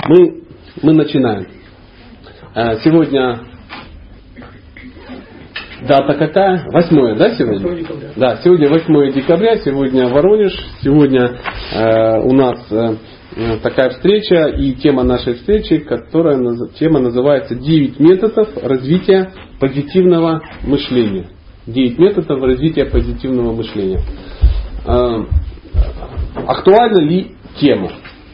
Мы начинаем. Сегодня дата какая? 8, да, сегодня? 8 декабря. Да, сегодня 8 декабря, сегодня Воронеж, сегодня у нас такая встреча и тема нашей встречи, тема называется 9 методов развития позитивного мышления. 9 методов развития позитивного мышления. Актуальна ли тема?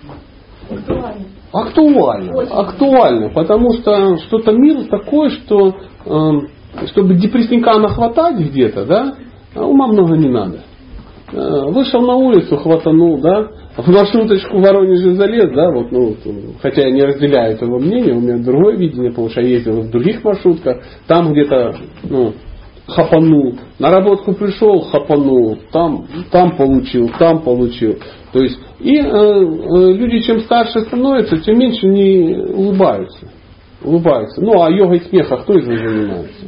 Актуально, потому что что-то мир такой, что чтобы депрессника нахватать где-то, да, ума много не надо. Вышел на улицу, хватанул, да, в маршруточку в Воронеже залез, да, вот, хотя я не разделяю этого мнения, у меня другое видение, потому что я ездил в других маршрутках, там где-то, хапанул, на работку пришел, хапанул, там получил. То есть, и люди, чем старше становятся, тем меньше не улыбаются. Ну, а йогой смеха кто из них занимается?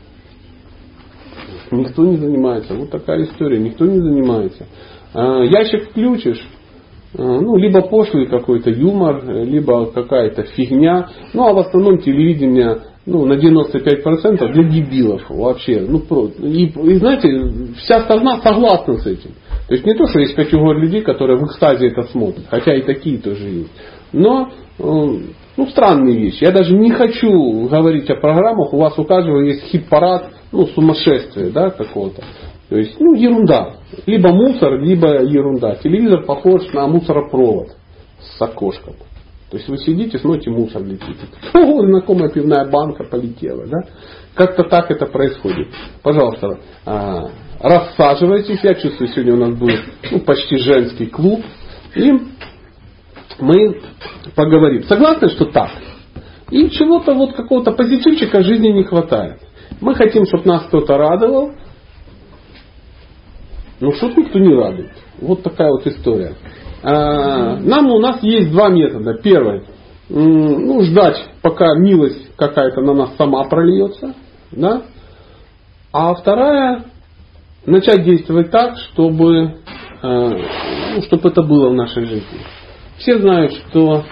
Никто не занимается. Вот такая история. Никто не занимается. Ящик включишь, либо пошлый какой-то юмор, либо какая-то фигня. Ну, а в основном телевидение, на 95% для дебилов вообще. И знаете, вся страна согласна с этим. То есть не то, что есть категория людей, которые в экстазе это смотрят. Хотя и такие тоже есть. Но странные вещи. Я даже не хочу говорить о программах. У вас у каждого есть хит-парад, сумасшествие, да, какого-то. То есть, ерунда. Либо мусор, либо ерунда. Телевизор похож на мусоропровод с окошком. То есть вы сидите, смотрите, мусор летит. Знакомая пивная банка полетела, да? Как-то так это происходит. Пожалуйста, рассаживайтесь. Я чувствую, сегодня у нас будет почти женский клуб. И мы поговорим. Согласны, что так? И чего-то какого-то позитивчика в жизни не хватает. Мы хотим, чтобы нас кто-то радовал. Но что-то никто не радует. Вот такая вот история. У нас есть два метода. Первый. Ждать, пока милость какая-то на нас сама прольется. Да? А вторая. Начать действовать так, чтобы это было в нашей жизни. Все знают, что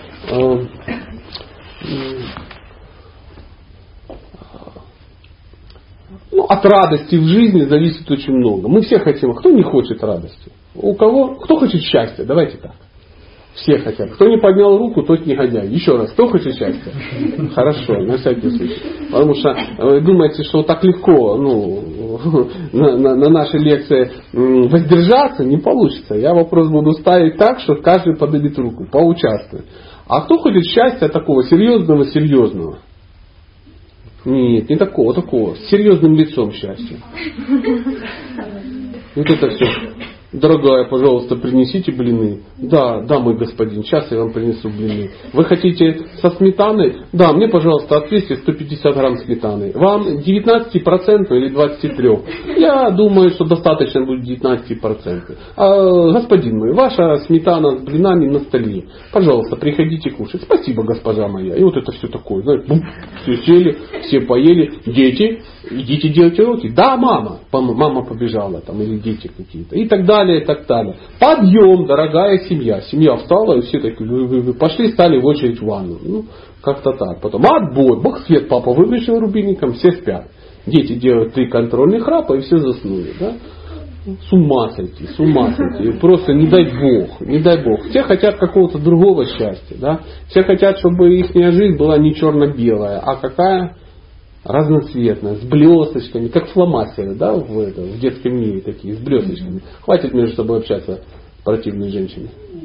от радости в жизни зависит очень много. Мы все хотим. Кто не хочет радости? Кто хочет счастья? Давайте так. Все хотят. Кто не поднял руку, тот негодяй. Еще раз. Кто хочет счастья? Хорошо, на всякий случай. Потому что вы думаете, что так легко на нашей лекции воздержаться, не получится. Я вопрос буду ставить так, что каждый поднимет руку, поучаствует. А кто хочет счастья такого серьезного? Нет, не такого. С серьезным лицом счастья. Вот это все. Дорогая, пожалуйста, принесите блины. Да, мой господин, сейчас я вам принесу блины. Вы хотите со сметаной? Да, мне, пожалуйста, отвесьте 150 грамм сметаны. Вам 19% или 23%? Я думаю, что достаточно будет 19%. Господин мой, ваша сметана с блинами на столе. Пожалуйста, приходите кушать. Спасибо, госпожа моя. И вот это все такое. Знаете, все сели, все поели. Дети, идите делать уроки. Да, мама. Мама побежала там, или дети какие-то. И так далее. И так далее. Подъем, дорогая семья. Семья встала, и все такие, вы пошли, стали в очередь в ванну. Как-то так. Потом отбой. Бог свет, папа выключил рубильником, все спят. Дети делают 3 контрольных храпа, и все заснули. Да? С ума сойти. Просто не дай Бог. Все хотят какого-то другого счастья. Да? Все хотят, чтобы их жизнь была не черно-белая, а какая? Разноцветная, с блесточками, как фломастеры, да, в детском мире такие, с блесточками. Хватит между собой общаться, противные женщины.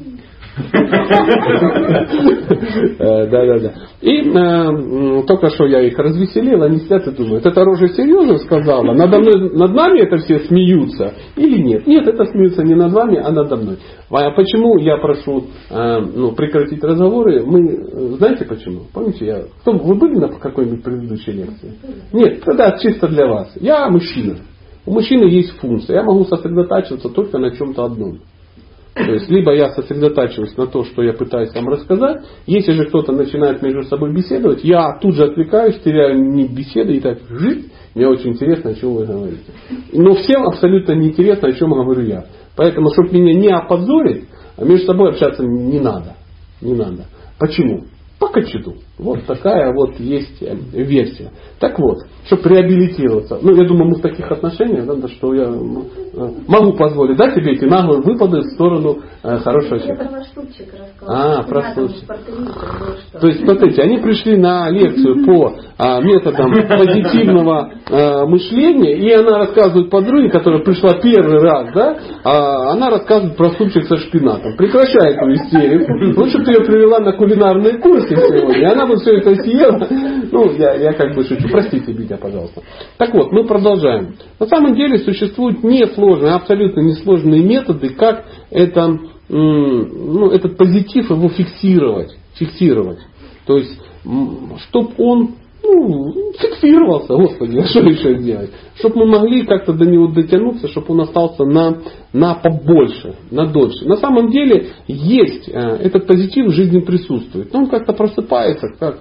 Да. И только что я их развеселил, они сидят и думают, это Рожа серьезно сказала? Над нами это все смеются или нет? Нет, это смеются не над вами, а надо мной. А почему я прошу прекратить разговоры? Знаете почему? Помните, вы были на какой-нибудь предыдущей лекции? Нет, тогда чисто для вас. Я мужчина. У мужчины есть функция. Я могу сосредотачиваться только на чем-то одном. То есть, либо я сосредотачиваюсь на то, что я пытаюсь вам рассказать. Если же кто-то начинает между собой беседовать, я тут же отвлекаюсь, теряю нить беседы и так жить. Мне очень интересно, о чем вы говорите. Но всем абсолютно неинтересно, о чем говорю я. Поэтому, чтобы меня не опозорить, между собой общаться не надо. Не надо. Почему? По качеду. Вот такая вот есть версия. Так вот, чтобы реабилитироваться. Я думаю, мы в таких отношениях, да, что я могу позволить, да, тебе эти наглые выпады в сторону хорошего человека. Я про ваш случай рассказывала. Про случай. То есть, смотрите, они пришли на лекцию по методам позитивного мышления, и она рассказывает подруге, которая пришла первый раз, да, она рассказывает про случай со шпинатом. Прекращай эту истерику. Лучше бы ты ее привела на кулинарные курсы сегодня, она бы все это съела. Я как бы шучу. Простите меня, пожалуйста. Так вот, мы продолжаем. На самом деле существуют несложные, абсолютно несложные методы, как этот позитив его фиксировать. То есть, чтобы он фиксировался, Господи, что еще делать? Чтобы мы могли как-то до него дотянуться, чтобы он остался на побольше, на дольше. На самом деле есть этот позитив в жизни присутствует. Но он как-то просыпается, как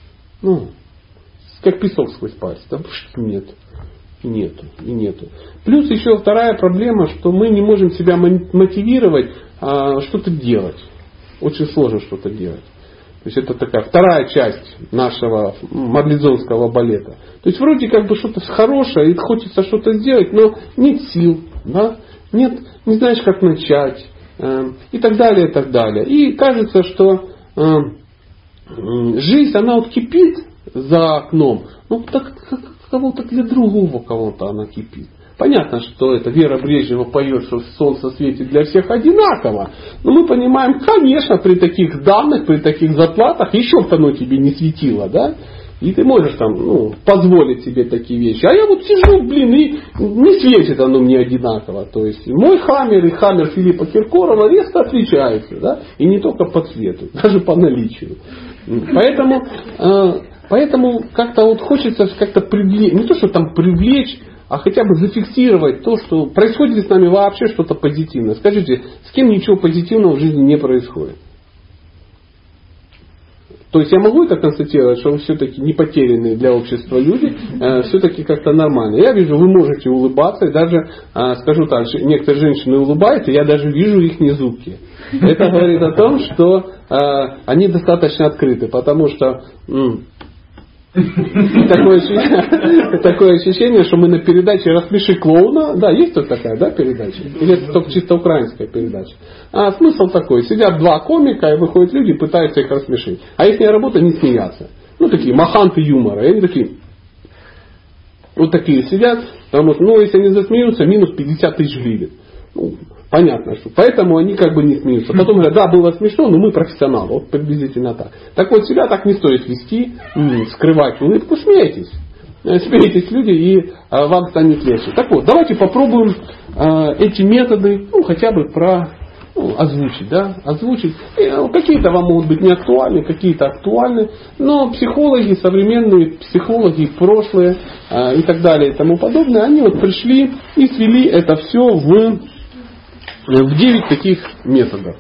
песок сквозь пальцы. Да, нет. Нету. Плюс еще вторая проблема, что мы не можем себя мотивировать что-то делать. Очень сложно что-то делать. То есть это такая вторая часть нашего марлезонского балета. То есть вроде как бы что-то хорошее, и хочется что-то сделать, но нет сил, да? Нет, не знаешь, как начать, и так далее, и так далее. И кажется, что жизнь, она вот кипит за окном, так кого-то для другого кого-то она кипит. Понятно, что это Вера Брежнева поет, что солнце светит для всех одинаково. Но мы понимаем, конечно, при таких данных, при таких зарплатах еще бы оно тебе не светило, да? И ты можешь позволить себе такие вещи. А я вот сижу, и не светит оно мне одинаково. То есть мой хаммер и хаммер Филиппа Киркорова резко отличаются, да? И не только по цвету, даже по наличию. Поэтому как-то вот хочется как-то привлечь, не то, что там привлечь, а хотя бы зафиксировать то, что происходит ли с нами вообще что-то позитивное. Скажите, с кем ничего позитивного в жизни не происходит? То есть я могу это констатировать, что вы все-таки не потерянные для общества люди, все-таки как-то нормально. Я вижу, вы можете улыбаться, и даже, скажу так, некоторые женщины улыбаются, я даже вижу их зубки. Это говорит о том, что они достаточно открыты, потому что такое ощущение, что мы на передаче «Рассмеши клоуна». Да, есть тут такая, да, передача? Или это только чисто украинская передача? Смысл такой. Сидят два комика, и выходят люди, пытаются их рассмешить. А их работа не смеяться. Такие маханты юмора. И они такие, вот такие сидят. Потому что, если они засмеются, минус 50 тысяч гривен. Понятно, что поэтому они как бы не смеются. Потом говорят, да, было смешно, но мы профессионалы. Вот приблизительно так. Так вот, себя так не стоит вести, скрывать улыбку, смейтесь. Смейтесь, люди, и вам станет легче. Так вот, давайте попробуем эти методы, хотя бы озвучить, да, озвучить. Какие-то вам могут быть не актуальны, какие-то актуальны, но психологи, современные психологи, прошлые и так далее и тому подобное, они вот пришли и свели это все в 9 таких методов.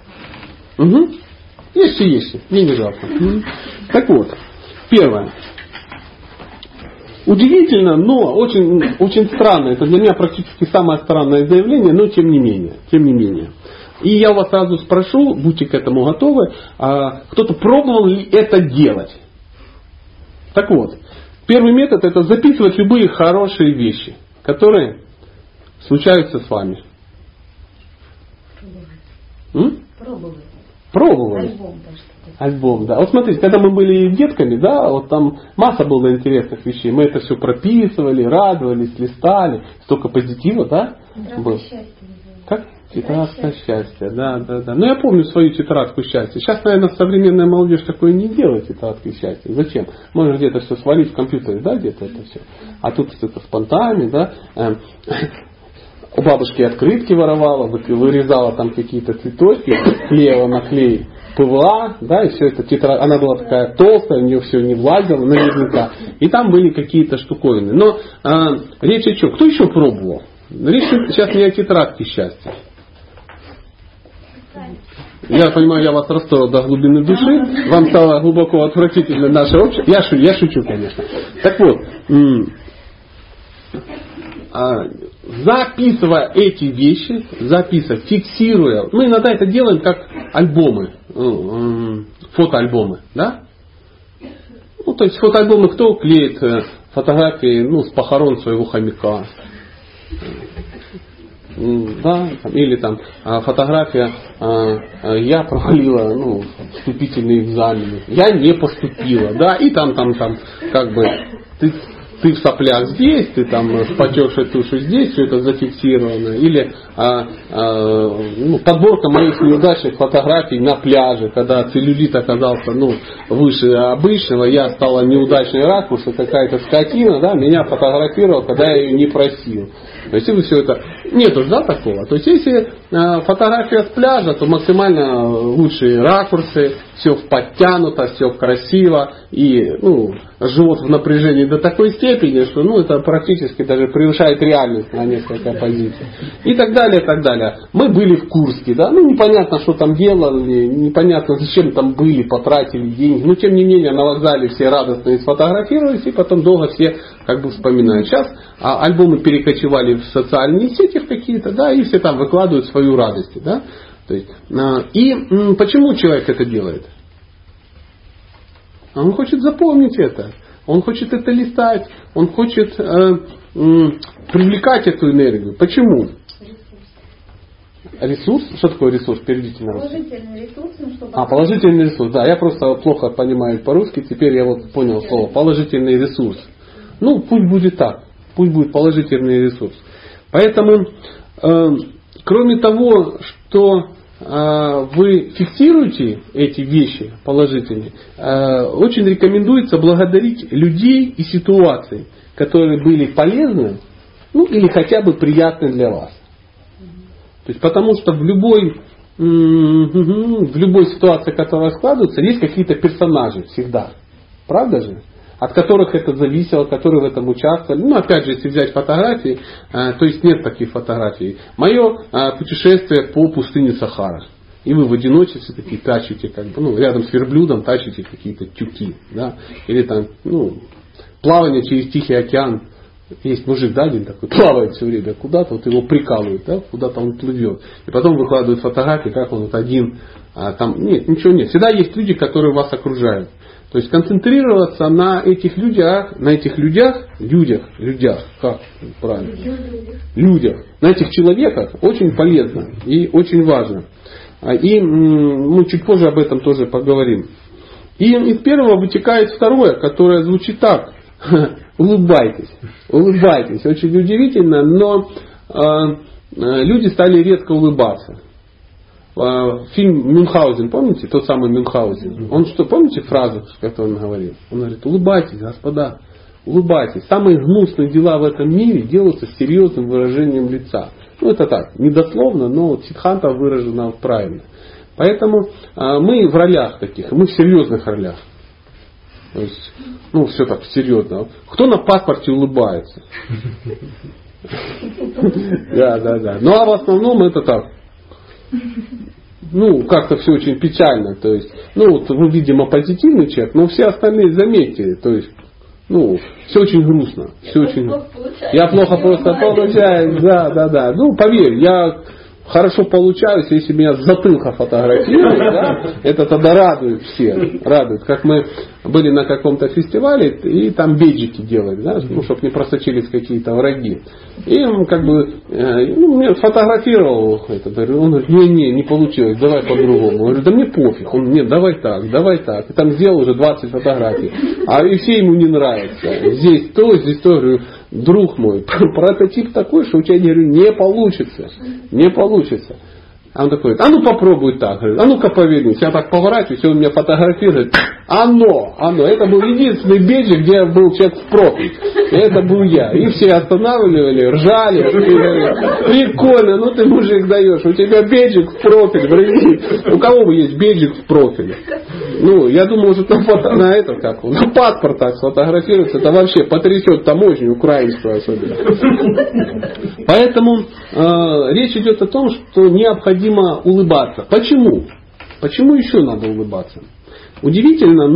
Есть, мне не жалко. Так вот, первое. Удивительно, но очень, очень странно. Это для меня практически самое странное заявление, но тем не менее. И я вас сразу спрошу, будьте к этому готовы, кто-то пробовал ли это делать? Так вот, первый метод — это записывать любые хорошие вещи, которые случаются с вами. Пробовали. Альбом, да. Вот смотрите, когда мы были детками, да, вот там масса было интересных вещей. Мы это все прописывали, радовались, листали. Столько позитива, да? Было. Как? Тетрадка счастья, да. Ну, я помню свою тетрадку счастья. Сейчас, наверное, современная молодежь такое не делает, тетрадки счастья. Зачем? Можно где-то все свалить в компьютере, да, где-то это все. А тут это с понтами, да. У бабушки открытки воровала, вырезала там какие-то цветочки, клеила на клей ПВА, да, и все это тетрадь, она была такая толстая, у нее все не влазило наверняка. И там были какие-то штуковины. Но речь о чем? Кто еще пробовал? Речь сейчас не о тетрадке счастья. Я понимаю, я вас расстроил до глубины души, вам стало глубоко отвратительно наше общество. Я шучу, конечно. Так вот, записывая эти вещи, фиксируя, мы иногда это делаем как альбомы, фотоальбомы, да? Ну, то есть фотоальбомы кто клеит фотографии с похорон своего хомяка. Да, или там фотография я провалила вступительные экзамены, я не поступила, да, и там как бы ты в соплях здесь, ты там в потекшей туше здесь, все это зафиксировано. Или подборка моих неудачных фотографий на пляже, когда целлюлит оказался выше обычного, я стала неудачной ракурс, какая-то скотина, да, меня фотографировала, когда я ее не просил. То есть, если все это... Нету, да, такого? То есть, если фотография с пляжа, то максимально лучшие ракурсы, все подтянуто, все красиво, и живот в напряжении до такой степени, что это практически даже превышает реальность на несколько позиций. И так далее, и так далее. Мы были в Курске, да, непонятно, что там делали, непонятно, зачем там были, потратили деньги, но тем не менее на вокзале все радостно сфотографировались, и потом долго все как бы вспоминают. Сейчас альбомы перекочевали в социальные сети какие-то, да, и все там выкладывают свою радость, да. То есть, и почему человек это делает? Он хочет запомнить это, он хочет это листать, он хочет привлекать эту энергию. Почему? Ресурс? Что такое ресурс? Перейдите на русский. Положительный ресурс. Положительный ресурс. Да, я просто плохо понимаю по-русски, теперь я понял слово. Положительный ресурс. Пусть будет так. Пусть будет положительный ресурс. Поэтому, кроме того, что вы фиксируете эти вещи положительные, очень рекомендуется благодарить людей и ситуации, которые были полезны, или хотя бы приятны для вас. То есть, потому что в любой ситуации, которая складывается, есть какие-то персонажи всегда. Правда же? От которых это зависело, которые в этом участвовали. Опять же, если взять фотографии, то есть нет таких фотографий. Мое путешествие по пустыне Сахара. И вы в одиночестве такие тащите, рядом с верблюдом тащите какие-то тюки. Да? Или там, плавание через Тихий океан. Есть мужик, да, один такой, плавает все время куда-то, его прикалывают, да, куда-то он плывет. И потом выкладывают фотографии, как он один, там, нет, ничего нет. Всегда есть люди, которые вас окружают. То есть концентрироваться на этих людях, как правильно? Людях, на этих человеках очень полезно и очень важно. И мы чуть позже об этом тоже поговорим. И из первого вытекает второе, которое звучит так. Улыбайтесь. Очень удивительно, но люди стали редко улыбаться. Фильм Мюнхгаузен, помните? Тот самый Мюнхгаузен. Он что, помните фразу, которую он говорил? Он говорит: улыбайтесь, господа, улыбайтесь. Самые гнусные дела в этом мире делаются с серьезным выражением лица. Это так, недословно, но Сиддханта выражена правильно. Поэтому мы в ролях таких, мы в серьезных ролях. То есть, все так серьезно. Кто на паспорте улыбается? Да. Ну, а в основном это так. Как-то все очень печально. То есть, вы, видимо, позитивный человек, но все остальные, заметьте, то есть, все очень грустно. Я плохо просто получаю. Да. Поверь, я хорошо получаюсь, если меня с затылка фотографируют, да, это тогда радует всех. Радует. Как мы были на каком-то фестивале, и там бейджики делали, да, чтобы не просочились какие-то враги. И он меня фотографировал, он говорит, не получилось, давай по-другому. Я говорю, да мне пофиг. Он, нет, давай так. И там сделал уже 20 фотографий. И все ему не нравятся. Здесь то. Говорю, друг мой, прототип такой, что у тебя, говорю, не получится. А он такой, попробуй так. Говорит, ну-ка повернись. Я так поворачиваюсь, и он меня фотографирует. Оно. Это был единственный бейджик, где был человек в профиль. И это был я. И все останавливали, ржали. Прикольно, ты, мужик, даешь. У тебя бейджик в профиль. У кого есть бейджик в профиле? Я думаю, уже на паспорт так сфотографируется. Это вообще потрясет таможню украинскую особенно. Поэтому речь идет о том, что необходимо улыбаться. Почему? Почему еще надо улыбаться? Удивительно,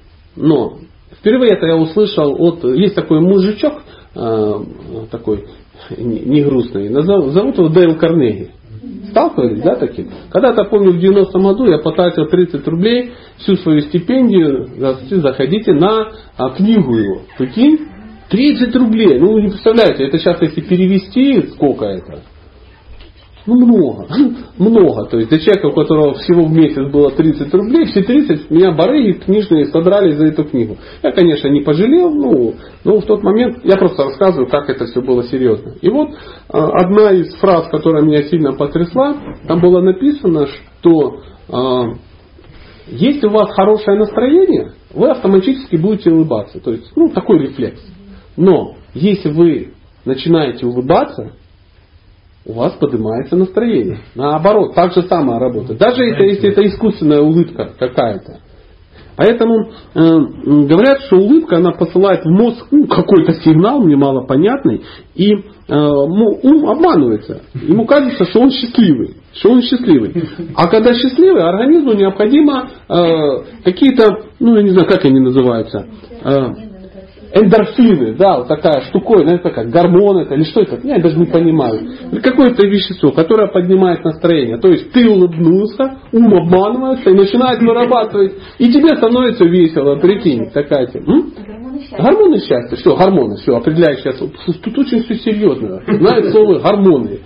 но впервые это я услышал есть такой мужичок, такой не грустный. Зовут его Дейл Карнеги. Сталкивались, да, таким? Когда-то, помню, в 90-м году я потратил 30 рублей, всю свою стипендию, заходите на книгу его. Прикинь? 30 рублей. Ну, вы не представляете, это сейчас, если перевести, сколько это? Ну, много. Много. То есть, для человека, у которого всего в месяц было 30 рублей, все 30 меня барыги книжные содрали за эту книгу. Я, конечно, не пожалел, но в тот момент я просто рассказываю, как это все было серьезно. И вот одна из фраз, которая меня сильно потрясла, там было написано, что если у вас хорошее настроение, вы автоматически будете улыбаться. То есть, такой рефлекс. Но если вы начинаете улыбаться, у вас поднимается настроение. Наоборот, так же самое работает. Даже если это искусственная улыбка какая-то. Поэтому говорят, что улыбка, она посылает в мозг какой-то сигнал, мне малопонятный, и ум обманывается. Ему кажется, что он счастливый. А когда счастливый, организму необходимо какие-то, я не знаю, как они называются, эндорфины, да, вот такая штуковина, это как гормон это или что это, я даже не понимаю. Какое-то вещество, которое поднимает настроение. То есть ты улыбнулся, ум обманывается и начинает вырабатывать, и тебе становится весело, прикинь, такая тема. Гормоны счастья. Что гормоны? Все, определяющее слово. Тут очень все серьезно. Знает слово гормоны.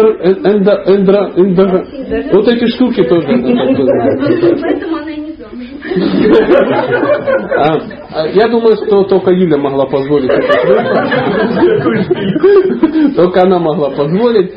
Вот эти штуки тоже. Поэтому она и не замужем. Я думаю, что только Юля могла позволить это. Только она могла позволить.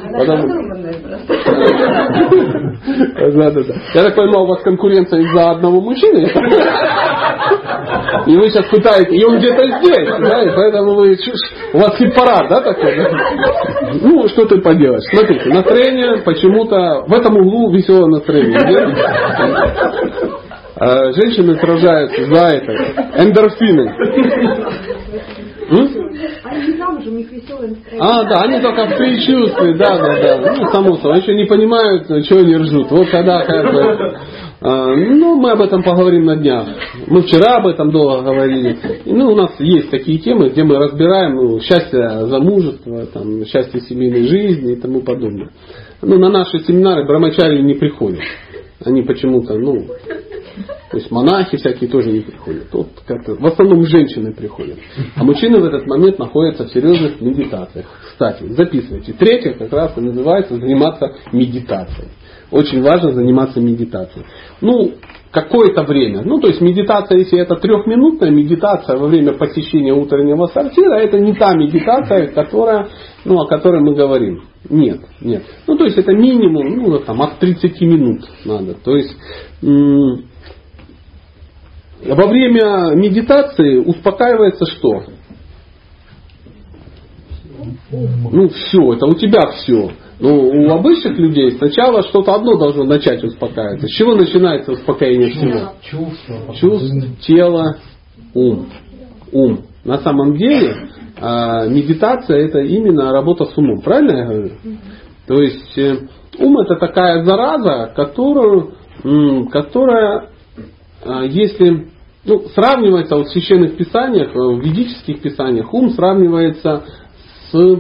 Я так понимаю, у вас конкуренция из-за одного мужчины. И вы сейчас пытаетесь, и он где-то здесь, да, и поэтому у вас хит-парад, да, такой? Да? Что ты поделаешь? Смотрите, настроение почему-то, в этом углу веселое настроение. Женщины сражаются за это. Эндорфины. Они не замужем, у них веселое настроение. Да, они только предчувствуют, да. Само собой, еще не понимают, чего они ржут. Вот когда как бы... мы об этом поговорим на днях. Мы вчера об этом долго говорили. У нас есть такие темы, где мы разбираем счастье замужества, счастье семейной жизни и тому подобное. На наши семинары брамачари не приходят. Они почему-то, то есть монахи всякие тоже не приходят. Тут как-то, в основном женщины приходят. А мужчины в этот момент находятся в серьезных медитациях. Кстати, записывайте. Третье как раз и называется заниматься медитацией. Очень важно заниматься медитацией. Какое-то время. То есть медитация, если это 3-минутная медитация во время посещения утреннего сортира, это не та медитация, о которой мы говорим. Нет. То есть это минимум, от 30 минут надо. То есть во время медитации успокаивается что? Все, это у тебя все. У обычных людей сначала что-то одно должно начать успокаиваться. С чего начинается успокоение всего? Чувство, тело, ум. На самом деле медитация это именно работа с умом. Правильно я говорю? То есть ум это такая зараза, которая если сравнивается в священных писаниях, в ведических писаниях, ум сравнивается с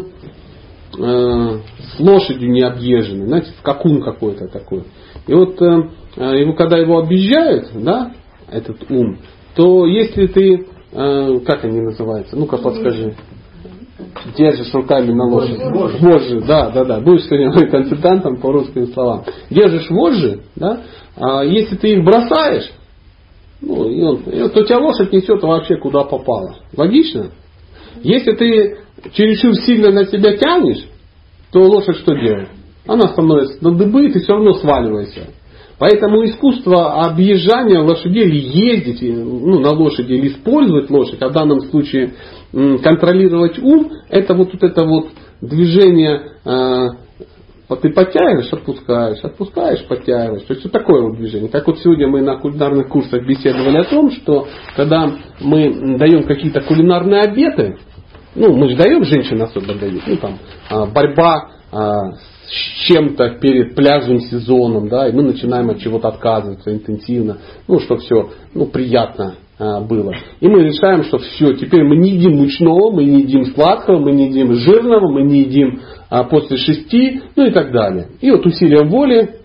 лошадью необъезженной, знаете, скакун какой-то такой. И вот когда его объезжают, да, этот ум, то если ты, как они называются, ну-ка подскажи, держишь руками на лошадь. Вожжи, да. Будешь сегодня консультантом по русским словам. Держишь вожжи, да, а если ты их бросаешь, то тебя лошадь несет вообще куда попало. Логично? Если ты чересчур сильно на себя тянешь, то лошадь что делает? Она становится на дыбы, и ты все равно сваливаешься. Поэтому искусство объезжания лошадей или ездить на лошади или использовать лошадь, а в данном случае контролировать ум, это вот движение, ты подтягиваешь, отпускаешь, подтягиваешь. То есть вот такое вот движение. Как вот сегодня мы на кулинарных курсах беседовали о том, что когда мы даем какие-то кулинарные обеты, мы же даем, женщины особо дают, борьба с чем-то перед пляжным сезоном, да, и мы начинаем от чего-то отказываться интенсивно, чтобы все, приятно было. И мы решаем, что все, теперь мы не едим мучного, мы не едим сладкого, мы не едим жирного, мы не едим после 6, ну и так далее. И вот усилием воли,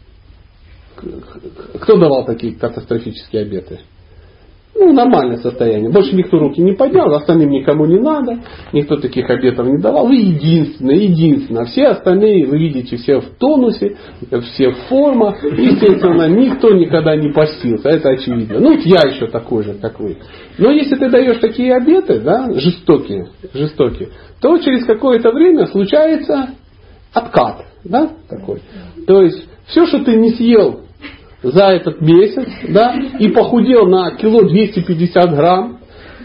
кто давал такие катастрофические обеты? Ну, нормальное состояние. Больше никто руки не поднял, остальным никому не надо, никто таких обетов не давал. Вы единственное. Все остальные, вы видите, все в тонусе, все в формах. Естественно, никто никогда не постился, это очевидно. Ну, я еще такой же, как вы. Но если ты даешь такие обеты, да, жестокие, то через какое-то время случается откат, да, такой. То есть, все, что ты не съел за этот месяц, да, и похудел на кило 250 грамм,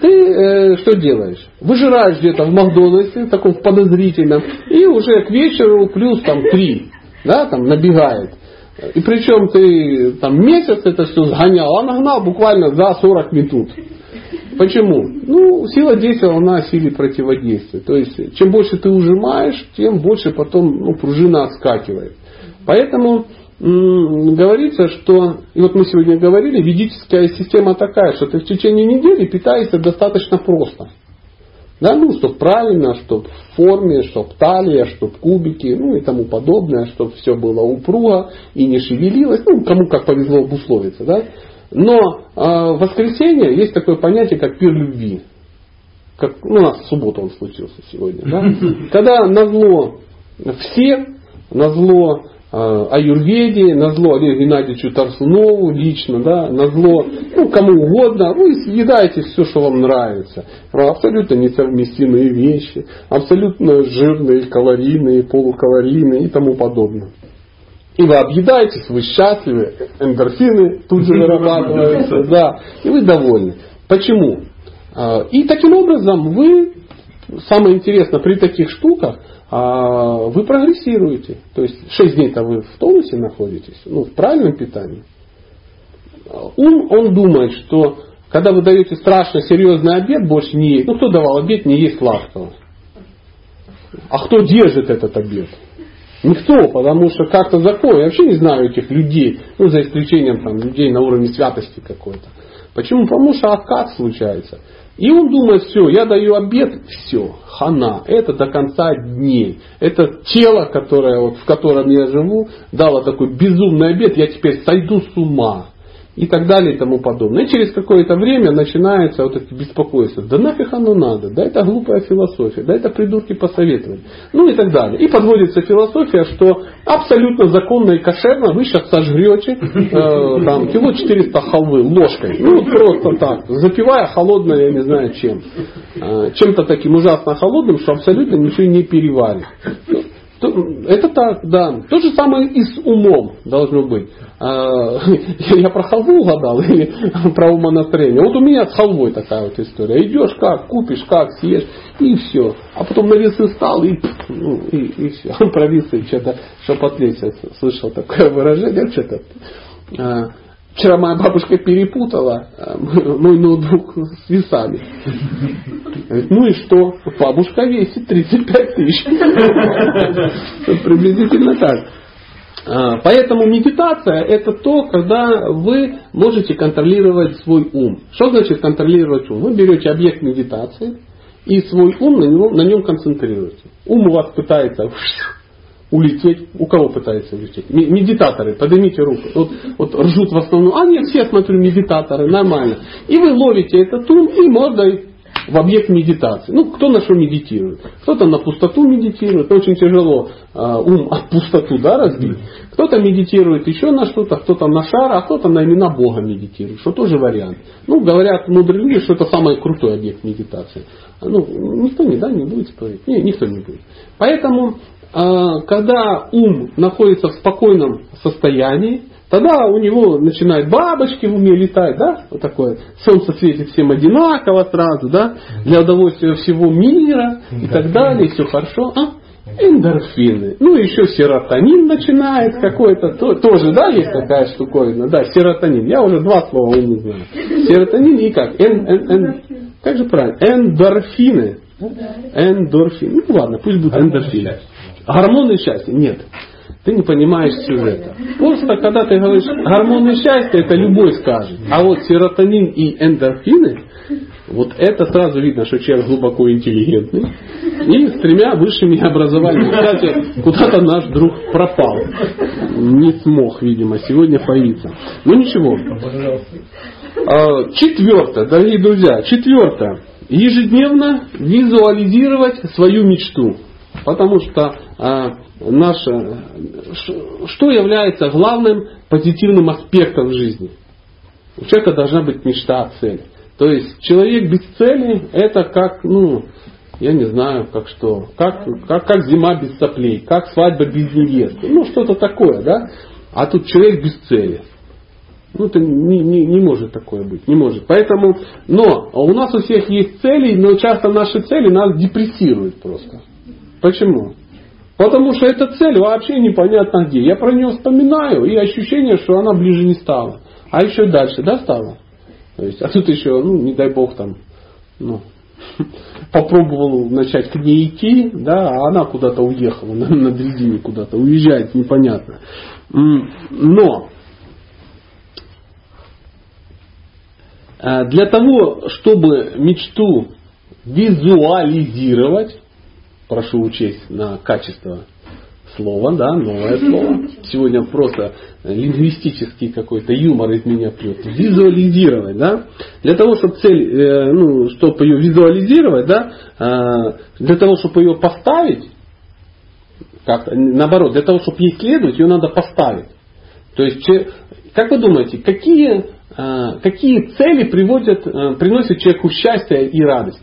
ты что делаешь? Выжираешь где-то в Макдональдсе, в таком подозрительном, и уже к вечеру плюс там 3, да, там набегает. И причем ты там месяц это все сгонял, а нагнал буквально за 40 минут. Почему? Ну, сила действия, она силе противодействия. То есть, чем больше ты ужимаешь, тем больше потом пружина отскакивает. Поэтому говорится, что, и вот мы сегодня говорили, ведическая система такая, что ты в течение недели питаешься достаточно просто. Да, ну, чтобы правильно, чтобы в форме, чтобы талия, чтобы кубики, ну и тому подобное, чтобы все было упруго и не шевелилось, ну, кому как повезло обусловиться, да. Но в воскресенье есть такое понятие, как пир любви. Как, ну, у нас в субботу он случился сегодня, да. Когда назло всем, назло аюрведе, назло Олегу Геннадьевичу Тарсунову лично, да, назло кому угодно, вы съедаете все, что вам нравится. Абсолютно несовместимые вещи, абсолютно жирные, калорийные, полукалорийные и тому подобное. И вы объедаетесь, вы счастливы, эндорфины тут же вырабатываются, да, и вы довольны. Почему? И таким образом вы, самое интересное, при таких штуках, вы прогрессируете. То есть 6 дней-то вы в тонусе находитесь, в правильном питании. Ум, он думает, что когда вы даете страшно серьезный обед, больше не есть. Кто давал обед не есть сладкого? А кто держит этот обед? Никто, потому что как-то закон. Я вообще не знаю этих людей, за исключением там, людей на уровне святости какой-то. Почему? Потому что откат случается. И он думает, все, я даю обед, все, хана, это до конца дней. Это тело, которое, в котором я живу, дало такой безумный обед, я теперь сойду с ума. И так далее и тому подобное. И через какое-то время начинается вот это беспокойство. Да нафиг оно надо, да это глупая философия, да это придурки посоветовали. Ну и так далее. И подводится философия, что абсолютно законно и кошерно вы сейчас сожрете кило 400 халвы ложкой. Просто так, запивая холодное, я не знаю чем. Чем-то таким ужасно холодным, что абсолютно ничего не переварит. Это так, да. То же самое и с умом должно быть. Я про халву угадал или про умонастроение. Вот у меня с халвой такая вот история. Идешь как, купишь как, съешь и все. А потом на весы стал и все. Про весы что-то шепотлеть. Я слышал такое выражение. Что-то. Вчера моя бабушка перепутала мой ноутбук с весами. Ну и что? Бабушка весит 35 тысяч. Приблизительно так. Поэтому медитация это то, когда вы можете контролировать свой ум. Что значит контролировать ум? Вы берете объект медитации и свой ум на нем концентрируете. Ум у вас пытается улететь. У кого пытается улететь? Медитаторы, поднимите руку. Вот ржут в основном. Нет, все, смотрю, медитаторы, нормально. И вы ловите этот ум и мордой в объект медитации. Кто на что медитирует. Кто-то на пустоту медитирует. Очень тяжело ум от пустоту разбить. Кто-то медитирует еще на что-то, кто-то на шар, а кто-то на имена Бога медитирует. Что тоже вариант. Говорят мудрые люди, что это самый крутой объект медитации. Никто не будет спорить. Никто не будет. Поэтому когда ум находится в спокойном состоянии, тогда у него начинают бабочки в уме летать, да, вот такое, солнце светит всем одинаково сразу, да, для удовольствия всего мира и так далее, и все хорошо. Эндорфины. Еще серотонин начинает какой-то, тоже, да, есть такая штуковина, да, серотонин. Я уже 2 слова не знаю. Серотонин и как? Как же правильно? Эндорфины. Ладно, пусть будут эндорфины. Гормоны счастья? Нет. ты не понимаешь сюжета. Просто когда ты говоришь гормоны счастья, это любой скажет. А вот серотонин и эндорфины, вот это сразу видно, что человек глубоко интеллигентный и с 3 высшими образованиями. Кстати, куда-то наш друг пропал. Не смог, видимо, сегодня появиться. Ну ничего. 4, дорогие друзья, 4. Ежедневно визуализировать свою мечту. Потому что что является главным позитивным аспектом в жизни? У человека должна быть мечта, цель. То есть человек без цели это как, я не знаю, как что, как зима без соплей, как свадьба без невесты. Что-то такое, да? А тут человек без цели. Это не может такое быть. Не может. Поэтому, но у нас у всех есть цели, но часто наши цели нас депрессируют просто. Почему? Потому что эта цель вообще непонятно где. Я про нее вспоминаю, и ощущение, что она ближе не стала. А еще дальше, да, стала? То есть, а тут еще, не дай бог там, попробовал начать к ней идти, да, а она куда-то уехала, на дрезине куда-то, уезжает непонятно. Но для того, чтобы мечту визуализировать, прошу учесть на качество слова, да, новое слово. Сегодня просто лингвистический какой-то юмор из меня пьет. Визуализировать, да. Для того, чтобы цель, чтобы ее визуализировать, да, для того, чтобы ее поставить, наоборот, для того, чтобы ей следовать, ее надо поставить. То есть, как вы думаете, какие цели приносят человеку счастье и радость?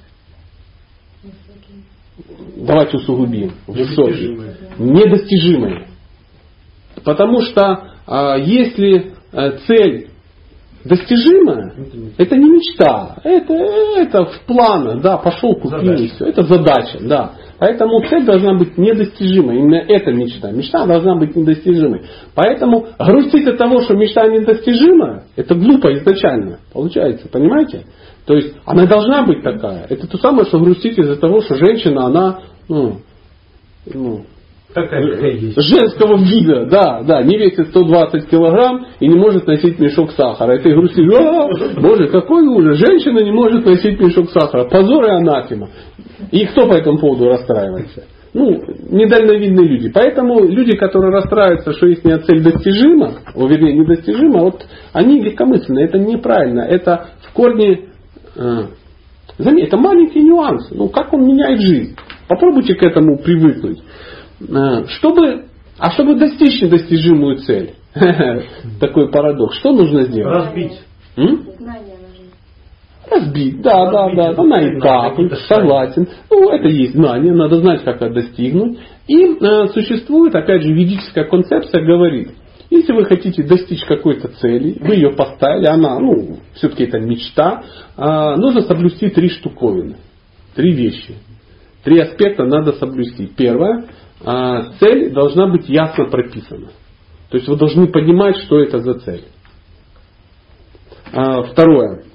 Давайте усугубим. Высокие. Недостижимые. Потому что если цель достижимая, это не мечта. Это в планах. Да, пошел, купил и все. Это задача. Да. Поэтому цель должна быть недостижимой. Именно это мечта. Мечта должна быть недостижимой. Поэтому грустить от того, что мечта недостижима, это глупо изначально. Получается, понимаете? То есть она должна быть такая. Это то самое, что грустить из-за того, что женщина, она женского вида, да, не весит 120 килограмм и не может носить мешок сахара. И ты грустишь, боже, какой ужас, женщина не может носить мешок сахара. Позор и анафема. И кто по этому поводу расстраивается? Недальновидные люди. Поэтому люди, которые расстраиваются, что их цель достижима, вернее недостижима, вот они легкомысленны. Это неправильно. Это в корне, заметьте, это маленький нюанс. Как он меняет жизнь? Попробуйте к этому привыкнуть. Чтобы достичь недостижимую цель, такой парадокс, что нужно сделать? Разбить. Разбить, да, на этапы, согласен. Это есть знание, надо знать, как это достигнуть. И существует, опять же, ведическая концепция говорит, если вы хотите достичь какой-то цели, вы ее поставили, она, все-таки это мечта, нужно соблюсти 3 штуковины, 3 вещи. 3 аспекта надо соблюсти. Первое, цель должна быть ясно прописана. То есть вы должны понимать, что это за цель. Второе,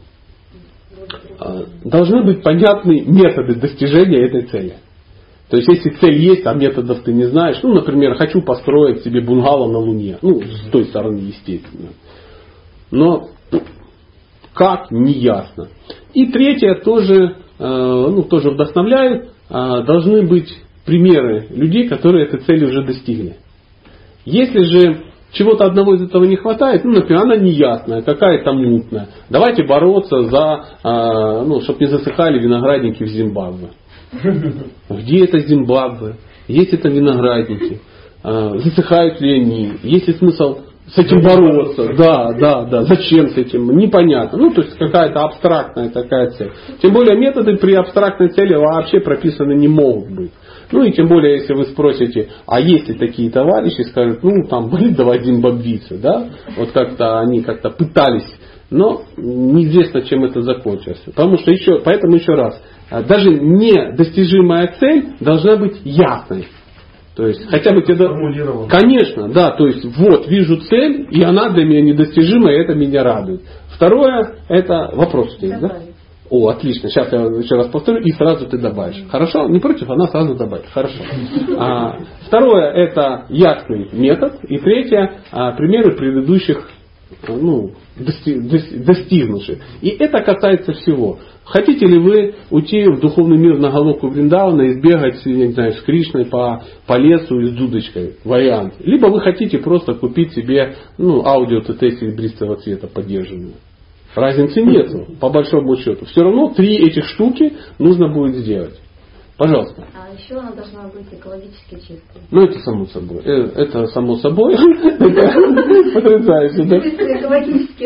должны быть понятны методы достижения этой цели. То есть если цель есть, а методов ты не знаешь, например, хочу построить себе бунгало на Луне. С той стороны, естественно. Но как, не ясно. И третье тоже вдохновляет. Должны быть примеры людей, которые этой цели уже достигли. Если же чего-то одного из этого не хватает, например, она неясная, какая-то мутная, давайте бороться за, чтобы не засыхали виноградники в Зимбабве. Где это Зимбабве? Есть это виноградники? Засыхают ли они? Есть ли смысл с этим бороться? Да. Зачем с этим? Непонятно. То есть какая-то абстрактная такая цель. Тем более методы при абстрактной цели вообще прописаны не могут быть. И тем более, если вы спросите, а есть ли такие товарищи, скажут, были 2 зимбабвийца, да? Вот как-то они пытались, но неизвестно, чем это закончилось. Поэтому еще раз, даже недостижимая цель должна быть ясной. То есть хотя бы конечно, да, то есть вижу цель, и она для меня недостижима, и это меня радует. Второе, это вопрос здесь, да? О, отлично. Сейчас я еще раз повторю, и сразу ты добавишь. Хорошо? Не против, она сразу добавит. Хорошо. Второе – это ясный метод. И третье – примеры предыдущих достигнувших. И это касается всего. Хотите ли вы уйти в духовный мир на головку Вриндавана и сбегать, я не знаю, с Кришной по лесу и с дудочкой? Вариант. Либо вы хотите просто купить себе аудио ТТ серебристого цвета подержанную. Разницы нету, по большому счету. Все равно 3 этих штуки нужно будет сделать. Пожалуйста. А еще она должна быть экологически чистой. Это само собой. Это само собой. Потрясающе, да? Экологически.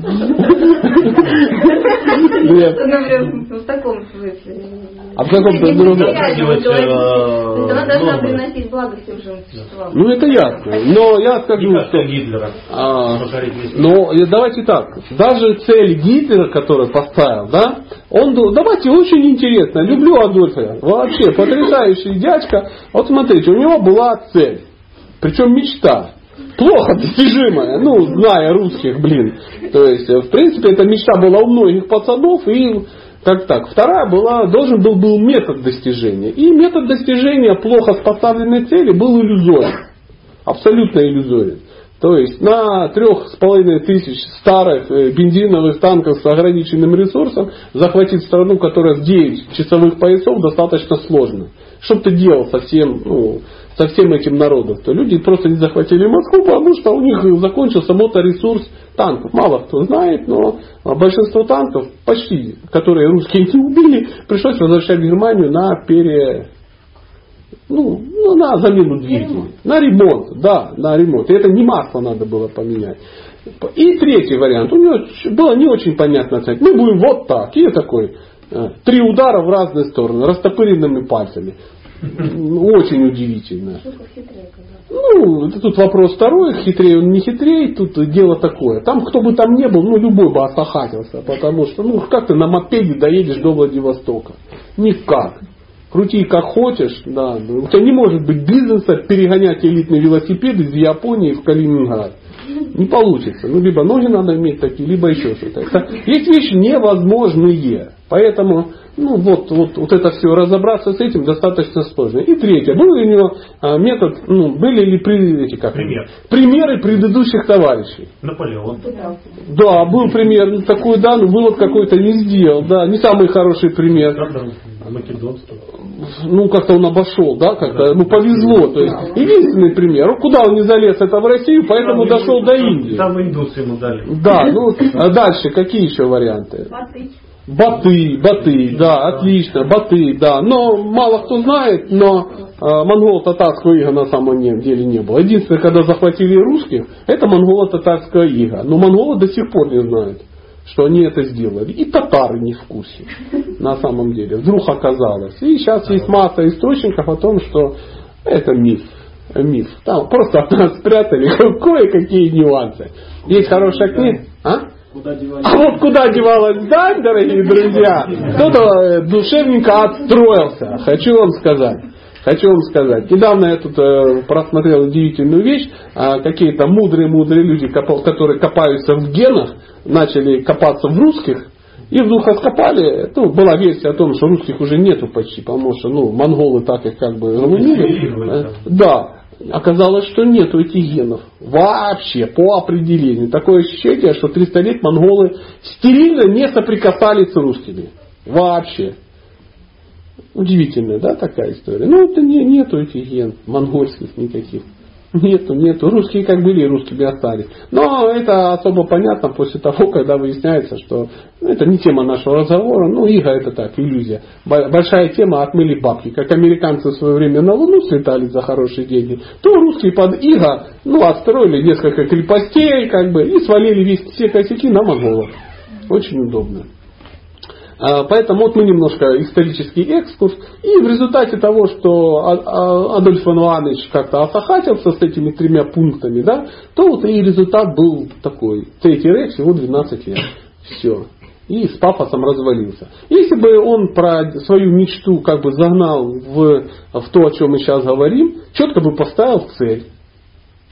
В таком смысле. А в каком-то другом? Она должна приносить благо всем живым существам. Это ясно. Но я скажу, что... Но давайте так. Даже цель Гитлера, которую поставил, да, давайте, очень интересно. Люблю Адольфа. Вообще потрясающий дядька. Вот смотрите, у него была цель. Причем мечта. Плохо достижимая. Зная русских, То есть, в принципе, эта мечта была у многих пацанов. И так. Вторая должен был метод достижения. И метод достижения плохо с поставленной цели был иллюзорен. Абсолютно иллюзорен. То есть на 3500 старых бензиновых танков с ограниченным ресурсом захватить страну, которая с 9 часовых поясов, достаточно сложно. Что бы ты делал со всем этим народом? То люди просто не захватили Москву, потому что у них закончился моторесурс танков. Мало кто знает, но большинство танков, почти, которые русские не убили, пришлось возвращать в Германию на на замену двигателей. На ремонт, да, на ремонт. И это не масло надо было поменять. И третий вариант. У него было не очень понятно. Мы будем вот так. И такой 3 удара в разные стороны, растопыренными пальцами. Очень удивительно. Тут вопрос второй. Хитрее он не хитрее. Тут дело такое. Там, кто бы там ни был, любой бы осахатился. Потому что, как ты на мопеде доедешь до Владивостока? Никак. Крути как хочешь, да. У тебя не может быть бизнеса перегонять элитный велосипед из Японии в Калининград. Не получится. Либо ноги надо иметь такие, либо еще что-то. Есть вещи невозможные. Поэтому, вот это все, разобраться с этим достаточно сложно. И третье. Был у него метод, были ли примеры предыдущих товарищей? Наполеон. Да, был пример такой, да, но вывод какой-то не сделал. Да, не самый хороший пример. Македонство. Как-то он обошел, да, как-то, повезло. То есть, единственный пример. Куда он не залез, это в Россию, поэтому дошел до Индии. Там индусы ему дали. Да, а дальше какие еще варианты? Баты, да, отлично, Баты, да. Но мало кто знает, но монголо-татарского ига на самом деле не было. Единственное, когда захватили русских, это монголо-татарского ига. Но монголы до сих пор не знают, что они это сделали. И татары не в курсе на самом деле. Вдруг оказалось. И сейчас есть масса источников о том, что это миф. Там просто от нас спрятали кое-какие нюансы. Есть хорошая книга. Вот куда девалась дань, дорогие друзья. Кто-то душевненько отстроился. Хочу вам сказать. Недавно я тут просмотрел удивительную вещь. Какие-то мудрые люди, которые копаются в генах, начали копаться в русских. И вдруг раскопали, была версия о том, что русских уже нету почти, потому что монголы так их заломили. Да. Оказалось, что нету этих генов. Вообще, по определению. Такое ощущение, что 300 лет монголы стерильно не соприкасались с русскими. Вообще. Удивительная, да, такая история. Это нету этих ген монгольских никаких. Нету. Русские как были, русскими остались. Но это особо понятно после того, когда выясняется, что это не тема нашего разговора. Иго это так, иллюзия. Большая тема, отмыли бабки. Как американцы в свое время на Луну слетали за хорошие деньги, то русские под иго, отстроили несколько крепостей, и свалили все косяки на монголов. Очень удобно. Поэтому мы немножко исторический экскурс. И в результате того, что Адольф Иванович как-то осахатился с этими 3 пунктами, да, то и результат был такой. Третий рейх всего 12 лет. Все. И с пафосом развалился. Если бы он про свою мечту загнал в то, о чем мы сейчас говорим, четко бы поставил цель.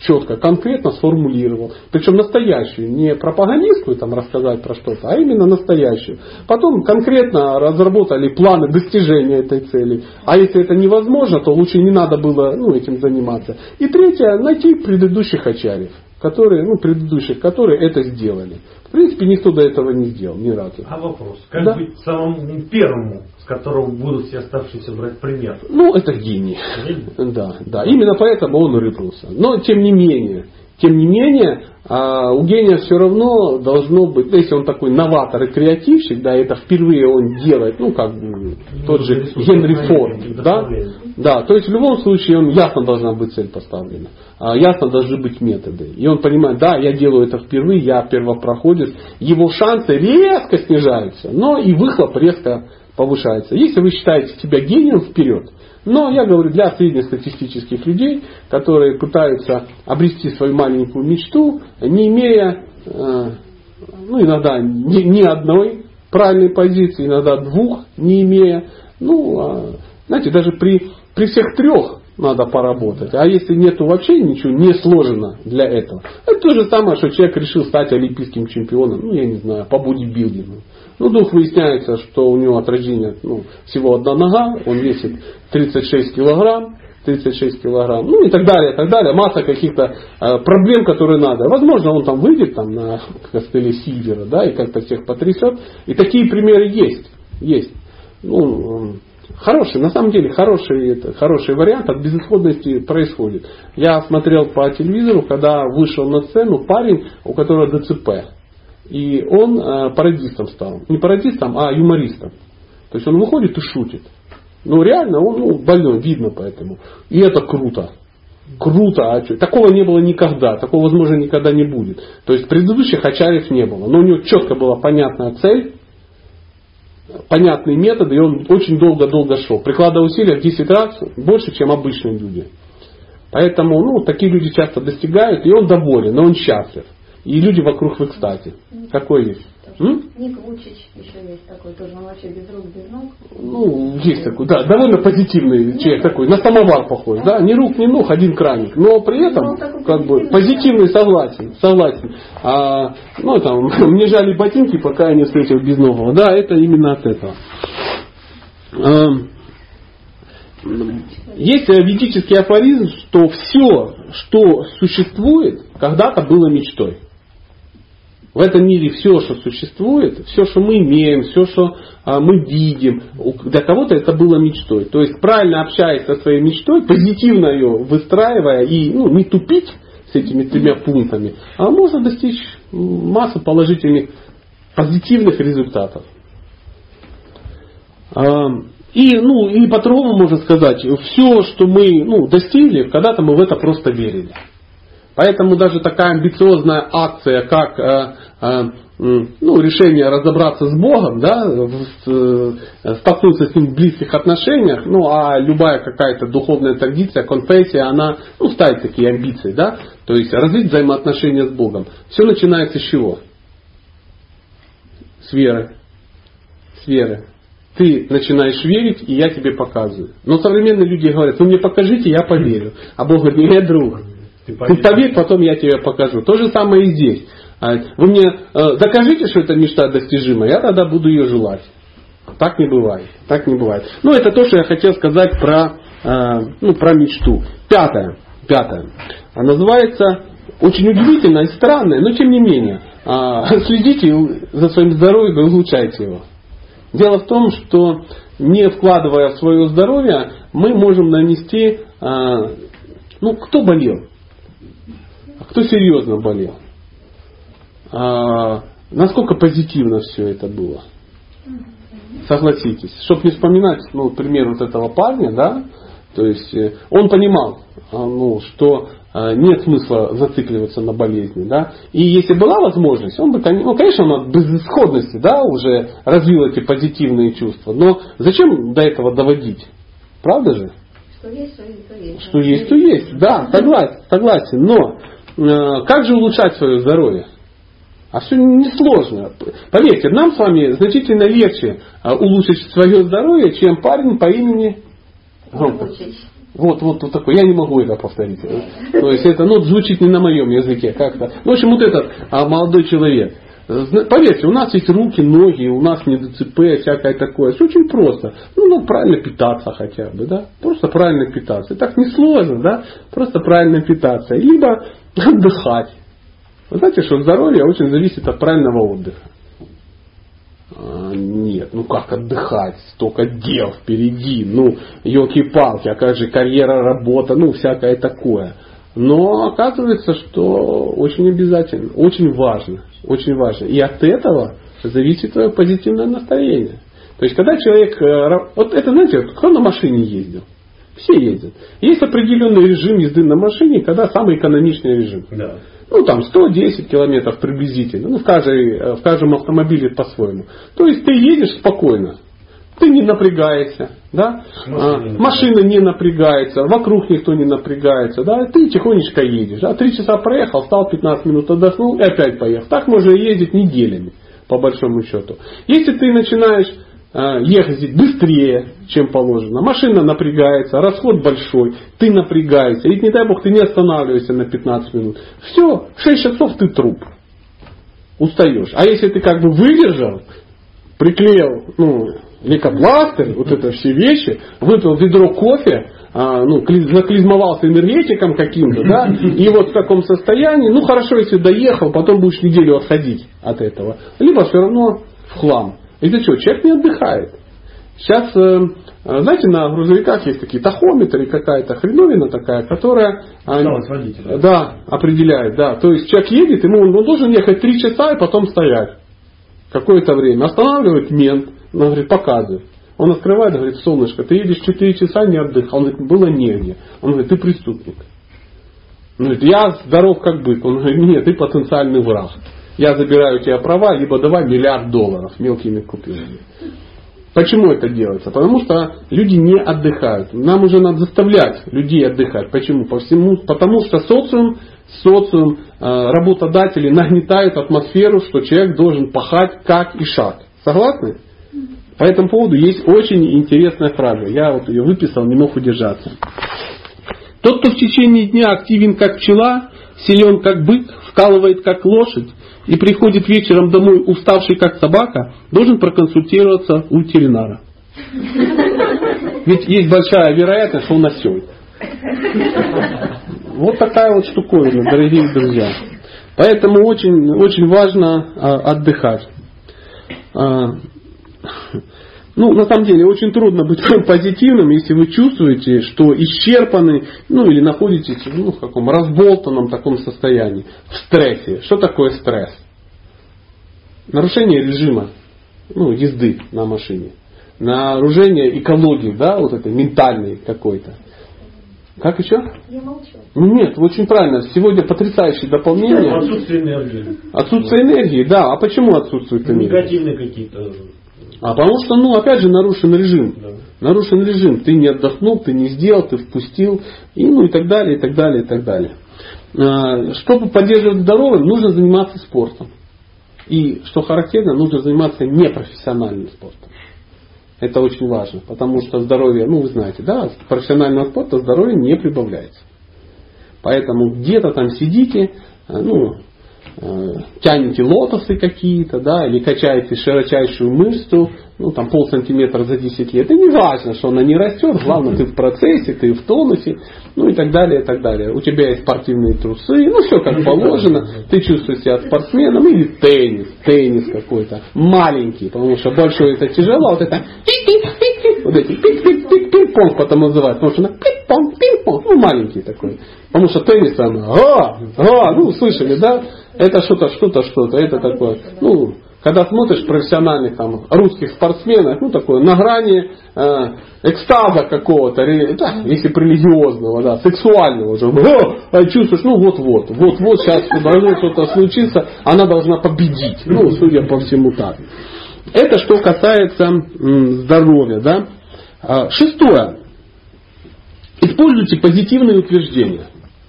четко, конкретно сформулировал. Причем настоящую, не пропагандистскую там рассказать про что-то, а именно настоящую. Потом конкретно разработали планы достижения этой цели. А если это невозможно, то лучше не надо было этим заниматься. И третье, найти предыдущих ачарьев, которые это сделали. В принципе, никто до этого не сделал ни разу. А вопрос, как быть самому первому, с которого будут все оставшиеся брать пример? Это гений. Да. Именно поэтому он рыпнулся. Но тем не менее, у гения все равно должно быть, если он такой новатор и креативщик, да, это впервые он делает, тот же Генри Форд, да, то есть в любом случае ясно должна быть цель поставлена, ясно должны быть методы. И он понимает, да, я делаю это впервые, я первопроходец, его шансы резко снижаются, но и выхлоп резко повышается. Если вы считаете себя гением, вперед. Но я говорю для среднестатистических людей, которые пытаются обрести свою маленькую мечту, не имея иногда ни одной правильной позиции, иногда двух не имея. Знаете, даже при всех трех надо поработать. А если нету вообще ничего, не сложено для этого. Это то же самое, что человек решил стать олимпийским чемпионом, я не знаю, по бодибилдингу. Вдруг выясняется, что у него от рождения всего одна нога, он весит 36 килограмм, и так далее, масса каких-то проблем, которые надо. Возможно, он там выйдет на костыле Сильвера, да, и как-то всех потрясет. И такие примеры есть. Хороший, на самом деле, хороший вариант от безысходности происходит. Я смотрел по телевизору, когда вышел на сцену парень, у которого ДЦП. И он пародистом стал. Не пародистом, а юмористом. То есть он выходит и шутит. Реально, он больной, видно поэтому. И это круто. Круто. Такого не было никогда. Такого, возможно, никогда не будет. То есть предыдущих ачарьев не было. Но у него четко была понятная цель, понятные методы, и он очень долго шел. Прикладывая усилия в 10 раз больше, чем обычные люди. Поэтому такие люди часто достигают, и он доволен, но он счастлив. И люди вокруг в экстазе. Какой есть? Ник Вучич еще есть такой, тоже он вообще без рук, без ног. Есть такой, да, довольно позитивный человек такой, на самовар похож, да, ни рук, ни ног, один краник, но при этом, позитивный, согласен. Мне жали ботинки, пока я не встретил безногого, да, это именно от этого. Есть ведический афоризм, что все, что существует, когда-то было мечтой. В этом мире все, что существует, все, что мы имеем, все, что мы видим, для кого-то это было мечтой. То есть правильно общаясь со своей мечтой, позитивно ее выстраивая и не тупить с этими 3 пунктами, можно достичь массу положительных, позитивных результатов. И по-другому можно сказать, все, что мы достигли, когда-то мы в это просто верили. Поэтому даже такая амбициозная акция, как решение разобраться с Богом, да, столкнуться с Ним в близких отношениях, а любая какая-то духовная традиция, конфессия, она ставит такие амбиции, да, то есть развить взаимоотношения с Богом. Все начинается с чего? С веры. Ты начинаешь верить, и я тебе показываю. Но современные люди говорят, мне покажите, я поверю. А Бог говорит, друг. Ты поверь, потом я тебе покажу. То же самое и здесь. Вы мне докажите, что эта мечта достижима, я тогда буду ее желать. Так не бывает. Это то, что я хотел сказать про мечту. Пятое. Называется очень удивительно и странное, но тем не менее. Следите за своим здоровьем и улучшайте его. Дело в том, что не вкладывая в свое здоровье, мы можем нанести... кто болел? Кто серьезно болел? Насколько позитивно все это было? Согласитесь. Чтобы не вспоминать, пример этого парня, да, то есть он понимал, что нет смысла зацикливаться на болезни, да, и если была возможность, он бы, конечно, он от безысходности, да, уже развил эти позитивные чувства, но зачем до этого доводить? Правда же? Что есть, то есть. Что есть, то есть, да, согласен, но как же улучшать свое здоровье? А все несложно. Поверьте, нам с вами значительно легче улучшить свое здоровье, чем парень по имени Вот такой. Я не могу это повторить. То есть это звучит не на моем языке как-то. В общем, вот этот молодой человек. Поверьте, у нас есть руки, ноги, у нас не ДЦП, всякое такое. Все очень просто. Надо правильно питаться хотя бы, да? Просто правильно питаться. И так несложно, да? Просто правильно питаться. Либо отдыхать. Вы знаете, что здоровье очень зависит от правильного отдыха. Нет, как отдыхать? Столько дел впереди. Елки-палки, а как же карьера, работа, всякое такое. Но оказывается, что очень обязательно, очень важно. Очень важно. И от этого зависит твое позитивное настроение. То есть, когда человек... Вот это, знаете, кто на машине ездил? Все ездят. Есть определенный режим езды на машине, когда самый экономичный режим. Да. 110 километров приблизительно. В каждом автомобиле по-своему. То есть, ты едешь спокойно. Ты не напрягаешься. Да? Машина не напрягается. Вокруг никто не напрягается. Да? Ты тихонечко едешь. 3 часа проехал, встал 15 минут, отдохнул и опять поехал. Так можно ездить неделями. По большому счету. Если ты начинаешь ехать быстрее, чем положено, машина напрягается, расход большой, ты напрягаешься, и не дай бог ты не останавливаешься на 15 минут. Все, 6 часов ты труп. Устаешь. А если ты выдержал, приклеил лейкопластырь, вот это все вещи, выпил ведро кофе, заклизмовался энергетиком каким-то, да, и вот в таком состоянии, хорошо, если доехал, потом будешь неделю отходить от этого. Либо все равно в хлам. И ты что, человек не отдыхает. Сейчас, знаете, на грузовиках есть такие тахометры, какая-то хреновина такая, которая определяет. Да. То есть человек едет, он должен ехать 3 часа и потом стоять какое-то время. Останавливает мент, он говорит, показывай. Он открывает, говорит, солнышко, ты едешь 4 часа, не отдыхал. Он говорит, было негде. Он говорит, ты преступник. Он говорит, я здоров как бык. Он говорит, нет, ты потенциальный враг. Я забираю у тебя права, либо давай $1 миллиард мелкими купюрами. Почему это делается? Потому что люди не отдыхают. Нам уже надо заставлять людей отдыхать. Почему? Потому что социум, работодатели нагнетают атмосферу, что человек должен пахать как и шаг. Согласны? По этому поводу есть очень интересная фраза. Я ее выписал, не мог удержаться. Тот, кто в течение дня активен как пчела, силен как бык, вкалывает как лошадь и приходит вечером домой уставший как собака, должен проконсультироваться у ветеринара. Ведь есть большая вероятность, что он осел. Вот такая вот штуковина, дорогие друзья. Поэтому очень, очень важно отдыхать. На самом деле, очень трудно быть позитивным, если вы чувствуете, что исчерпаны, или находитесь в каком разболтанном таком состоянии, в стрессе. Что такое стресс? Нарушение режима езды на машине. Нарушение экологии, да, вот этой ментальной какой-то. Как еще? Я молчу. Нет, очень правильно. Сегодня потрясающее дополнение. Отсутствие энергии. Отсутствие энергии, да. А почему отсутствует энергия? Негативные какие-то. Потому что, опять же, нарушен режим. Да. Нарушен режим. Ты не отдохнул, ты не сделал, ты впустил. И так далее, и так далее, и так далее. Чтобы поддерживать здоровье, нужно заниматься спортом. И, что характерно, нужно заниматься непрофессиональным спортом. Это очень важно. Потому что здоровье, вы знаете, да, с профессионального спорта здоровье не прибавляется. Поэтому где-то там сидите, тянете лотосы какие-то, да, или качаете широчайшую мышцу, полсантиметра за 10 лет. И не важно, что она не растет, главное, ты в процессе, ты в тонусе, и так далее, и так далее. У тебя есть спортивные трусы, все как положено, ты чувствуешь себя спортсменом, или теннис какой-то, маленький, потому что большой это тяжело, вот это вот эти пинг-понг потом называют, потому что пинг-понг, маленький такой. Потому что теннис, слышали, да? Это что-то, это такое. Когда смотришь профессиональных русских спортсменов, такое на грани экстаза какого-то, если религиозного, да, сексуального уже, чувствуешь, вот сейчас должно что-то случиться, она должна победить, судя по всему так. Это что касается здоровья, да. 6. Используйте позитивные утверждения.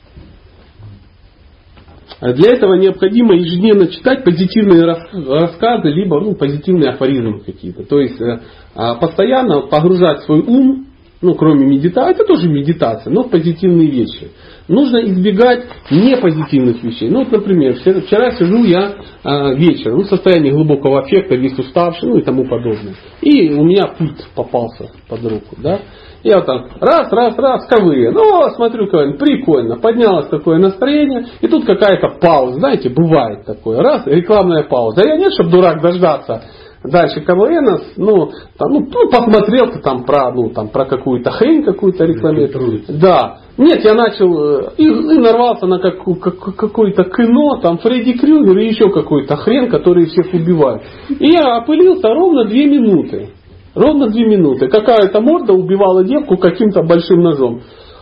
Для этого необходимо ежедневно читать позитивные рассказы, либо позитивные афоризмы какие-то. То есть постоянно погружать свой ум кроме медитации, это тоже медитация, но в позитивные вещи. Нужно избегать непозитивных вещей. Например, вчера сижу я вечером, в состоянии глубокого аффекта, весь уставший, и тому подобное. И у меня пульт попался под руку, да. Я там раз, КВН. Смотрю КВН, прикольно. Поднялось такое настроение. И тут какая-то пауза. Знаете, бывает такое. Раз, рекламная пауза. А я нет, чтобы дурак дождаться дальше КВН. Посмотрел ты там про какую-то хрень какую-то рекламируют. Да. Нет, я начал и нарвался на какое-то кино, там Фредди Крюгер и еще какую-то хрень, которые всех убивают. И я опылился ровно 2 минуты. Ровно 2 минуты. Какая-то морда убивала девку каким-то большим ножом.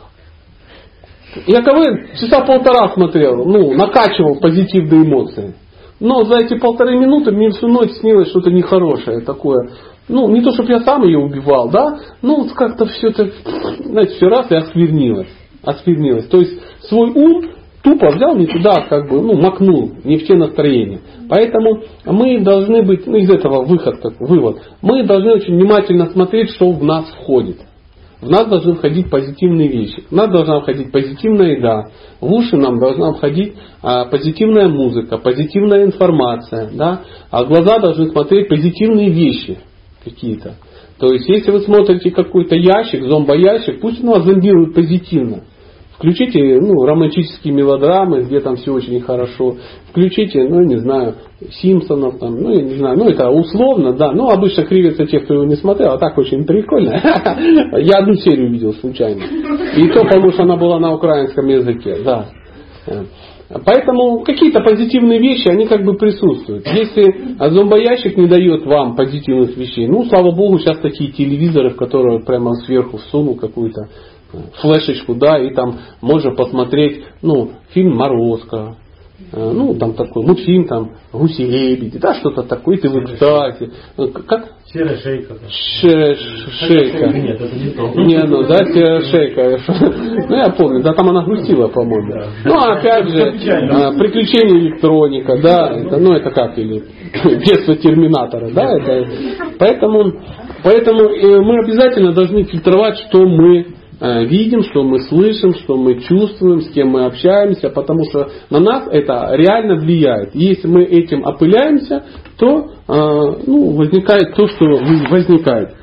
Я КВН часа 1,5 смотрел, накачивал позитивные эмоции. Но за эти 1,5 минуты мне всю ночь снилось что-то нехорошее такое. Не то, чтобы я сам ее убивал, да, как-то все это, знаете, все раз и осквернилось. То есть свой ум тупо взял не туда, макнул, не в те настроения. Поэтому мы должны быть, из этого вывод, мы должны очень внимательно смотреть, что в нас входит. В нас должны входить позитивные вещи. В нас должна входить позитивная еда. В уши нам должна входить позитивная музыка, позитивная информация. Да? А глаза должны смотреть позитивные вещи какие-то. То есть, если вы смотрите какой-то ящик, зомбоящик, пусть он вас зомбирует позитивно. Включите романтические мелодрамы, где там все очень хорошо. Включите, не знаю, Симпсонов, я не знаю, это условно, да. Обычно кривятся те, кто его не смотрел, а так очень прикольно. Я одну серию видел случайно. И то, потому что она была на украинском языке, да. Поэтому какие-то позитивные вещи, они присутствуют. Если зомбоящик не дает вам позитивных вещей, слава богу, сейчас такие телевизоры, в которые прямо сверху всунул какую-то флешечку, да, и там можно посмотреть, фильм «Морозко», там такой мультфильм, там «Гуси-лебеди», да, что-то такое, и ты вы читаете. Как? Серая шейка. Шейка. Нет, это не то. Да, серая шейка. Я помню, да, там она грустила, по-моему. Опять же, «Приключения электроника», да, это как, или «Детство терминатора», да, поэтому мы обязательно должны фильтровать, что мы видим, что мы слышим, что мы чувствуем, с кем мы общаемся, потому что на нас это реально влияет. Если мы этим опыляемся, то возникает то, что возникает.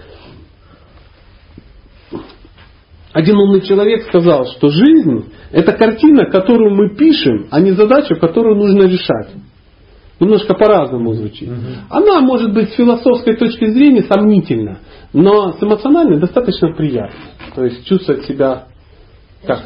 Один умный человек сказал, что жизнь это картина, которую мы пишем, а не задача, которую нужно решать. Немножко по-разному звучит. Она может быть с философской точки зрения сомнительна, но с эмоциональной достаточно приятно. То есть чувствовать себя как?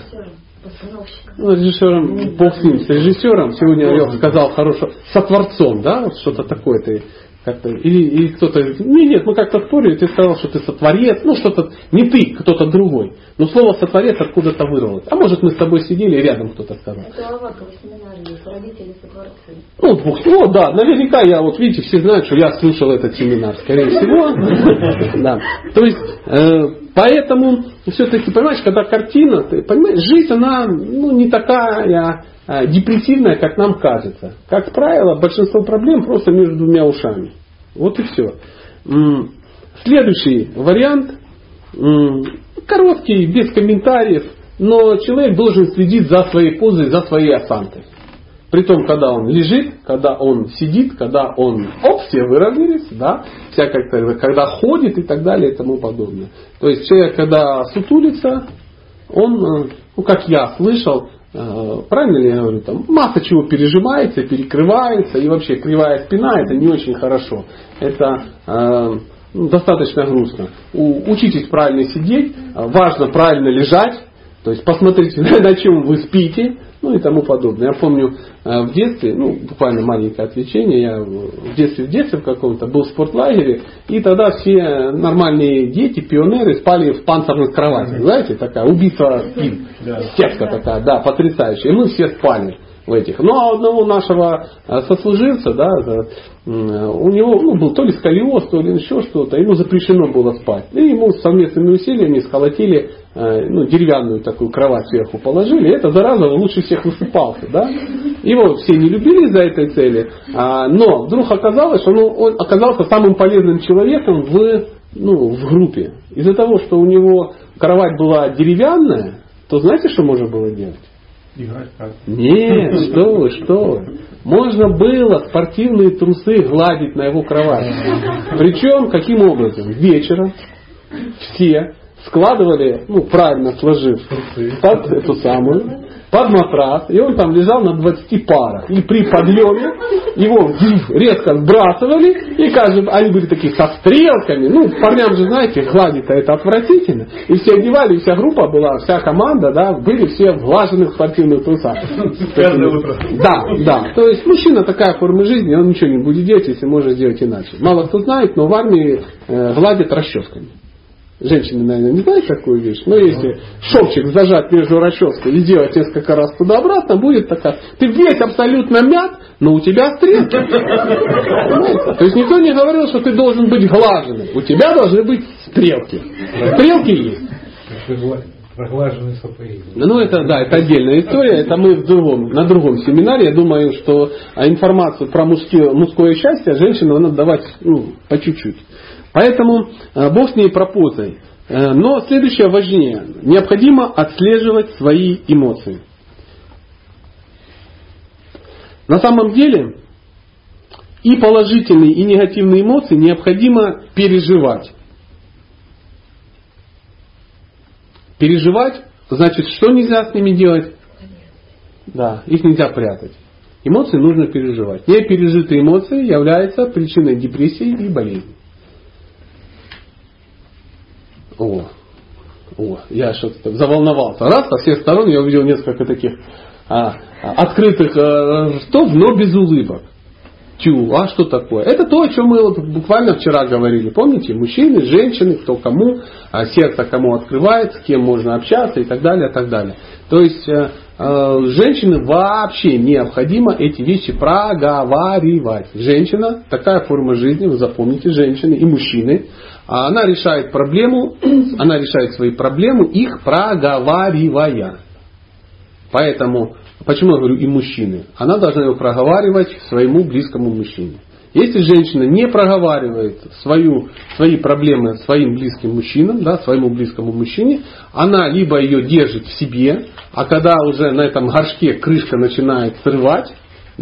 Режиссером, бог с ним, с режиссером. Сегодня я сказал хорошо, сотворцом, да, что-то такое ты как-то. Или кто-то, нет, мы как-то спорили, ты сказал, что ты сотворец, что-то, не ты, кто-то другой. Но слово сотворец откуда-то вырвалось. А может мы с тобой сидели и рядом кто-то сказал. Это Лавакова семинар есть, родители сотворцы. Да, наверняка видите, все знают, что я слушал этот семинар, скорее всего. Да. То есть, поэтому все-таки, понимаешь, когда картина, ты понимаешь, жизнь, она не такая депрессивная, как нам кажется. Как правило, большинство проблем просто между 2 ушами. Вот и все. Следующий вариант, короткий, без комментариев, но человек должен следить за своей позой, за своей осанкой. Притом, когда он лежит, когда он сидит, когда он, все выровнялись, да, когда ходит и так далее и тому подобное. То есть человек, когда сутулится, он, как я слышал, правильно ли я говорю, там масса чего пережимается, перекрывается, и вообще кривая спина это не очень хорошо. Это достаточно грустно. Учитесь правильно сидеть, важно правильно лежать, то есть посмотрите, на чем вы спите, и тому подобное. Я помню в детстве, буквально маленькое отвлечение, я в детстве в каком-то был в спортлагере, и тогда все нормальные дети, пионеры спали в панцирных кроватях. Знаете, такая убийство спин, сетка такая, да, потрясающая. И мы все спали в этих. А одного нашего сослуживца, да, у него был то ли сколиоз, то ли еще что-то, ему запрещено было спать. И ему совместными усилиями сколотили деревянную такую кровать сверху положили, и это зараза лучше всех высыпался. Да? Его все не любили из-за этой цели, но вдруг оказалось, что он оказался самым полезным человеком в в группе, из-за того, что у него кровать была деревянная, то знаете, что можно было делать? Играть в карты. Нет, что вы. Можно было спортивные трусы гладить на его кровати. Причем, каким образом? Вечером все складывали, правильно сложив, под эту самую, под матрас, и он там лежал на 20 парах. И при подъеме его резко сбрасывали, и они были такие со стрелками. Парням же, знаете, гладить-то это отвратительно. И все одевали, и вся группа была, вся команда, да, были все в глаженных спортивных трусах. Да. То есть мужчина такая форма жизни, он ничего не будет делать, если может сделать иначе. Мало кто знает, но в армии гладят расческами. Женщины, наверное, не знают такую вещь, но если шовчик зажать между расческой и сделать несколько раз туда-обратно, будет такая... Ты весь абсолютно мят, но у тебя стрелки. То есть никто не говорил, что ты должен быть глаженным. У тебя должны быть стрелки. Стрелки есть. Проглаженные сапоги. Это отдельная история. Это мы на другом семинаре. Я думаю, что информацию про мужское счастье женщинам надо давать по чуть-чуть. Поэтому Бог с ней пропозой. Но следующее важнее. Необходимо отслеживать свои эмоции. На самом деле и положительные, и негативные эмоции необходимо переживать. Переживать, значит, что нельзя с ними делать? Да, их нельзя прятать. Эмоции нужно переживать. Непережитые эмоции являются причиной депрессии и болезни. Я что-то заволновался. Раз, со всех сторон я увидел несколько таких открытых ртов, но без улыбок. А что такое? Это то, о чем мы буквально вчера говорили. Помните? Мужчины, женщины, кто кому, сердце кому открывает, с кем можно общаться и так далее, и так далее. То есть женщины вообще необходимо эти вещи проговаривать. Женщина, такая форма жизни, вы запомните, женщины и мужчины, она решает свои проблемы, их проговаривая. Поэтому, почему я говорю и мужчины? Она должна его проговаривать своему близкому мужчине. Если женщина не проговаривает свои проблемы своим близким мужчинам, своему близкому мужчине, она либо ее держит в себе, а когда уже на этом горшке крышка начинает срывать,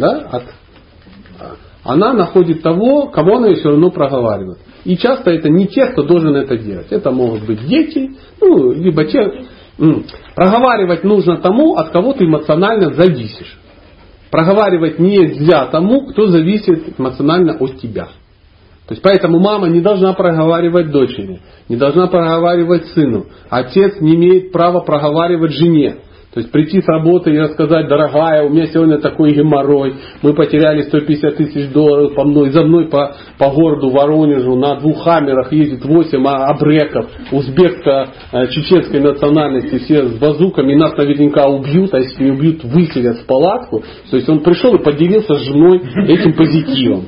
она находит того, кого она ее все равно проговаривает. И часто это не те, кто должен это делать. Это могут быть дети, либо те... Проговаривать нужно тому, от кого ты эмоционально зависишь. Проговаривать нельзя тому, кто зависит эмоционально от тебя. То есть поэтому мама не должна проговаривать дочери, не должна проговаривать сыну. Отец не имеет права проговаривать жене. То есть прийти с работы и рассказать: дорогая, у меня сегодня такой геморрой, мы потеряли $150 000 за мной по городу Воронежу на 2 хаммерах ездит 8 абреков узбекско-чеченской национальности, все с базуками, нас наверняка убьют, а если не убьют, выселят в палатку. То есть он пришел и поделился с женой этим позитивом.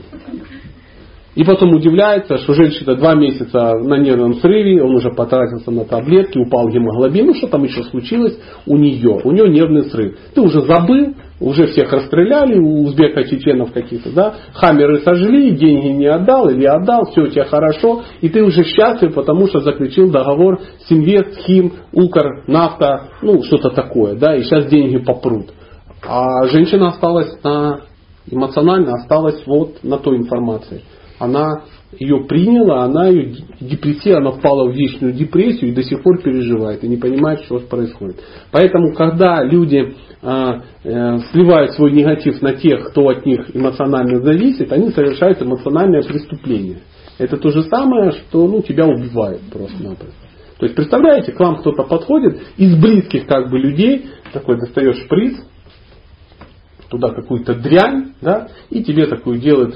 И потом удивляется, что женщина 2 месяца на нервном срыве, он уже потратился на таблетки, упал гемоглобин, что там еще случилось у нее? У нее нервный срыв. Ты уже забыл, уже всех расстреляли, у узбеков-чеченов каких-то, хаммеры сожгли, деньги не отдал или отдал, все у тебя хорошо, и ты уже счастлив, потому что заключил договор с Инвест, Хим, Укр, Нафта, что-то такое, и сейчас деньги попрут. А женщина осталась эмоционально осталась на той информации. Она ее приняла, она впала в вечную депрессию и до сих пор переживает и не понимает, что происходит. Поэтому, когда люди сливают свой негатив на тех, кто от них эмоционально зависит, они совершают эмоциональное преступление. Это то же самое, что тебя убивает просто-напросто. То есть, представляете, к вам кто-то подходит из близких людей, такой достаешь шприц, туда какую-то дрянь, и тебе такую делают.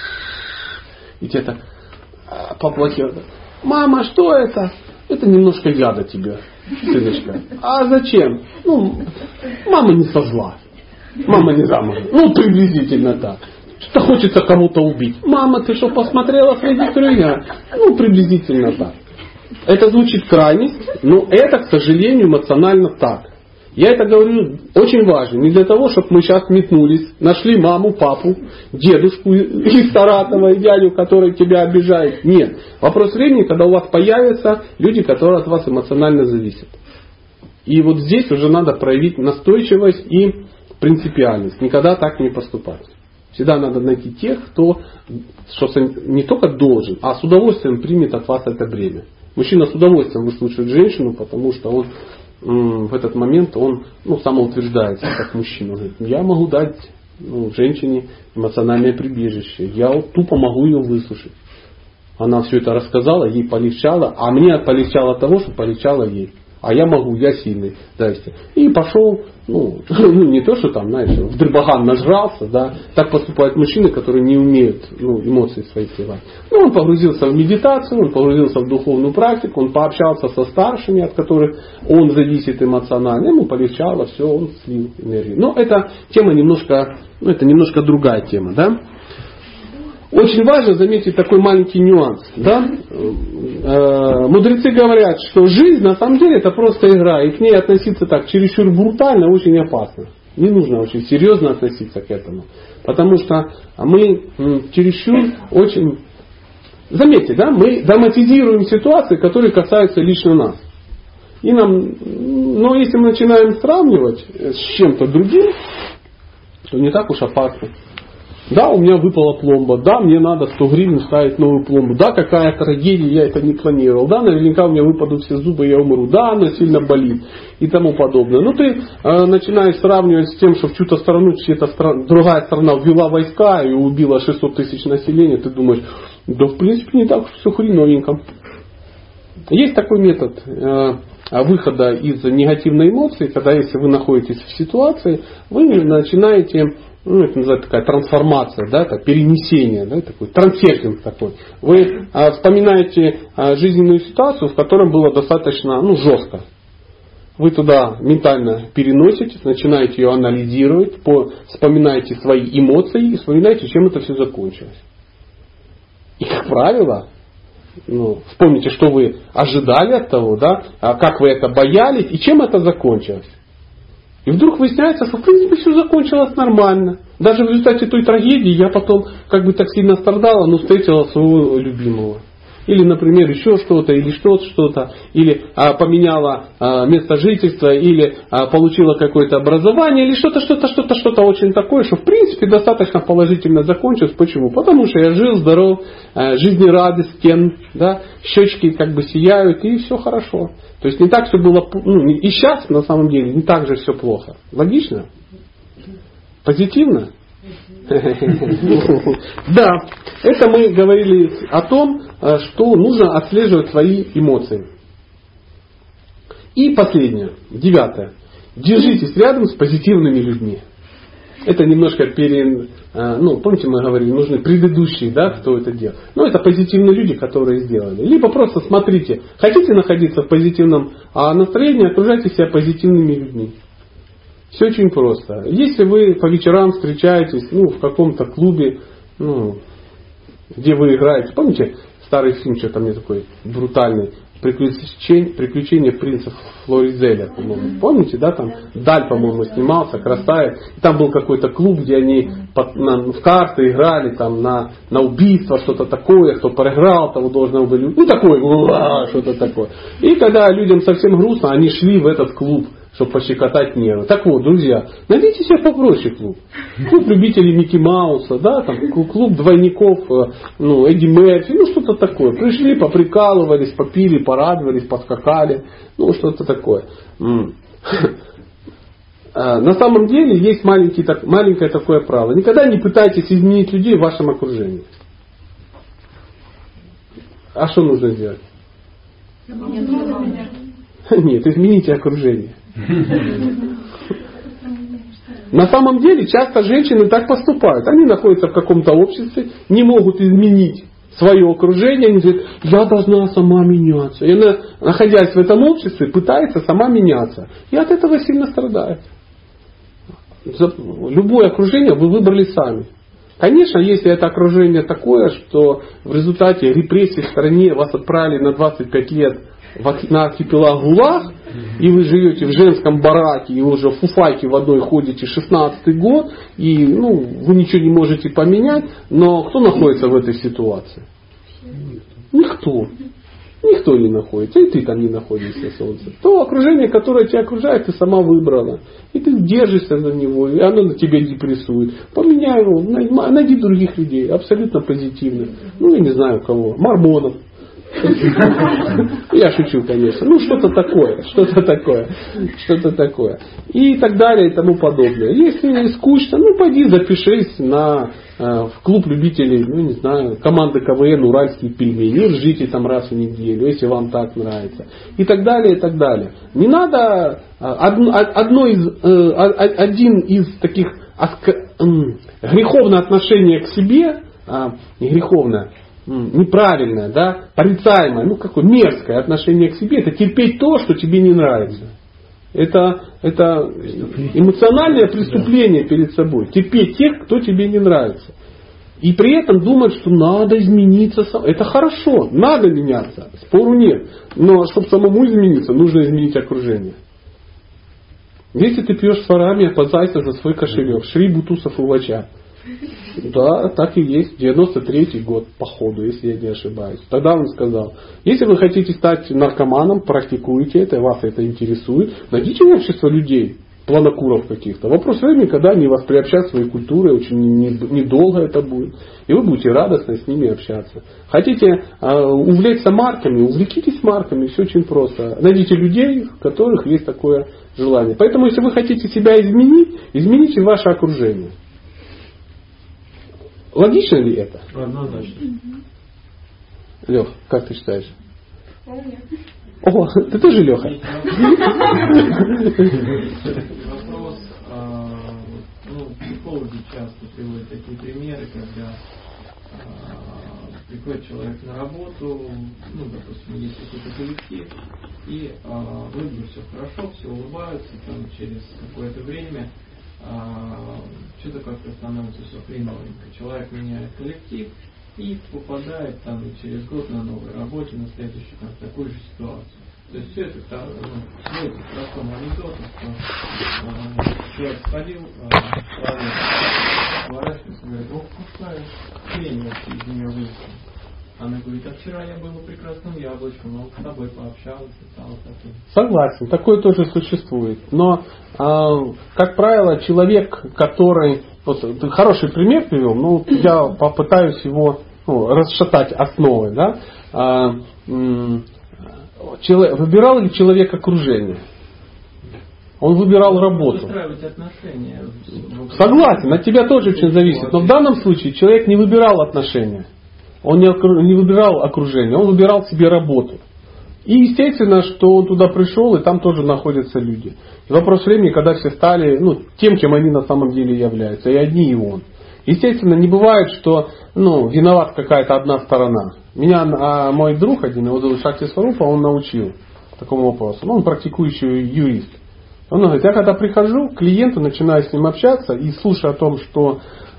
И тебе так поплохело. Мама, что это? Это немножко яда тебе, сыночка. А зачем? Мама не со зла. Мама не замужем. Приблизительно так. Что хочется кому-то убить. Мама, ты что, посмотрела Фредди Крюгера? Приблизительно так. Это звучит крайне, но это, к сожалению, эмоционально так. Я это говорю очень важно. Не для того, чтобы мы сейчас метнулись, нашли маму, папу, дедушку из Саратова и дядю, который тебя обижает. Нет. Вопрос времени, когда у вас появятся люди, которые от вас эмоционально зависят. И вот здесь уже надо проявить настойчивость и принципиальность. Никогда так не поступать. Всегда надо найти тех, кто не только должен, а с удовольствием примет от вас это бремя. Мужчина с удовольствием выслушает женщину, потому что он в этот момент он самоутверждается как мужчина. Он говорит, я могу дать женщине эмоциональное прибежище. Я вот тупо могу ее выслушать. Она все это рассказала, ей полегчало, а мне полегчало от того, что полегчало ей. А я могу, я сильный. Да, и пошел, не то, что там, знаешь, в дребаган нажрался, да. Так поступают мужчины, которые не умеют эмоции свои сливать. Он погрузился в медитацию, он погрузился в духовную практику, он пообщался со старшими, от которых он зависит эмоционально. Ему полегчало, все, он слил энергию. Но эта тема немножко другая тема, да. Очень важно заметить такой маленький нюанс. Да? Мудрецы говорят, что жизнь на самом деле это просто игра. И к ней относиться так чересчур брутально очень опасно. Не нужно очень серьезно относиться к этому. Потому что мы чересчур очень... Заметьте, да? Мы драматизируем ситуации, которые касаются лично нас. Но если мы начинаем сравнивать с чем-то другим, то не так уж опасно. Да, у меня выпала пломба. Да, мне надо 100 гривен ставить новую пломбу. Да, какая трагедия, я это не планировал. Да, наверняка у меня выпадут все зубы, я умру. Да, она сильно болит и тому подобное. Но ты начинаешь сравнивать с тем, что в чью-то страну другая страна ввела войска и убила 600 тысяч населения. Ты думаешь, да в принципе не так все хреновенько. Есть такой метод выхода из негативной эмоции, когда если вы находитесь в ситуации, вы начинаете... это называется такая трансформация, да, это перенесение, да, такой трансфертинг такой. Вы вспоминаете жизненную ситуацию, в которой было достаточно жестко. Вы туда ментально переноситесь, начинаете ее анализировать, вспоминаете свои эмоции и вспоминаете, чем это все закончилось. И, как правило, вспомните, что вы ожидали от того, да, как вы это боялись и чем это закончилось. И вдруг выясняется, что в принципе все закончилось нормально. Даже в результате той трагедии я потом как бы так сильно страдала, но встретила своего любимого. Или, например, еще что-то, или что-то, или поменяла место жительства, или получила какое-то образование, или что-то очень такое, что в принципе достаточно положительно закончилось. Почему? Потому что я жил, здоров, жизнерадостен, да, щечки как бы сияют, и все хорошо. То есть не так все было, и сейчас на самом деле не так же все плохо. Логично? Позитивно? Да, это мы говорили о том, что нужно отслеживать свои эмоции. И последнее, 9. Держитесь рядом с позитивными людьми. Это немножко помните, мы говорили, нужны предыдущие, да, кто это делал. Но это позитивные люди, которые сделали. Либо просто смотрите, хотите находиться в позитивном настроении, окружайте себя позитивными людьми. Все очень просто. Если вы по вечерам встречаетесь в каком-то клубе, где вы играете, помните старый фильм, что там такой брутальный, «Приключения принца Флоризеля», по-моему. Помните, да, там Даль, по-моему, снимался, красавец. Там был какой-то клуб, где они в карты играли, там на убийство, что-то такое, кто проиграл, того должно были, такое, что-то такое. И когда людям совсем грустно, они шли в этот клуб, чтобы пощекотать нервы. Так вот, друзья, найдите себе попроще клуб. Клуб любителей Микки Мауса, да, там, клуб двойников, Эдди Мерфи, что-то такое. Пришли, поприкалывались, попили, порадовались, поскакали, что-то такое. На самом деле есть маленькое такое правило. Никогда не пытайтесь изменить людей в вашем окружении. А что нужно сделать? Нет, измените окружение. На самом деле часто женщины так поступают. Они находятся в каком-то обществе, не могут изменить свое окружение. Они говорят, я должна сама меняться. И она, находясь в этом обществе, пытается сама меняться. И от этого сильно страдает. Любое окружение вы выбрали сами. Конечно, если это окружение такое, что в результате репрессий в стране вас отправили на 25 лет на архипелаг ГУЛАГ, и вы живете в женском бараке, и уже в фуфайке в одной ходите 16-й год, и вы ничего не можете поменять, но кто находится в этой ситуации? Никто. Никто не находится, и ты там не находишься, Солнце. То окружение, которое тебя окружает, ты сама выбрала. И ты держишься за него, и оно на тебя депрессует. Поменяй его, найди других людей, абсолютно позитивных. Ну, я не знаю кого, мормонов. Я шучу, конечно. Что-то такое. И так далее, и тому подобное. Если скучно, пойди запишись в клуб любителей, не знаю, команды КВН «Уральские пельмени». Ждите там раз в неделю, если вам так нравится. И так далее, и так далее. Не надо один из таких греховное отношение к себе, не греховное, неправильное, да, порицаемое, какое мерзкое отношение к себе, это терпеть то, что тебе не нравится. Это эмоциональное преступление перед собой. Терпеть тех, кто тебе не нравится. И при этом думать, что надо измениться. Это хорошо, надо меняться, спору нет. Но чтобы самому измениться, нужно изменить окружение. Если ты пьешь сварами, опасайся за свой кошелек. Шри Бутусов Увача. Да, так и есть. 93-й год, походу, если я не ошибаюсь. Тогда он сказал, если вы хотите стать наркоманом, практикуйте это, вас это интересует, найдите общество людей, планокуров каких-то. Вопрос времени, когда они вас приобщат к своей культуре, очень недолго это будет. И вы будете радостно с ними общаться. Хотите увлечься марками, увлекитесь марками, все очень просто. Найдите людей, у которых есть такое желание. Поэтому, если вы хотите себя изменить, измените ваше окружение. Логично ли это? Однозначно. Лех, как ты считаешь? О, ты тоже Леха? Вопрос. Психологи часто приводят такие примеры, когда приходит человек на работу, допустим, есть какой-то коллектив, и вроде бы все хорошо, все улыбаются, там через какое-то время что-то как-то становится все хреновенько. Человек меняет коллектив и попадает там через год на новой работе, на следующую в такую же ситуацию. То есть все это сводится к простому анекдоту, что человек сходил, поворачивается и говорит, какая хрень вообще из нее вышла. Она говорит, вчера я была прекрасным яблочком, он с тобой пообщался, стал таким. Согласен, такое тоже существует. Но, как правило, человек, который... ты хороший пример привел, но я попытаюсь его расшатать основы. Да? Выбирал ли человек окружение? Он выбирал работу. Устраивать отношения. Согласен, от тебя тоже очень зависит. Но в данном случае человек не выбирал отношения. Он не выбирал окружение, он выбирал себе работу. И естественно, что он туда пришел, и там тоже находятся люди. И вопрос времени, когда все стали тем, кем они на самом деле являются. И одни, и он. Естественно, не бывает, что виноват какая-то одна сторона. Меня мой друг один, его зовут Шакти Сварупа, он научил такому вопросу. Он практикующий юрист. Он говорит, я когда прихожу к клиенту, начинаю с ним общаться и слушаю о том, что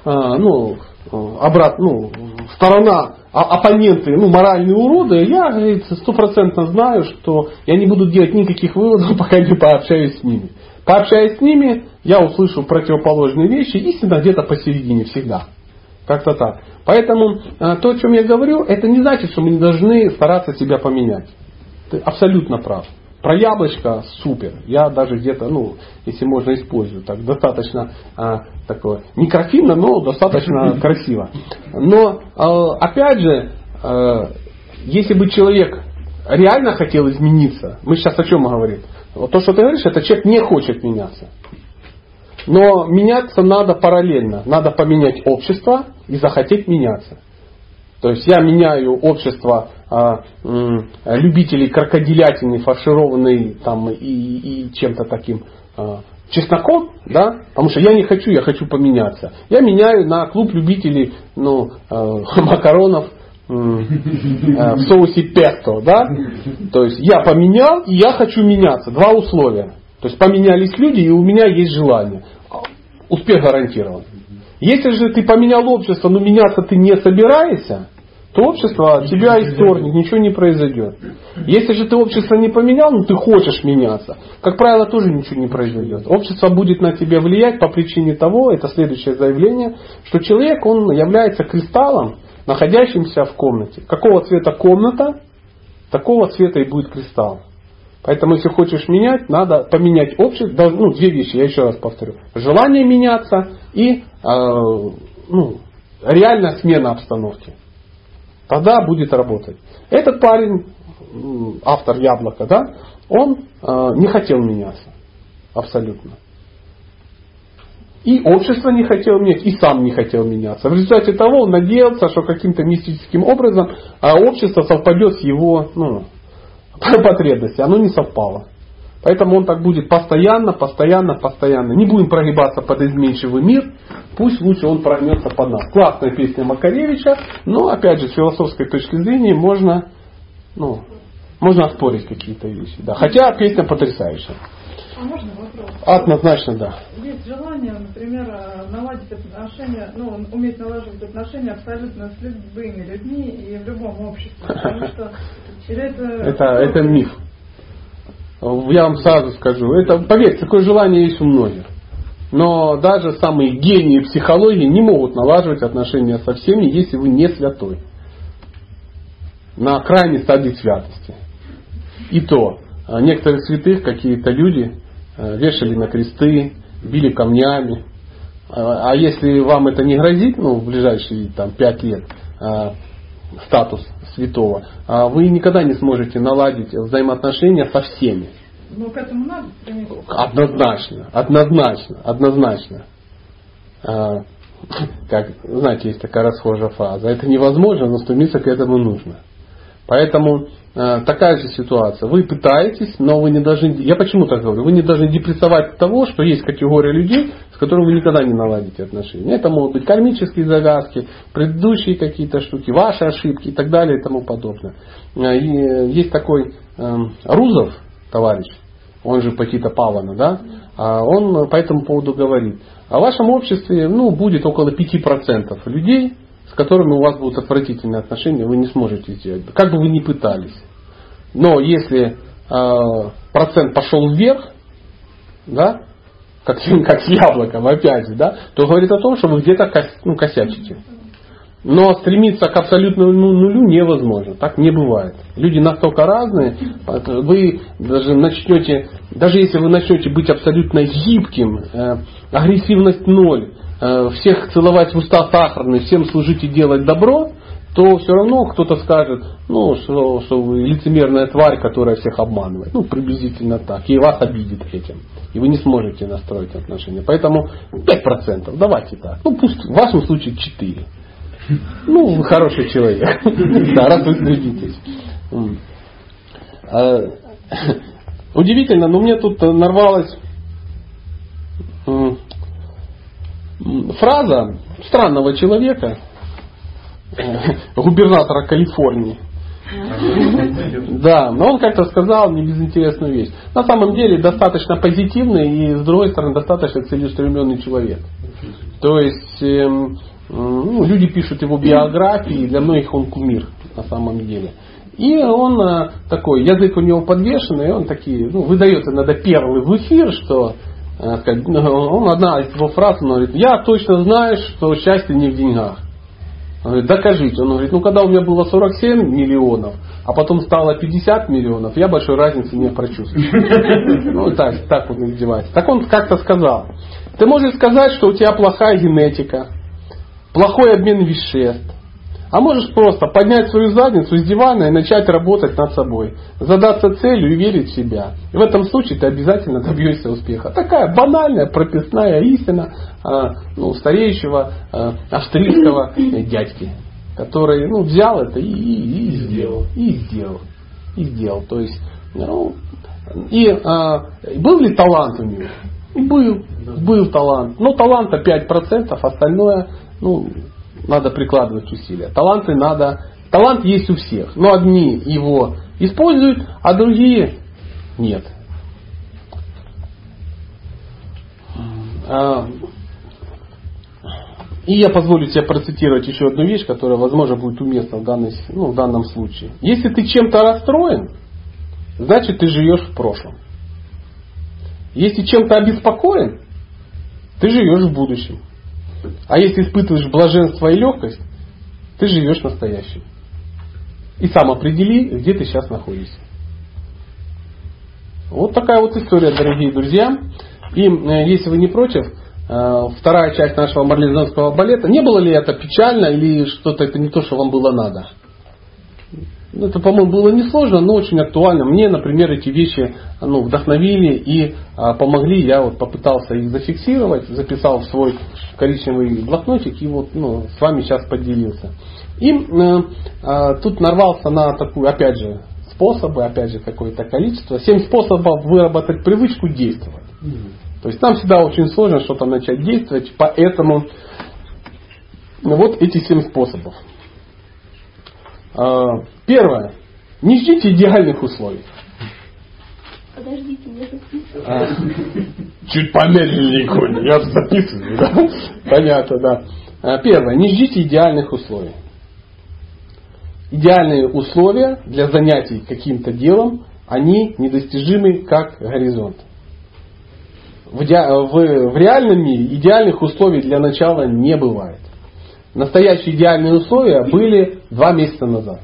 сторона, оппоненты, моральные уроды, я, говорит, 100% знаю, что я не буду делать никаких выводов, пока не пообщаюсь с ними. Пообщаясь с ними, я услышу противоположные вещи, истина где-то посередине всегда. Как-то так. Поэтому то, о чем я говорю, это не значит, что мы не должны стараться себя поменять. Ты абсолютно прав. Про яблочко супер. Я даже где-то, если можно, использую. Так, достаточно такое, не картинно, но достаточно красиво. Но, опять же, если бы человек реально хотел измениться, мы сейчас о чем говорим? То, что ты говоришь, это человек не хочет меняться. Но меняться надо параллельно. Надо поменять общество и захотеть меняться. То есть я меняю общество любителей крокодилятины, фаршированной там, и чем-то таким чесноком, да, потому что я не хочу, я хочу поменяться. Я меняю на клуб любителей макаронов в соусе песто, да. То есть я поменял и я хочу меняться. Два условия. То есть поменялись люди и у меня есть желание. Успех гарантирован. Если же ты поменял общество, но меняться ты не собираешься, то общество тебя исторгнет, ничего не произойдет. Если же ты общество не поменял, но ты хочешь меняться, как правило, тоже ничего не произойдет. Общество будет на тебя влиять по причине того, это следующее заявление, что человек, он является кристаллом, находящимся в комнате. Какого цвета комната, такого цвета и будет кристалл. Поэтому, если хочешь менять, надо поменять общество. Две вещи, я еще раз повторю. Желание меняться и реальная смена обстановки. Тогда будет работать. Этот парень, автор Яблока, да, он не хотел меняться. Абсолютно. И общество не хотело менять, и сам не хотел меняться. В результате того он надеялся, что каким-то мистическим образом общество совпадет с его потребностью. Оно не совпало. Поэтому он так будет постоянно. Не будем прогибаться под изменчивый мир. Пусть лучше он прогнется под нас. Классная песня Макаревича. Но опять же, с философской точки зрения можно оспорить какие-то вещи. Да. Хотя песня потрясающая. А можно вопрос? Однозначно, да. Есть желание, например, наладить отношения, уметь налаживать отношения абсолютно с любыми людьми и в любом обществе. Потому что это миф. Я вам сразу скажу. Поверьте, такое желание есть у многих. Но даже самые гении психологии не могут налаживать отношения со всеми, если вы не святой. На крайней стадии святости. И то, некоторых святых какие-то люди вешали на кресты, били камнями. А если вам это не грозит, в ближайшие 5 лет, статус святого, вы никогда не сможете наладить взаимоотношения со всеми. Но к этому надо стремиться. Однозначно. Как, знаете, есть такая расхожая фраза. Это невозможно, но стремиться к этому нужно. Поэтому такая же ситуация. Вы пытаетесь, но вы не должны... Я почему так говорю? Вы не должны депрессовать от того, что есть категория людей, с которыми вы никогда не наладите отношения. Это могут быть кармические завязки, предыдущие какие-то штуки, ваши ошибки и так далее и тому подобное. И есть такой Рузов, товарищ, он же Патита Павана, да? Он по этому поводу говорит. А в вашем обществе будет около 5% людей, с которыми у вас будут отвратительные отношения, вы не сможете сделать. Как бы вы ни пытались. Но если процент пошел вверх, да, как с яблоком, опять же, да, то говорит о том, что вы где-то косячите. Но стремиться к абсолютному нулю невозможно. Так не бывает. Люди настолько разные, вы даже если вы начнете быть абсолютно гибким, агрессивность ноль, всех целовать в уста сахарные, всем служить и делать добро, то все равно кто-то скажет, что вы лицемерная тварь, которая всех обманывает. Приблизительно так. И вас обидит этим. И вы не сможете настроить отношения. Поэтому 5%, давайте так. Пусть в вашем случае 4%. Вы хороший человек. Да, раз вы стремитесь. Удивительно, но мне тут нарвалась фраза странного человека, губернатора Калифорнии. Да, но он как-то сказал небезынтересную вещь. На самом деле достаточно позитивный и, с другой стороны, достаточно целеустремленный человек. То есть люди пишут его биографии, и для многих он кумир на самом деле. И он такой, язык у него подвешенный, и он такие, выдает иногда перлы в эфир, что одна из его фраз, он говорит, я точно знаю, что счастье не в деньгах. Он говорит, докажите. Он говорит, когда у меня было 47 миллионов, а потом стало 50 миллионов, я большой разницы не прочувствую. Так он издевается. Так он как-то сказал, ты можешь сказать, что у тебя плохая генетика, плохой обмен веществ, а можешь просто поднять свою задницу с дивана и начать работать над собой. Задаться целью и верить в себя. И в этом случае ты обязательно добьешься успеха. Такая банальная прописная истина стареющего австрийского дядьки, который взял это и сделал. И сделал. То есть, был ли талант у него? Был талант. Но таланта 5%, остальное надо прикладывать усилия. Талант есть у всех. Но одни его используют, а другие нет. И я позволю себе процитировать еще одну вещь, которая, возможно, будет уместна в данном случае. Если ты чем-то расстроен, значит ты живешь в прошлом. Если чем-то обеспокоен, ты живешь в будущем. А если испытываешь блаженство и легкость, Ты живешь настоящим. И сам определи, где ты сейчас находишься. Вот такая вот история, дорогие друзья. И если вы не против, вторая часть нашего марлезонского балета. Не было ли это печально или что-то это не то, что вам было надо? Это, по-моему, было несложно, но очень актуально. Мне, например, эти вещи вдохновили и помогли. Я вот попытался их зафиксировать, записал в свой коричневый блокнотик и вот с вами сейчас поделился. И тут нарвался на такую, опять же, способы, опять же, какое-то количество. 7 способов выработать привычку действовать. То есть нам всегда очень сложно что-то начать действовать, поэтому вот эти 7 способов. Первое. Не ждите идеальных условий. Подождите, мне записывать. Чуть помедленнее, я записываю, да? Понятно, да. Первое. Не ждите идеальных условий. Идеальные условия для занятий каким-то делом, они недостижимы как горизонт. В реальном мире идеальных условий для начала не бывает. Настоящие идеальные условия были 2 месяца назад.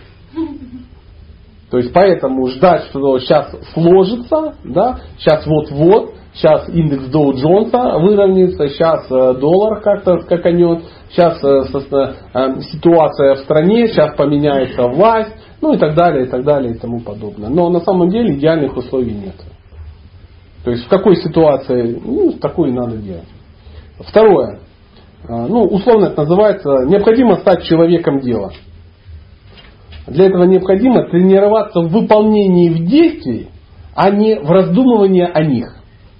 То есть поэтому ждать, что сейчас сложится, да, сейчас вот-вот, сейчас индекс Доу Джонса выровняется, сейчас доллар как-то скаканет, сейчас ситуация в стране, сейчас поменяется власть, и так далее, и тому подобное. Но на самом деле идеальных условий нет. То есть в какой ситуации, такой и надо делать. Второе. Условно это называется, необходимо стать человеком дела. Для этого необходимо тренироваться в выполнении в действии, а не в раздумывании о них.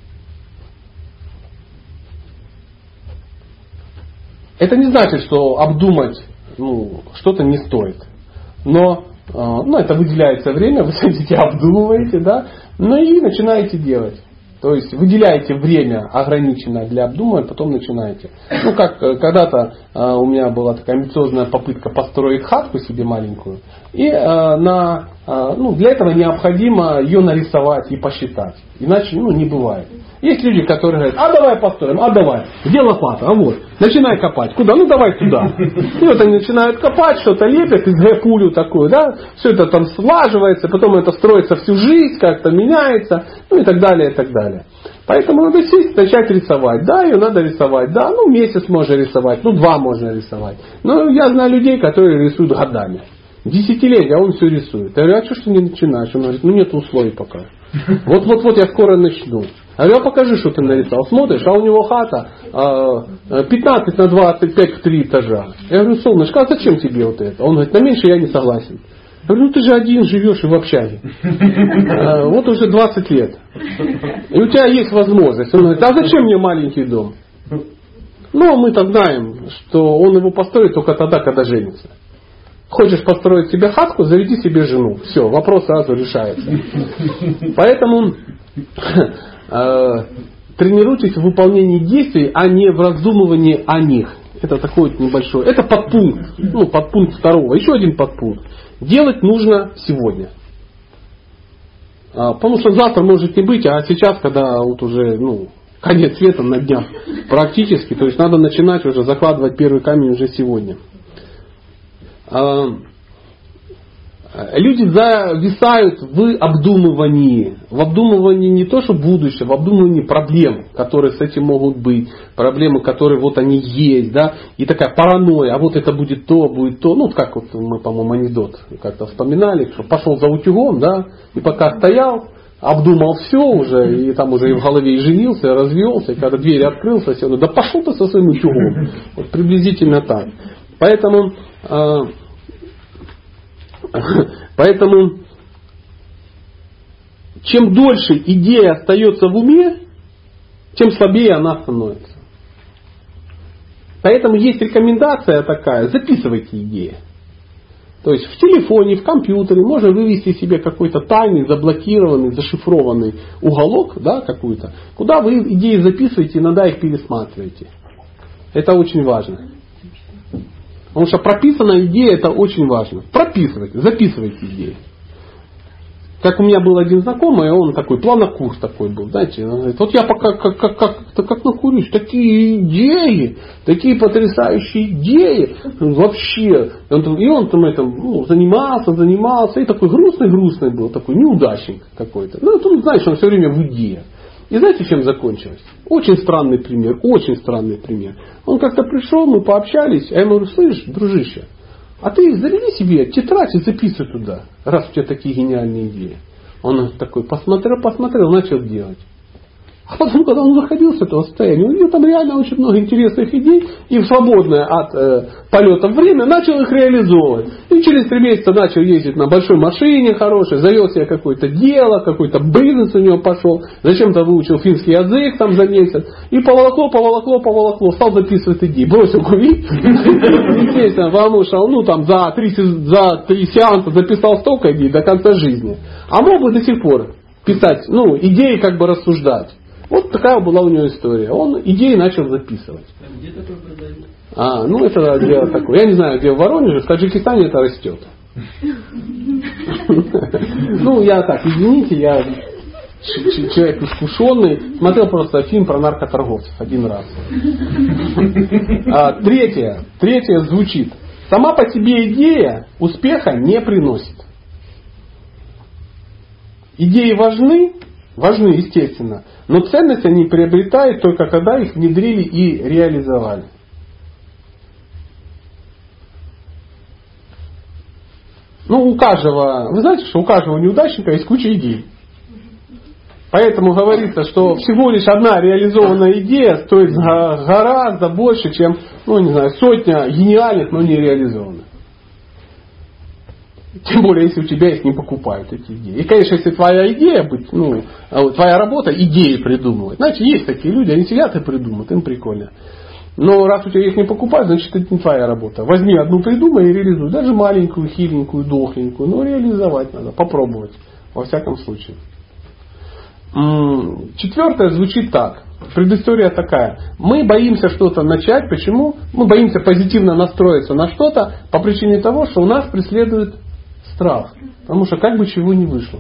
Это не значит, что обдумать что-то не стоит. Но это выделяется время, вы садите, обдумываете, да, и начинаете делать. То есть выделяете время ограниченное для обдумывания, потом начинаете. Как когда-то у меня была такая амбициозная попытка построить хатку себе маленькую. И для этого необходимо ее нарисовать и посчитать. Иначе не бывает. Есть люди, которые говорят, давай построим, давай. Где лопата? Вот. Начинай копать. Куда? Давай туда. И вот они начинают копать, что-то лепят, из пулю такую, да. Все это там слаживается, потом это строится всю жизнь, как-то меняется, и так далее, и так далее. Поэтому надо сесть, начать рисовать. Да, ее надо рисовать. Да, месяц можно рисовать, 2 можно рисовать. Но я знаю людей, которые рисуют годами. Десятилетия, он все рисует. Я говорю, что ж ты не начинаешь? Он говорит, нет условий пока. Вот я скоро начну. Я говорю, покажи, что ты нарисовал. Смотришь, а у него хата 15 на 25 в 3 этажа. Я говорю, солнышко, а зачем тебе вот это? Он говорит, на меньше я не согласен. Я говорю, ты же один живешь и в общаге. Вот уже 20 лет. И у тебя есть возможность. Он говорит, а зачем мне маленький дом? Мы-то знаем, что он его построит только тогда, когда женится. Хочешь построить себе хатку, заведи себе жену. Все, вопрос сразу решается. Поэтому тренируйтесь в выполнении действий, а не в раздумывании о них. Это такой небольшой. Это подпункт. Подпункт 2. Еще один подпункт. Делать нужно сегодня. Потому что завтра может не быть, а сейчас, когда уже конец света на днях практически, то есть надо начинать уже закладывать первый камень уже сегодня. Люди зависают в обдумывании. В обдумывании не то, что будущее, в обдумывании проблем, которые с этим могут быть. Проблемы, которые вот они есть. Да? И такая паранойя. А вот это будет то, будет то. Как вот мы, по-моему, анекдот как-то вспоминали. Что пошел за утюгом, да, и пока стоял, обдумал все уже, и там уже и в голове и женился, и развелся. И когда дверь открылся, все, да пошел ты со своим утюгом. Вот приблизительно так. Поэтому чем дольше идея остается в уме, тем слабее она становится. Поэтому есть рекомендация такая, записывайте идеи. То есть в телефоне, в компьютере можно вывести себе какой-то тайный, заблокированный, зашифрованный уголок, да, какой-то, куда вы идеи записываете, иногда их пересматриваете. Это очень важно. Потому что прописанная идея, это очень важно. Прописывайте, записывайте идеи. Как у меня был один знакомый, он такой, планокурс такой был, знаете, он говорит, вот я пока как накурюсь, такие идеи, такие потрясающие идеи, вообще. И он там занимался, и такой грустный был, такой неудачник какой-то. Ну, тут, знаешь, он все время в идее. И знаете, чем закончилось? Очень странный пример. Он как-то пришел, мы пообщались, а я ему говорю, слышь, дружище, а ты заведи себе тетрадь и записывай туда, раз у тебя такие гениальные идеи. Он такой посмотрел, начал делать. А потом, когда он выходил с этого состояния, у него там реально очень много интересных идей, и в свободное от полета время начал их реализовывать. И через 3 месяца начал ездить на большой машине хорошей, завел себе какое-то дело, какой-то бизнес у него пошел, зачем-то выучил финский язык там за месяц, и поволокло, стал записывать идеи, бросил курить, естественно, потому что за 3 сеанса записал столько идей до конца жизни. А мог бы до сих пор писать, идеи как бы рассуждать. Вот такая была у него история. Он идеи начал записывать. А где такое продают? Это дело такое. Я не знаю, где в Воронеже, в Таджикистане это растет. Я так, извините, я человек искушенный. Смотрел просто фильм про наркоторговцев один раз. Третье звучит. Сама по себе идея успеха не приносит. Идеи важны, естественно, но ценность они приобретают только когда их внедрили и реализовали. У каждого, вы знаете, что у каждого неудачника есть куча идей. Поэтому говорится, что всего лишь одна реализованная идея стоит гораздо больше, чем, сотня гениальных, но не реализованных. Тем более, если у тебя их не покупают, эти идеи. И, конечно, если твоя идея быть, твоя работа идеи придумывать. Значит, есть такие люди, они сидят и придумывают, им прикольно. Но раз у тебя их не покупают, значит, это не твоя работа. Возьми одну, придумай и реализуй. Даже маленькую, хиленькую, дохленькую. Но реализовать надо, попробовать. Во всяком случае. 4 звучит так. Предыстория такая. Мы боимся что-то начать. Почему? Мы боимся позитивно настроиться на что-то по причине того, что у нас преследует страх. Потому что как бы чего не вышло.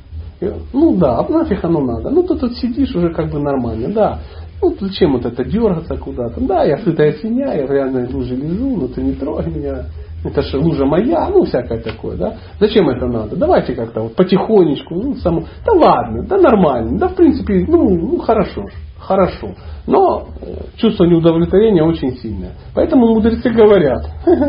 Нафиг оно надо. Ты тут сидишь уже как бы нормально. Да. Зачем это дергаться куда-то? Да, я сытая свинья, я в реальной луже лежу, но ты не трогай меня. Это же лужа моя, всякое такое, да. Зачем это надо? Давайте как-то потихонечку, да ладно, да нормально, да в принципе, хорошо. Но чувство неудовлетворения очень сильное. Поэтому мудрецы говорят,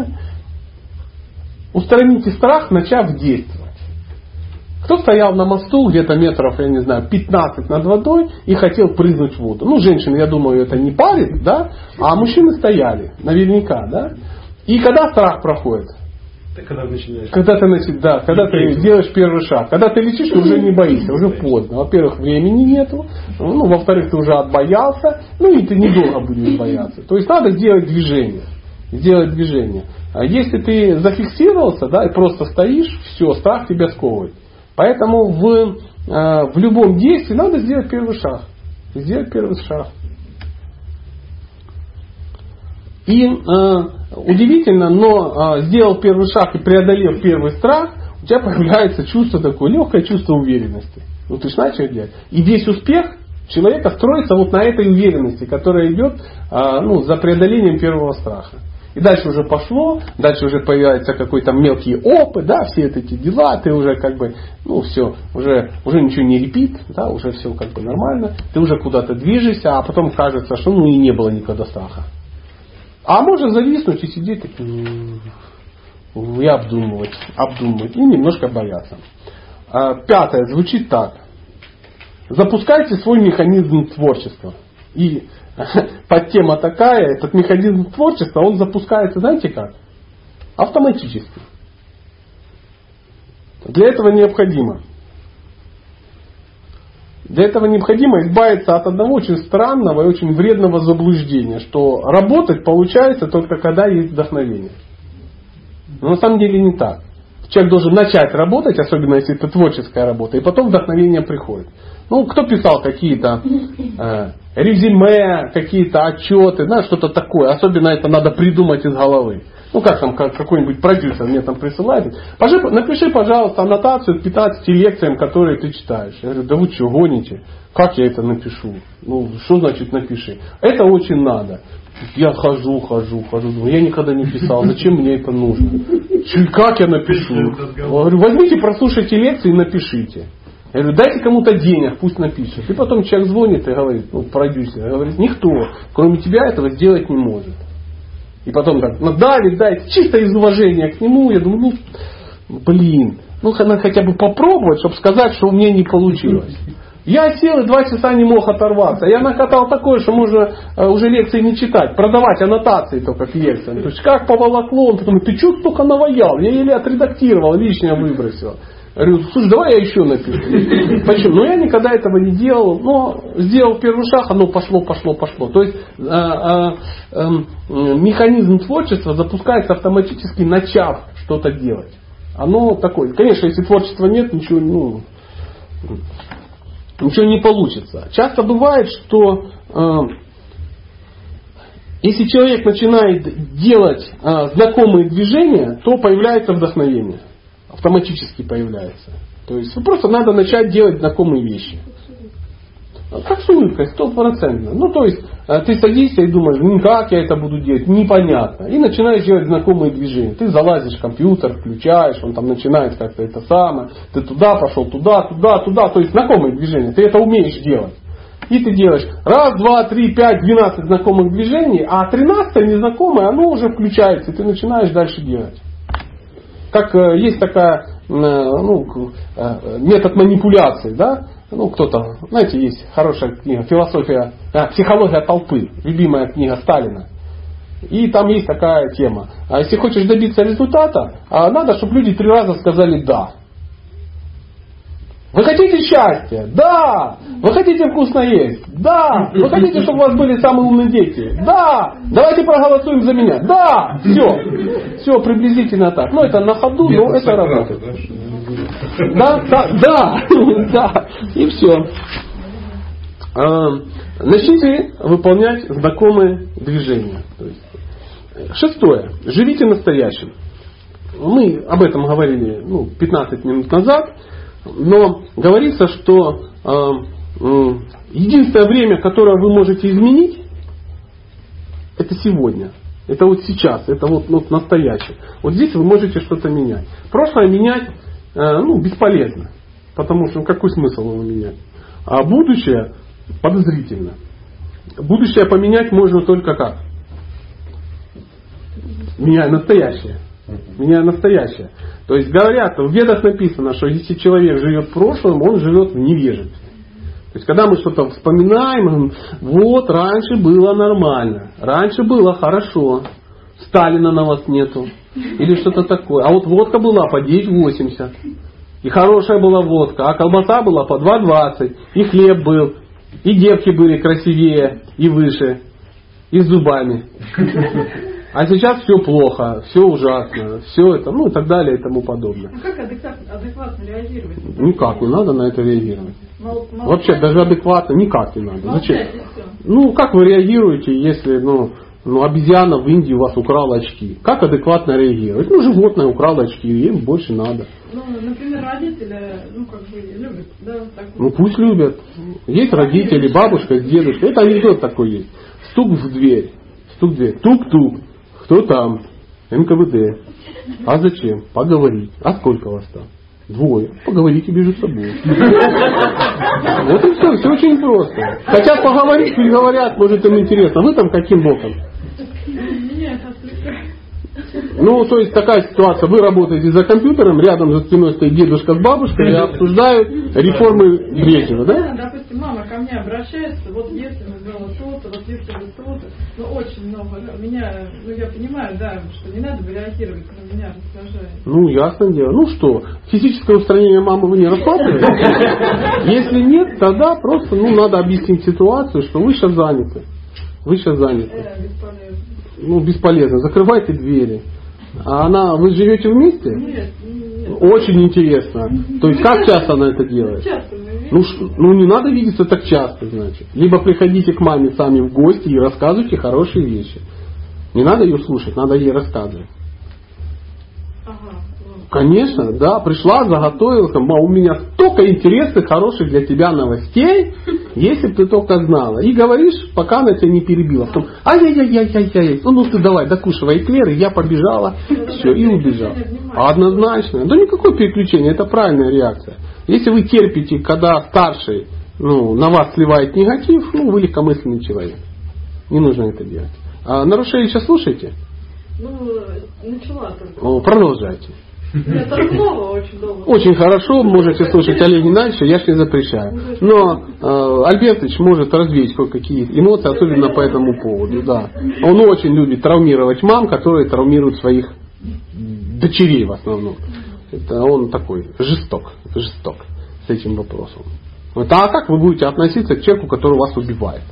устраните страх, начав действовать. Кто стоял на мосту где-то метров, 15 над водой и хотел прыгнуть в воду. Женщины, я думаю, это не парит, да? А мужчины стояли, наверняка, да? И когда страх проходит? Когда начинаешь. Когда ты делаешь первый шаг. Когда ты летишь, ты уже не боишься, уже поздно. Во-первых, времени нету. Во-вторых, ты уже отбоялся. И ты недолго будешь бояться. То есть надо сделать движение. А если ты зафиксировался, да, и просто стоишь, все, страх тебя сковывает. Поэтому в любом действии надо сделать первый шаг. И удивительно, но сделав первый шаг и преодолев первый страх, у тебя появляется легкое чувство уверенности. Ты же начал делать. И весь успех человека строится на этой уверенности, которая идет за преодолением первого страха. И дальше уже пошло, дальше уже появляется какой-то мелкий опыт, да, все эти дела, ты уже все, уже ничего не репит, да, уже все нормально, ты уже куда-то движешься, а потом кажется, что и не было никогда страха. А можно зависнуть и сидеть и обдумывать, и немножко бояться. 5 звучит так. Запускайте свой механизм творчества. И подтема такая, этот механизм творчества, он запускается, знаете как? Автоматически. Для этого необходимо избавиться от одного очень странного и очень вредного заблуждения, что работать получается только когда есть вдохновение. Но на самом деле не так. Человек должен начать работать, особенно если это творческая работа, и потом вдохновение приходит. Кто писал какие-то резюме, какие-то отчеты, что-то такое. Особенно это надо придумать из головы. ну как там какой-нибудь продюсер мне там присылает, напиши, пожалуйста, аннотацию к 15 лекциям, которые ты читаешь. Я говорю, да вы что, гоните? Как я это напишу? Ну, что значит напиши? Это очень надо. Я хожу. Думаю, я никогда не писал. Зачем мне это нужно? Как я напишу? Я говорю, возьмите, прослушайте лекции и напишите. Я говорю, дайте кому-то денег, пусть напишет. И потом человек звонит и говорит, ну, продюсер, говорит, никто, кроме тебя, этого сделать не может. И потом так, ну, давит, чисто из уважения к нему. Я думаю, надо хотя бы попробовать, чтобы сказать, что у меня не получилось. Я сел и 2 часа не мог оторваться. Я накатал такое, что можно уже лекции не читать, продавать аннотации только к лекциям. То есть как поволокло, он потом, ты что столько наваял? Я еле отредактировал, лишнее выбросил. Я говорю, слушай, давай я еще напишу. Почему? Ну я никогда этого не делал, но сделал первый шаг, оно пошло. То есть механизм творчества запускается автоматически, начав что-то делать. Оно такое. Конечно, если творчества нет, ничего не получится. Часто бывает, что если человек начинает делать знакомые движения, то появляется вдохновение. Автоматически появляется. То есть просто надо начать делать знакомые вещи. Как с улыбкой, 100%. Ну, то есть, ты садишься и думаешь, как я это буду делать, непонятно. И начинаешь делать знакомые движения. Ты залазишь в компьютер, включаешь, он там начинает как-то это самое. Ты туда пошел, туда. То есть, знакомые движения. Ты это умеешь делать. И ты делаешь 1, 2, 3, 5, 12 знакомых движений, а 13 незнакомое, оно уже включается, и ты начинаешь дальше делать. Как есть такая, метод манипуляции, да? Ну, кто-то, знаете, есть хорошая книга, «Психология толпы», любимая книга Сталина. И там есть такая тема. А если хочешь добиться результата, надо, чтобы люди 3 раза сказали «да». Вы хотите счастья? Да! Вы хотите вкусно есть? Да! Вы хотите, чтобы у вас были самые умные дети? Да! Давайте проголосуем за меня? Да! Все приблизительно так. Ну, это на ходу, но это работает. Да. И все. Начните выполнять знакомые движения. 6. Живите настоящим. Мы об этом говорили 15 минут назад. Но говорится, что единственное время, которое вы можете изменить, это сегодня. Это вот сейчас, это вот настоящее. Вот здесь вы можете что-то менять. Прошлое менять бесполезно. Потому что какой смысл его менять? А будущее подозрительно. Будущее поменять можно только как? Меняя настоящее. То есть говорят, в Ведах написано, что если человек живет в прошлом, он живет в невежестве. То есть когда мы что-то вспоминаем, вот раньше было нормально, раньше было хорошо, Сталина на вас нету, или что-то такое. А вот водка была по 9,80, и хорошая была водка, а колбаса была по 2,20, и хлеб был, и девки были красивее и выше, и с зубами. А сейчас все плохо, все ужасно, все это, и так далее и тому подобное. А как адекватно реагировать? Никак не надо на это реагировать. Вообще даже адекватно никак не надо. Зачем? Как вы реагируете, если обезьяна в Индии у вас украла очки? Как адекватно реагировать? Животное украло очки, им больше надо. Например, родители, любят, да, так. Пусть любят. Есть родители, бабушка с дедушкой. Это анекдот такой есть. Стук в дверь. Тук-тук. Кто там? НКВД. А зачем? Поговорить. А сколько вас там? 2. Поговорите между собой. Вот и все. Все очень просто. Хотят поговорить, пусть говорят, может им интересно. Вы там каким боком? То есть такая ситуация. Вы работаете за компьютером, рядом за спиной стоит дедушка с бабушкой и обсуждают реформы Брежнева, да? Допустим, мама ко мне обращается, вот если мы сделали то-то, вот если мы то-то, очень много. Меня, я понимаю, да, что не надо реагировать, но меня раздражает. Ясное дело. Что, физическое устранение мамы вы не рассматриваете? Если нет, тогда просто надо объяснить ситуацию, что вы сейчас заняты. Бесполезно. Закрывайте двери. А вы живете вместе? Нет. Очень интересно. То есть как часто она это делает? Часто. Не надо видеться так часто, значит. Либо приходите к маме сами в гости и рассказывайте хорошие вещи. Не надо ее слушать, надо ей рассказывать. Конечно, да, пришла, заготовилась, у меня столько интересных, хороших для тебя новостей, если бы ты только знала. И говоришь, пока она тебя не перебила. Потом, ай-яй-яй-яй-яй, ну ты давай, докушивай эклеры, я побежала, все, и убежала. Однозначно. Да никакое переключение, это правильная реакция. Если вы терпите, когда старший на вас сливает негатив, вы легкомысленный человек. Не нужно это делать. А Нарушевича слушаете? Начала только. Продолжайте. Я торгнула очень долго. Очень хорошо, можете слушать Олега Геннадьевича, я ж не запрещаю. Но Альбертович может развеять кое-какие эмоции, особенно по этому поводу. Да. Он очень любит травмировать мам, которые травмируют своих дочерей в основном. Это он такой жесток с этим вопросом. А как вы будете относиться к человеку, который вас убивает?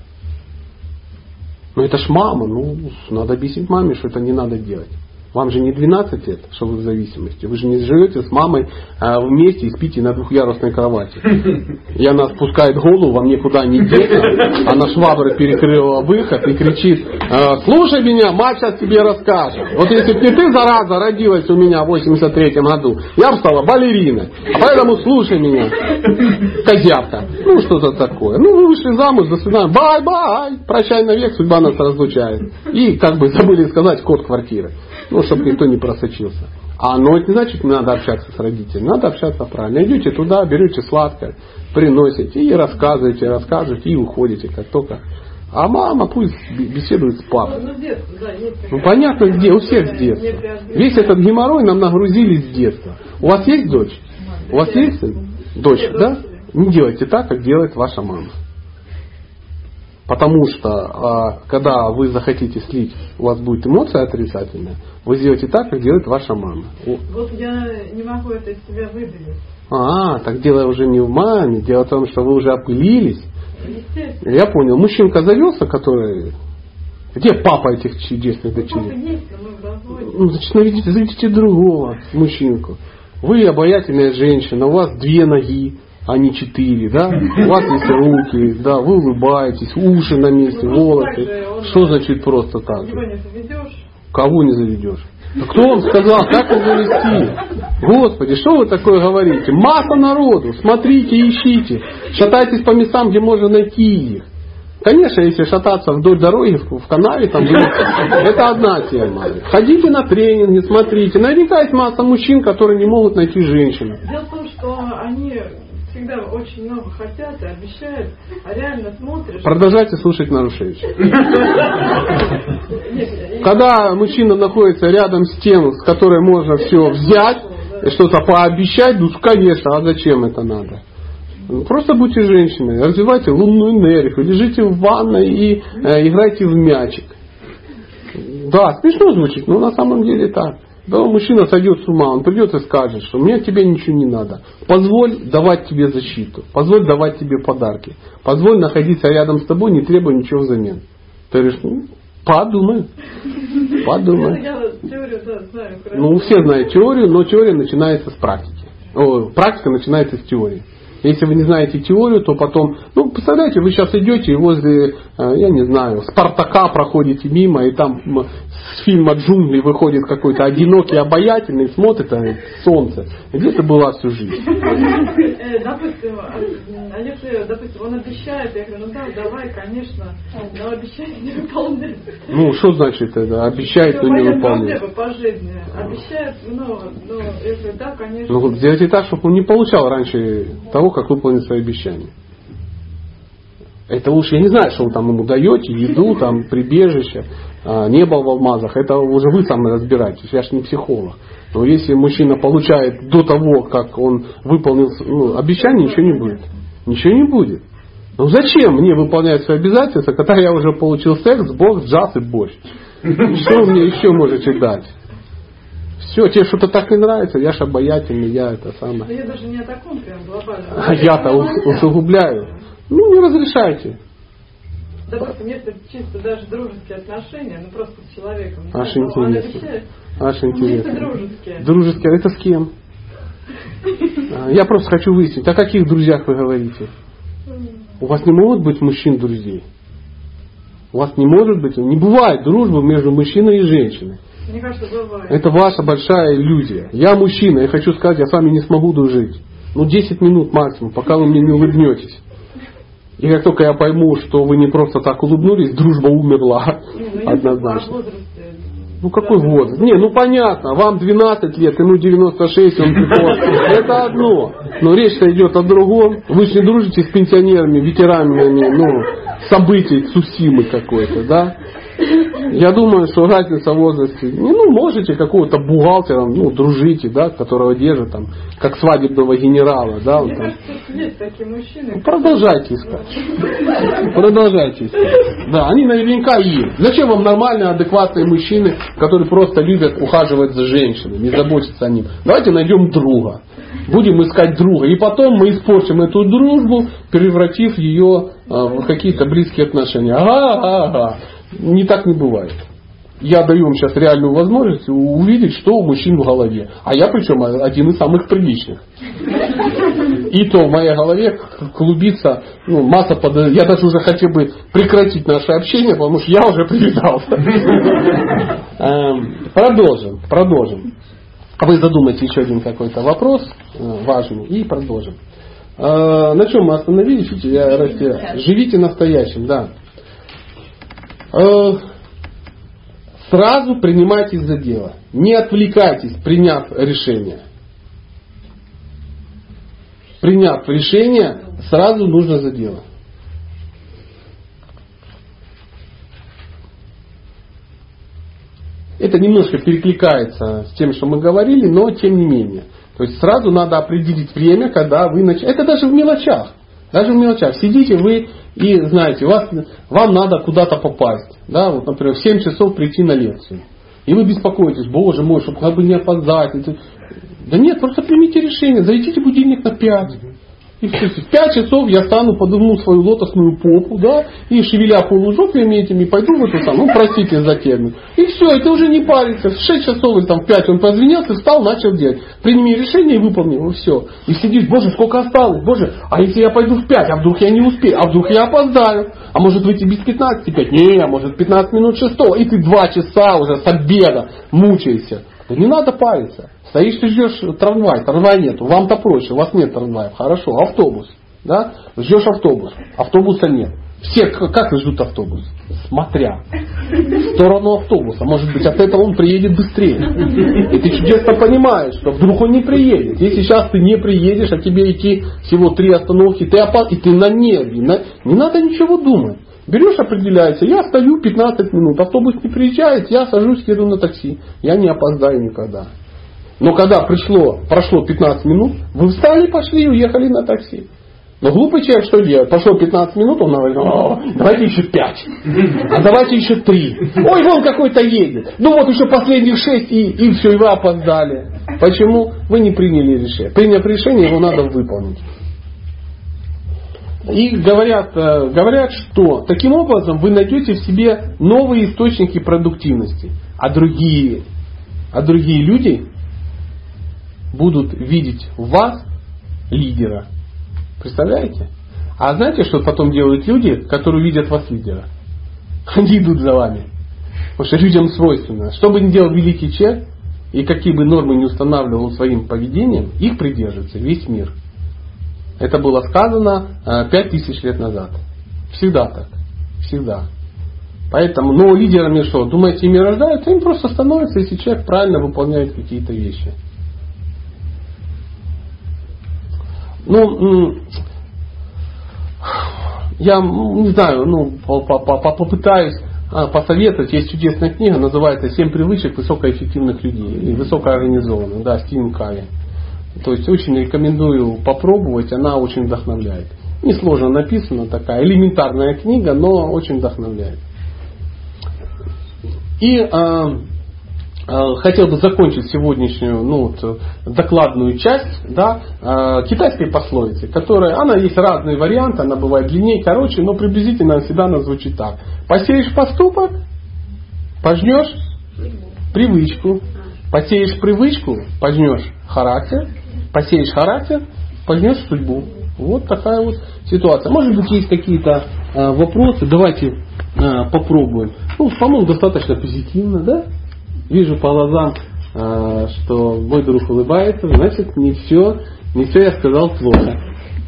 Это ж мама, надо объяснить маме, что это не надо делать. Вам же не 12 лет, что вы в зависимости. Вы же не живете с мамой вместе и спите на двухъярусной кровати. И она спускает голову, вам никуда не деться. Она шваброй перекрыла выход и кричит: слушай меня, мать сейчас тебе расскажет. Вот если бы не ты, зараза, родилась у меня в 83-м году, я бы стала балериной. А поэтому слушай меня, козявка. Что-то такое. Вы вышли замуж, до свидания. Бай-бай. Прощай навек, судьба нас разлучает. И забыли сказать код квартиры. Чтобы никто не просочился. Но это не значит, не надо общаться с родителями. Надо общаться правильно. Идете туда, берете сладкое, приносите и рассказываете, и уходите как только. А мама пусть беседует с папой. Понятно, где? У всех с детства. Весь этот геморрой нам нагрузили с детства. У вас есть дочь? У вас есть дочь, да? Не делайте так, как делает ваша мама. Потому что, когда вы захотите слить, у вас будет эмоция отрицательная, вы сделаете так, как делает ваша мама. Вот я не могу это из себя выдавить. Так дело уже не в маме, дело в том, что вы уже опылились. Я понял. Мужчинка завелся, который... Где папа этих чудесных дочерей? Папа есть, но мы в Значит, заведите другого мужчинку. Вы обаятельная женщина, у вас 2 ноги. А не 4, да? У вас есть руки, да, вы улыбаетесь, уши на месте, волосы. Что значит просто так? Его не заведешь. Кого не заведешь? Кто вам сказал, как его завести? Господи, что вы такое говорите? Масса народу, смотрите, ищите. Шатайтесь по местам, где можно найти их. Конечно, если шататься вдоль дороги в канаве, это одна тема. Ходите на тренинги, смотрите. Наверняка есть масса мужчин, которые не могут найти женщину. Дело в том, что они всегда очень много хотят и обещают, а реально смотришь... Продолжайте слушать Нарушевича. Когда мужчина находится рядом с тем, с которой можно все взять, что-то пообещать, конечно, а зачем это надо? Просто будьте женщиной, развивайте лунную энергию, лежите в ванной и играйте в мячик. Да, смешно звучит, но на самом деле так. Да, мужчина сойдет с ума, он придет и скажет, что мне от тебя ничего не надо. Позволь давать тебе защиту, позволь давать тебе подарки, позволь находиться рядом с тобой, не требуя ничего взамен. Ты говоришь, подумай. Я теорию, да, знаю. Хорошо. Все знают теорию, но теория начинается с практики. Практика начинается с теории. Если вы не знаете теорию, то потом... представляете, вы сейчас идете и возле, я не знаю, Спартака проходите мимо, и там с фильма «Джунгли» выходит какой-то одинокий, обаятельный, смотрит на солнце. Где ты была всю жизнь? Допустим, а если, он обещает, я говорю, давай, конечно, но обещает не выполняет. Что значит это? Обещает, но не выполняет. По жизни. Обещает, я говорю, да, конечно. Сделайте так, чтобы он не получал раньше того, как выполнить свои обещания. Это уж я не знаю, что вы там ему даете, еду, прибежище, небо в алмазах. Это уже вы сами разбираетесь. Я ж не психолог. Но если мужчина получает до того, как он выполнил обещание, ничего не будет. Ничего не будет. Зачем мне выполнять свои обязательства, когда я уже получил секс, бокс, джаз и борщ? Что вы мне еще можете дать? Все, тебе что-то так не нравится, я ж обаятельный, я это самое. Но я даже не о таком прям глобальном. А я-то усугубляю. Не разрешайте. Допустим, если чисто даже дружеские отношения, просто с человеком. Аж интересно. Чисто дружеские. Дружеские, это с кем? Я просто хочу выяснить, о каких друзьях вы говорите? У вас не могут быть мужчин-друзей? У вас не может быть, не бывает дружбы между мужчиной и женщиной. Мне кажется, бывает. Это ваша большая иллюзия. Я мужчина, я хочу сказать, я с вами не смогу дружить. 10 минут максимум, пока вы мне не улыбнетесь. И как только я пойму, что вы не просто так улыбнулись, дружба умерла. Однозначно. Какой возраст? Понятно, вам 12 лет, ему 96, он прикольный. Это одно. Но речь-то идет о другом. Вы же не дружите с пенсионерами, ветеранами, событий Цусимы какой-то, да? Я думаю, что разница в возрасте, можете какого-то бухгалтера, дружите, да, которого держат там, как свадебного генерала, да. Мне кажется, есть такие мужчины. Продолжайте искать. Продолжайте искать. Да, они наверняка есть. Зачем вам нормальные, адекватные мужчины, которые просто любят ухаживать за женщинами и заботиться о них? Давайте найдем друга. Будем искать друга. И потом мы испортим эту дружбу, превратив ее в какие-то близкие отношения. Ага. Не так не бывает. Я даю вам сейчас реальную возможность увидеть, что у мужчин в голове. А я причем один из самых приличных. И то в моей голове клубится масса подозрений. Я даже уже хотел бы прекратить наше общение, потому что я уже привязался. Продолжим. Вы задумайте еще один какой-то вопрос важный и продолжим. На чем мы остановились? Живите настоящим, да. Сразу принимайтесь за дело. Не отвлекайтесь, приняв решение. Приняв решение, сразу нужно за дело. Это немножко перекликается с тем, что мы говорили, но тем не менее. То есть сразу надо определить время, когда вы начнете. Это даже в мелочах. Сидите вы и знаете, вам надо куда-то попасть. Да? Например, в 7 часов прийти на лекцию. И вы беспокоитесь, боже мой, чтобы как бы не опоздать. Да нет, просто примите решение, заведите будильник на 5. И все, в 5 часов я стану, подыму свою лотосную попу, да, и шевеля полужопьями этими, пойду в эту самую, простите за термин. И все, и ты уже не паришься. В 6 часов или в 5 он позвенел, ты встал, начал делать. Прими решение и выполни его, все. И сидишь, боже, сколько осталось, боже, а если я пойду в 5, а вдруг я не успею, а вдруг я опоздаю, а может выйти без 15:05, не, может 15 минут 6, и ты 2 часа уже с обеда мучаешься. Да не надо париться. Стоишь, ты ждешь трамвай нету. Вам-то проще, у вас нет трамваев. Хорошо, автобус. Да? Ждешь автобус. Автобуса нет. Все как ждут автобус? Смотря в сторону автобуса. Может быть, от этого он приедет быстрее. И ты чудесно понимаешь, что вдруг он не приедет. Если сейчас ты не приедешь, а тебе идти всего 3 остановки, и ты на нерве. Не надо ничего думать. Берешь, определяется, я стою 15 минут, автобус не приезжает, я сажусь, еду на такси. Я не опоздаю никогда. Но когда прошло 15 минут, вы встали, пошли и уехали на такси. Но глупый человек что делает? Прошло 15 минут, он говорит, давайте еще 5. А давайте еще 3. Ой, вон какой-то едет. Еще последних 6 и все, и вы опоздали. Почему? Вы не приняли решение. Приняв решение, его надо выполнить. И говорят, что таким образом вы найдете в себе новые источники продуктивности. А другие люди будут видеть в вас лидера. Представляете? А знаете, что потом делают люди, которые видят в вас лидера? Они идут за вами. Потому что людям свойственно. Что бы ни делал великий человек, и какие бы нормы не устанавливал своим поведением, их придерживается весь мир. Это было сказано 5000 лет назад. Всегда так. Всегда. Поэтому, но лидерами что? Думаете, ими рождаются? Им просто становятся, если человек правильно выполняет какие-то вещи. Я не знаю, попытаюсь посоветовать. Есть чудесная книга, называется «7 привычек высокоэффективных людей». Или высокоорганизованных, да, Стивен Кови. То есть очень рекомендую попробовать, она очень вдохновляет. Несложно написана, такая элементарная книга, но очень вдохновляет. И хотел бы закончить сегодняшнюю докладную часть китайской пословицы, она есть разные варианты, она бывает длиннее, короче, но приблизительно всегда она звучит так. Посеешь поступок, пожнешь привычку. Посеешь привычку, пожнешь характер. Посеешь характер, пожнешь судьбу. Вот такая вот ситуация. Может быть, есть какие-то вопросы. Давайте попробуем. По-моему, достаточно позитивно, да? вижу по глазам, что мой друг улыбается, значит не все я сказал плохо.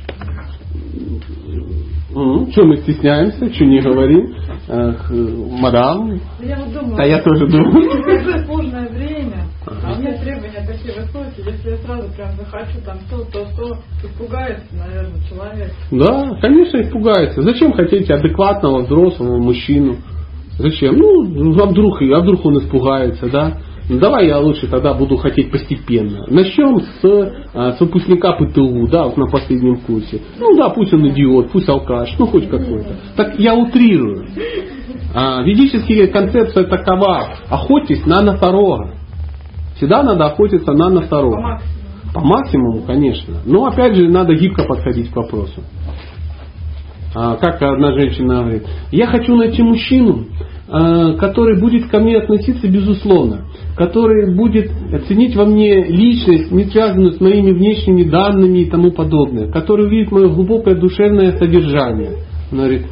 Что мы стесняемся, что не говорим? Мадам. Я вот думаю, да я тоже думаю. Это сложное время, а у меня требования такие высокие, если я сразу прям захочу там то, испугается, наверное, человек. Да, конечно, испугается. Зачем хотите адекватного взрослого мужчину? Зачем? А вдруг он испугается, да? Давай я лучше тогда буду хотеть постепенно. Начнем с выпускника ПТУ, да, вот на последнем курсе. Пусть он идиот, пусть алкаш, хоть какой-то. Так я утрирую. Ведическая концепция такова: охотьтесь на носорога. Всегда надо охотиться на носорога. По максимуму, конечно. Но опять же надо гибко подходить к вопросу. Как одна женщина говорит: я хочу найти мужчину, который будет ко мне относиться безусловно, который будет ценить во мне личность, не связанную с моими внешними данными и тому подобное, который увидит мое глубокое душевное содержание. Она говорит: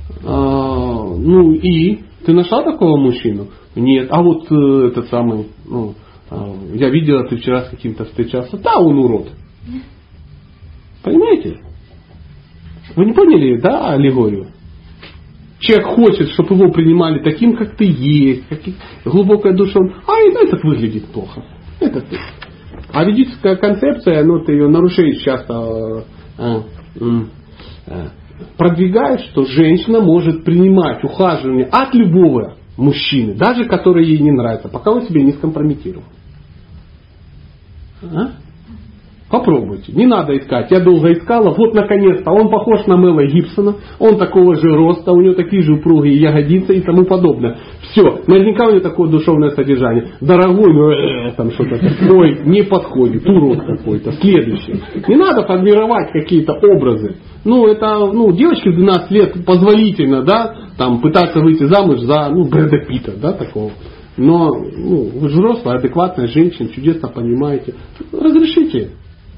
и? Ты нашла такого мужчину? Нет. А вот этот самый, я видела, ты вчера с каким-то встречался. Да, он урод. Понимаете? Вы не поняли, да, аллегорию? Человек хочет, чтобы его принимали таким, как ты есть, глубокая душа. Этот выглядит плохо. А ведическая концепция, ты ее нарушаешь часто, продвигает, что женщина может принимать ухаживание от любого мужчины, даже который ей не нравится, пока он себя не скомпрометировал. Попробуйте. Не надо искать. Я долго искала. Вот наконец-то. Он похож на Мэла Гибсона. Он такого же роста. У него такие же упругие ягодицы и тому подобное. Все. Наверняка у него такое душевное содержание. Дорогой, там что-то такое. Не подходит. Урод какой-то. Следующий. Не надо формировать какие-то образы. Девочке в 12 лет позволительно, да, там пытаться выйти замуж за, Брэда Питта, да, такого. Но, вы же взрослая, адекватная женщина, чудесно понимаете. Разрешите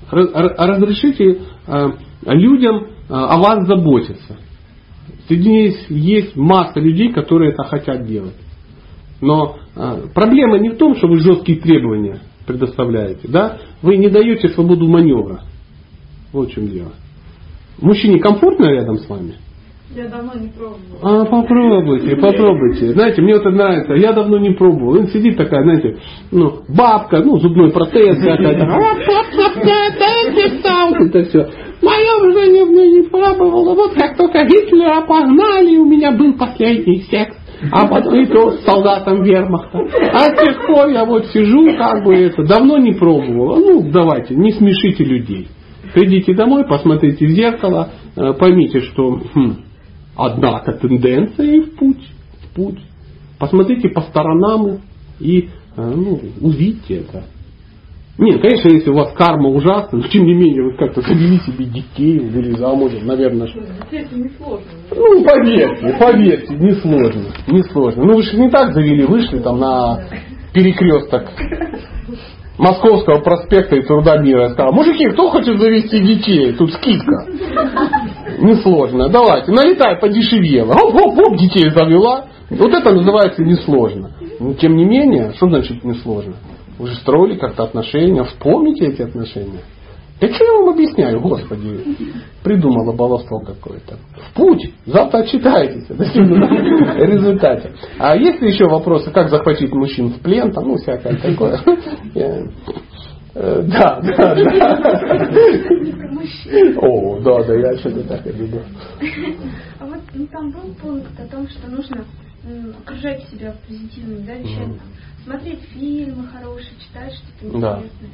людям о вас заботиться. Среди них есть масса людей, которые это хотят делать. Но проблема не в том, что вы жесткие требования предоставляете. Да? Вы не даете свободу маневра. Вот в чем дело. Мужчине комфортно рядом с вами? Я давно не пробовала. Попробуйте. Знаете, мне это нравится. Я давно не пробовал. Он сидит такая, знаете, бабка, зубной протез. Это все. Мое жене не пробовала. Вот как только Гитлера погнали, у меня был последний секс. А потом и то с солдатом вермахта. А с тех пор я вот сижу, давно не пробовала. Давайте, не смешите людей. Придите домой, посмотрите в зеркало, поймите, что однако тенденция и в путь. Посмотрите по сторонам и увидите это. Нет, конечно, если у вас карма ужасна, но тем не менее вы как-то завели себе детей, ввели замужем, наверное. Детей это не сложно. Поверьте, не сложно. Вы же не так завели, вышли там на перекресток Московского проспекта и Трудомира и сказал: мужики, кто хочет завести детей? Тут скидка. Несложно. Давайте, налетай подешевело. Оп, детей завела. Вот это называется несложно. Но тем не менее, что значит несложно? Вы же строили как-то отношения, вспомните эти отношения. Я что я вам объясняю, Господи? Придумала баловство какое-то. В путь. Завтра отчитаетесь о результате. А есть ли еще вопросы, как захватить мужчин в плен? Там, всякое такое. Да. О, да, я что-то так и люблю. А вот там был пункт о том, что нужно окружать себя позитивными вещами. Смотреть фильмы хорошие, читать что-то интересное.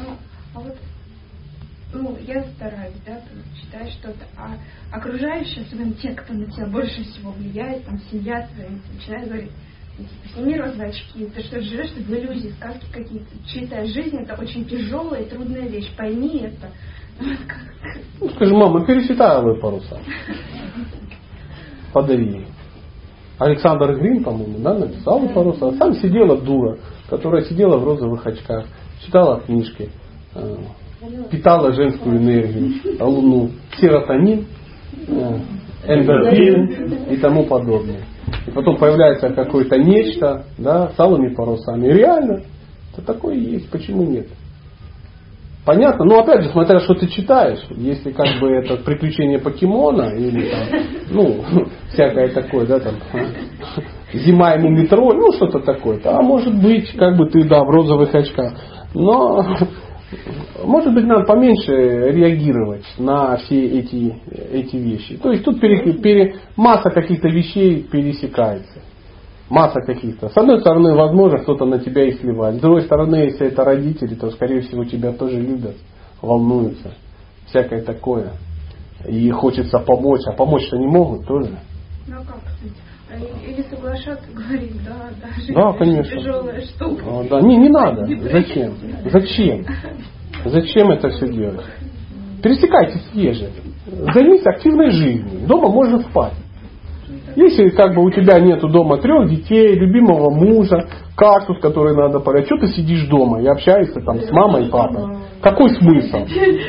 Я стараюсь, читать что-то, а окружающие, особенно те, кто на тебя больше всего влияет, семья твоя, начинает говорить: сними розовые очки, ты что, живешь в иллюзии, сказки какие-то, чья-то жизнь, это очень тяжелая и трудная вещь, пойми это. Скажи: мама, пересчитай алые паруса. Подари ей. Александр Грин, по-моему, написал алые паруса. Сам сидела дура, которая сидела в розовых очках, читала книжки, питала женскую энергию, луну, серотонин, эндорфин и тому подобное. и потом появляется какое-то нечто, да, с алыми парусами. И реально, это такое есть, почему нет? Понятно? Но опять же, смотря что ты читаешь, если как бы это приключение покемона или там, ну, всякое такое, да, там, зима ему метро, ну, что-то такое, а может быть, как бы ты, да, в розовых очках. Но, может быть, надо поменьше реагировать на все эти вещи. То есть тут масса каких-то вещей пересекается. Масса каких-то. С одной стороны, возможно, кто-то на тебя и сливает. С другой стороны, если это родители, то, скорее всего, тебя тоже любят, волнуются. Всякое такое. И хочется помочь. А помочь-то не могут тоже. Ну как, кстати? Или соглашаться, говорить, да, даже да, конечно. Тяжелая штука. Да. Не надо. Зачем? Зачем это все делать? Пересекайтесь еже. Займись активной жизнью. Дома можно спать. Если как бы у тебя нету дома 3 детей, любимого мужа, кактус, который надо полить, что ты сидишь дома и общаешься там с мамой и папой? Какой смысл?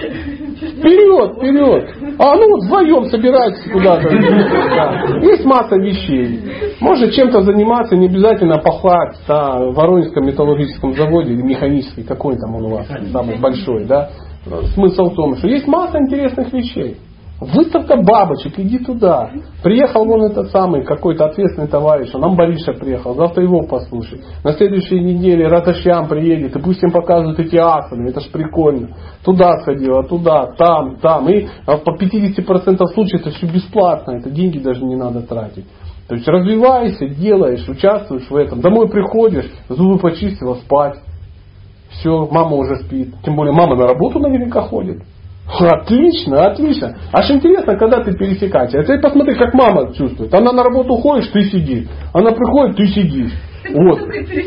Вперед! А ну вот вдвоем собирайтесь куда-то. Да. Есть масса вещей. Можно чем-то заниматься, не обязательно пахать на Воронежском металлургическом заводе или механический, какой там он у вас, самый большой, да? Смысл в том, что есть масса интересных вещей. Выставка бабочек, иди туда. Приехал вон этот самый какой-то ответственный товарищ, он Амбариша приехал, завтра его послушай. На следующей неделе Раташьян приедет, и пусть им показывают эти асаны, это ж прикольно. Туда сходила, туда, там. И по 50% случаев это все бесплатно, это деньги даже не надо тратить. То есть развивайся, делаешь, участвуешь в этом. Домой приходишь, зубы почистила, спать. Все, мама уже спит. Тем более мама на работу наверняка ходит. Отлично. Аж интересно, когда ты пересекаешься. А ты посмотри, как мама чувствует. Она на работу ходишь, ты сидишь. Она приходит, ты сидишь. Вот.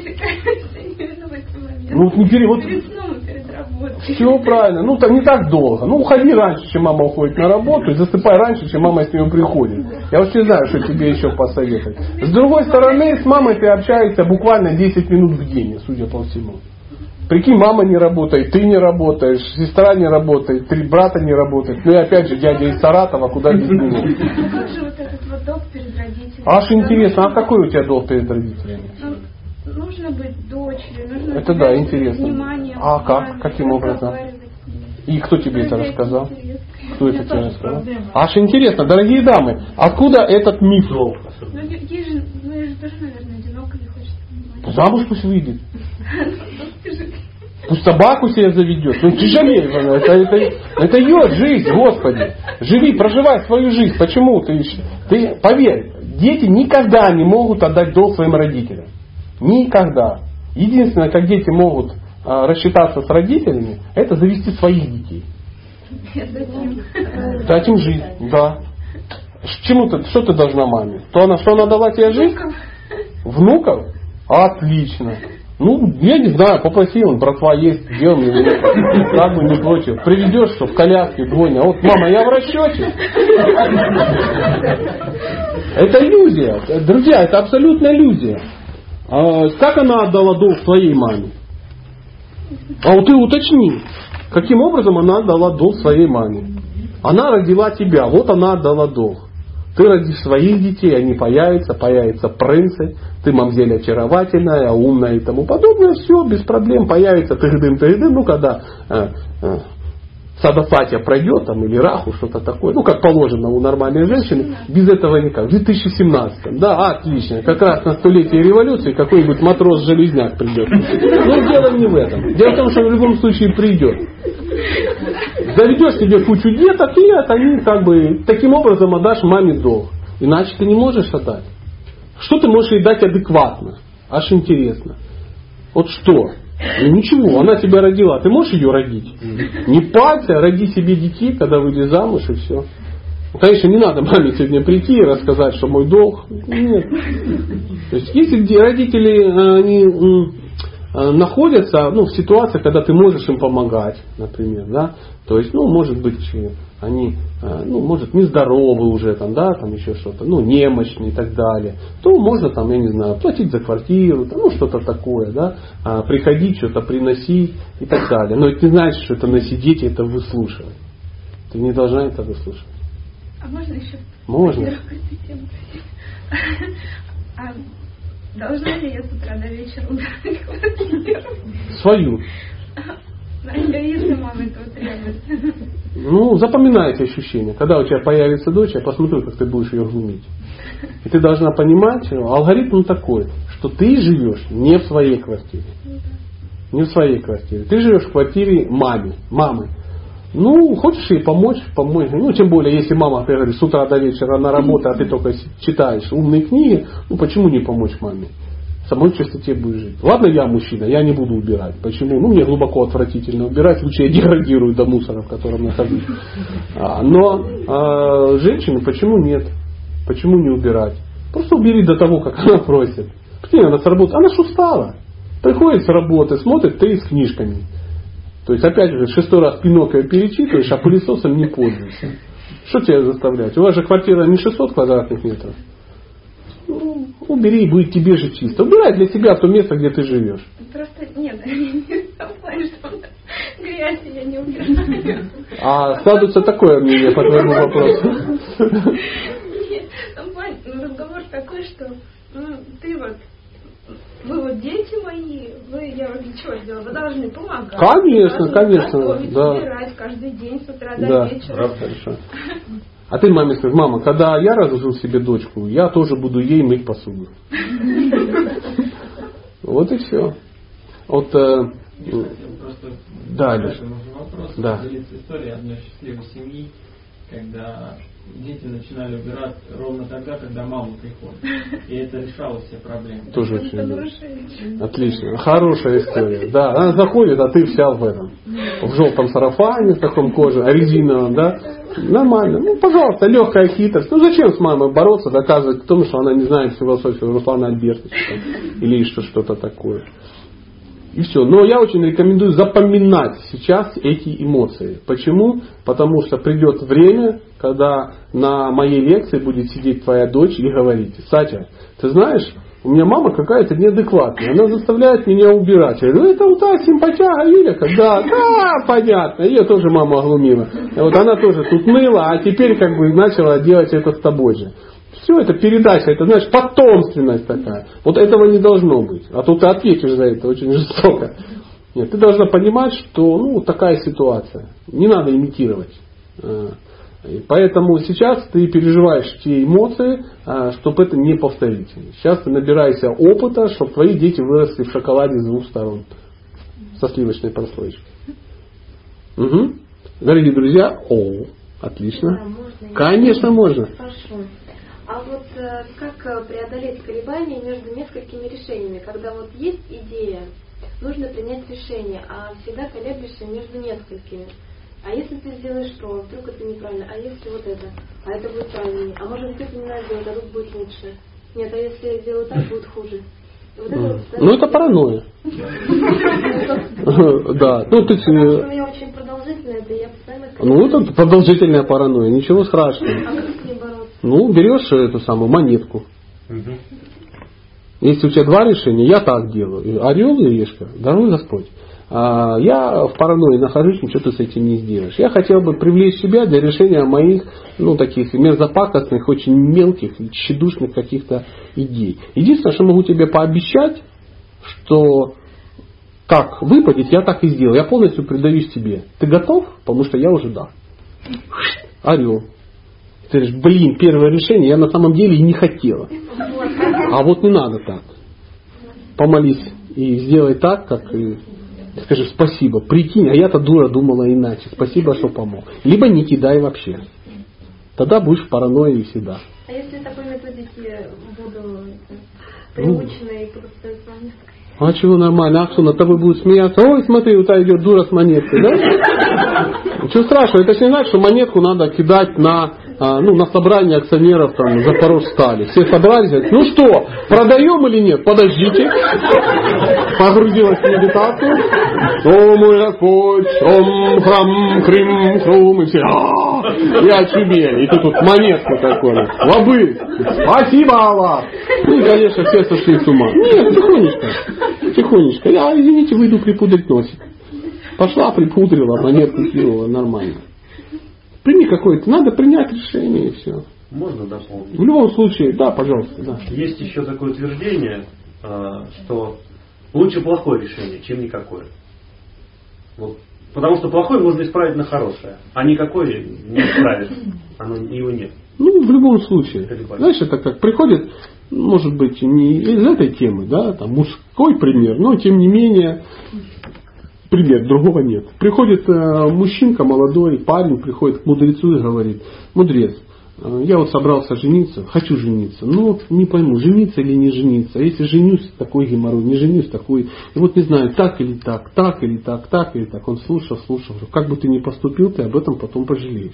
Перед сном, перед работой. Все правильно. Ну, не так долго. Ну, уходи раньше, чем мама уходит на работу, и засыпай раньше, чем мама с нее приходит. Я вообще не знаю, что тебе еще посоветовать. С другой стороны, с мамой ты общаешься буквально 10 минут в день, судя по всему. Прикинь, мама не работает, ты не работаешь, сестра не работает, 3 брата не работают. Ну и опять же, дядя из Саратова, куда без него. Ну как же вот этот вот долг перед родителями? Аж интересно, а какой у тебя долг перед родителями? Ну, нужно быть дочерью, нужно это да, интересно. Внимание, а как? Каким образом? И кто тебе это рассказал? Кто это тебе рассказал? Аж интересно, дорогие дамы, откуда этот миф? Ну, ей же тоже, наверное, одиноко не хочется внимания. Замуж пусть выйдет. Пусть собаку себе заведет. Ну тяжелее, это ее жизнь, Господи. Живи, проживай свою жизнь. Почему ты поверь, дети никогда не могут отдать долг своим родителям. Никогда. Единственное, как дети могут рассчитаться с родителями, это завести своих детей. Дать им жизнь, да. Что ты должна маме? Что она дала тебе жизнь? Внуков? Отлично. Ну, я не знаю, попроси, он, братва есть, сделай мне внука. Как бы не против. Приведешь, что в коляске двойня. Вот, мама, я в расчете. Это иллюзия. Друзья, это абсолютная иллюзия. Как она отдала долг своей маме? А вот ты уточни, каким образом она отдала долг своей маме. Она родила тебя, вот она отдала долг. Ты родишь своих детей, они появятся принцы, ты мамзель очаровательная, умная и тому подобное, все, без проблем, появится тыгдым, ну когда Садасатья пройдет там, или Раху, что-то такое, ну как положено у нормальной женщины, без этого никак. В 2017, да, отлично, как раз на 100-летие революции какой-нибудь матрос-железняк придет. Но дело не в этом. Дело в том, что в любом случае придет. Заведешь себе кучу деток, и они как бы таким образом отдашь маме долг. Иначе ты не можешь отдать. Что ты можешь ей дать адекватно? Аж интересно. Вот что? Ну ничего, она тебя родила, ты можешь ее родить? Не парься, роди себе детей, когда выйдешь замуж и все. Конечно, не надо маме сегодня прийти и рассказать, что мой долг. Нет. То есть, если родители они находятся в ситуации, когда ты можешь им помогать, например, да, то есть, может быть, они, может, нездоровы уже, там, да, там еще что-то, немощные и так далее, то можно, там, я не знаю, платить за квартиру, там, что-то такое, да, приходить, что-то приносить и так далее. Но это не значит, что это насидеть и это выслушивать. Ты не должна это выслушивать. А можно еще? Можно. А должна ли я с утра до вечера убирать квартиру? Свою. Если мама этого требует. Ну, запоминай эти ощущения. Когда у тебя появится дочь, я посмотрю, как ты будешь ее глумить. И ты должна понимать, алгоритм такой, что ты живешь не в своей квартире. Не в своей квартире. Ты живешь в квартире мамы. Ну, хочешь ей помочь. Ну, тем более, если мама, ты говоришь, с утра до вечера на работе, а ты только читаешь умные книги, ну, почему не помочь маме? В самой чистоте будешь жить. Ладно, я мужчина, я не буду убирать. Почему? Ну, мне глубоко отвратительно убирать. Лучше я деградирую до мусора, в котором нахожусь. Но женщины, почему нет? Почему не убирать? Просто убери до того, как она просит. Почему она с работы? Она ж устала. Приходит с работы, смотрит, ты с книжками. То есть, опять же, 6-й раз Пиноккио перечитываешь, а пылесосом не пользуешься. Что тебя заставлять? У вас же квартира не 600 квадратных метров. Ну, убери, и будет тебе же чисто. Убирай для себя то место, где ты живешь. Просто нет, не в том плане, что грязь я не убираю. А складывается такое мнение по твоему вопросу? Нет, в том плане, разговор такой, что ты вот, вы вот дети мои, я вот для чего сделала? Вы должны помогать. Конечно, конечно. Готовить, Да. убирать каждый день с утра до вечера. Хорошо. А ты маме скажешь, мама, когда я разложил себе дочку, я тоже буду ей мыть посуду. Вот и все. Вот, Просто да, к Леш. этому же вопросу Да. поделиться историей одной счастливой семьи, когда дети начинали убирать ровно тогда, когда мама приходит. И это решало все проблемы. Тоже очень люблю. Отлично. Хорошая история. Да, она заходит, а ты вся в этом. В желтом сарафане, в таком коже, резиновом, да? Нормально. Ну, пожалуйста, легкая хитрость. Ну, зачем с мамой бороться, доказывать в том, что она не знает философию Руслана Альбертовича или еще что-то такое. И все. Но я очень рекомендую запоминать сейчас эти эмоции. Почему? Потому что придет время, когда на моей лекции будет сидеть твоя дочь и говорить: Сатя, ты знаешь, у меня мама какая-то неадекватная, она заставляет меня убирать. Я говорю, это у та симпатяга Юля, да, понятно, ее тоже мама оглумила. Вот она тоже тут мыла, а теперь как бы начала делать это с тобой же. Все, это передача, это, знаешь, потомственность такая. Вот этого не должно быть. А то ты ответишь за это очень жестоко. Нет, ты должна понимать, что такая ситуация. Не надо имитировать. И поэтому сейчас ты переживаешь те эмоции, чтобы это не повторить. Сейчас ты набираешься опыта, чтобы твои дети выросли в шоколаде с двух сторон. Со сливочной прослойкой. Угу. Дорогие друзья, отлично. Да, можно. Конечно, можно. Спрошу. А вот как преодолеть колебания между несколькими решениями? Когда вот есть идея, нужно принять решение, а всегда колеблешься между несколькими. А если ты сделаешь то, вдруг это неправильно, а если вот это, а это будет правильнее, а может быть это не надо делать, а тут будет лучше. Нет, а если я сделаю так, будет хуже. Вот это это паранойя. Да. У меня очень продолжительно это, я постоянно... это продолжительная паранойя, ничего страшного. А как с ней бороться? Берешь эту самую монетку. Если у тебя два решения, я так делаю. Орел и решка, дорогой Господь. Я в паранойи нахожусь, ничего ты с этим не сделаешь. Я хотел бы привлечь себя для решения моих, таких мерзопакостных, очень мелких, тщедушных каких-то идей. Единственное, что могу тебе пообещать, что как выпадет, я так и сделаю. Я полностью предаюсь тебе. Ты готов? Потому что я уже да. Орел. Ты говоришь, первое решение я на самом деле и не хотела. А вот не надо так. Помолись и сделай так, как и... Скажи спасибо, прикинь, а я-то дура думала иначе. Спасибо, что помог. Либо не кидай вообще. Тогда будешь в паранойи всегда. А если такой методики буду приучена и просто с вами... А чего нормально? А что, над тобой будут смеяться? Ой, смотри, у тебя идет дура с монеткой, да? Ничего страшного, это же не значит, что монетку надо кидать на собрание акционеров Запорожстали. Все собрались, говорят, ну что, продаем или нет? Подождите. Погрузилась в медитацию. О мой Господь, ом, крим, хрум, и все. И очумели. И ты тут монетку такую. Лобы. Спасибо, Аллах. И, конечно, все сошли с ума. Нет, тихонечко. Я, извините, выйду припудрить носик. Пошла, припудрила, монетку кинула, нормально. Прими какое-то, надо принять решение и все. Можно дополнить? В любом случае, да, пожалуйста. Да. Есть еще такое утверждение, что лучше плохое решение, чем никакое. Вот. Потому что плохое можно исправить на хорошее, а никакое не исправишь. Его нет. Ну, в любом случае. Знаешь, это как приходит, может быть, не из этой темы, да, там мужской пример, но тем не менее, пример, другого нет. Приходит мужчинка, молодой парень, приходит к мудрецу и говорит: мудрец, я вот собрался жениться, хочу жениться, но не пойму, жениться или не жениться. А если женюсь, такой геморрой, не женюсь, такой. И вот не знаю, так или так, так или так, так или так. Он слушал, как бы ты ни поступил, ты об этом потом пожалеешь.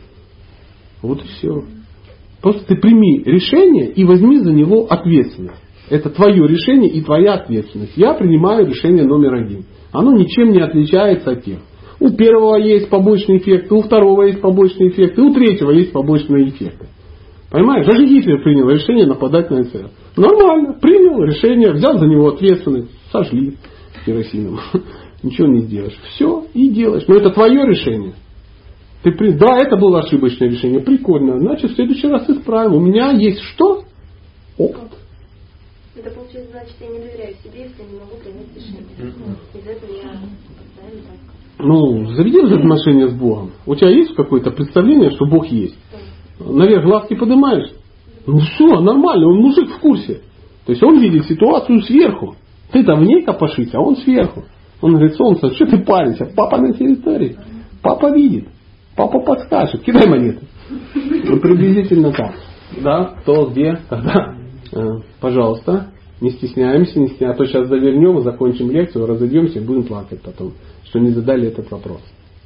Вот и все. Просто ты прими решение и возьми за него ответственность. Это твое решение и твоя ответственность. Я принимаю решение номер 1. Оно ничем не отличается от тех. У первого есть побочные эффекты, у второго есть побочные эффекты, у третьего есть побочные эффекты. Понимаешь? Даже Гитлер принял решение нападать на СССР. Нормально. Принял решение, взял за него ответственность, сожгли керосином. Ничего не сделаешь. Все, и делаешь. Но это твое решение. Да, это было ошибочное решение. Прикольно. Значит, в следующий раз исправим. У меня есть что? Опыт. Это получается, значит, я не доверяю себе, если я не могу принять решение. Из-за этого я постоянно так. Ну, заведи отношения с Богом. У тебя есть какое-то представление, что Бог есть? Наверх глазки поднимаешь? Ну все, нормально, он мужик в курсе. То есть он видит ситуацию сверху. Ты-то в ней копошись, а он сверху. Он говорит: солнце, что ты паришься? Папа на территории. Папа видит. Папа подскажет. Кидай монеты. Ну, приблизительно так. Да, кто, где, когда. Пожалуйста, не стесняемся, а то сейчас завернем, закончим лекцию, разойдемся и будем плакать потом, что не задали этот вопрос.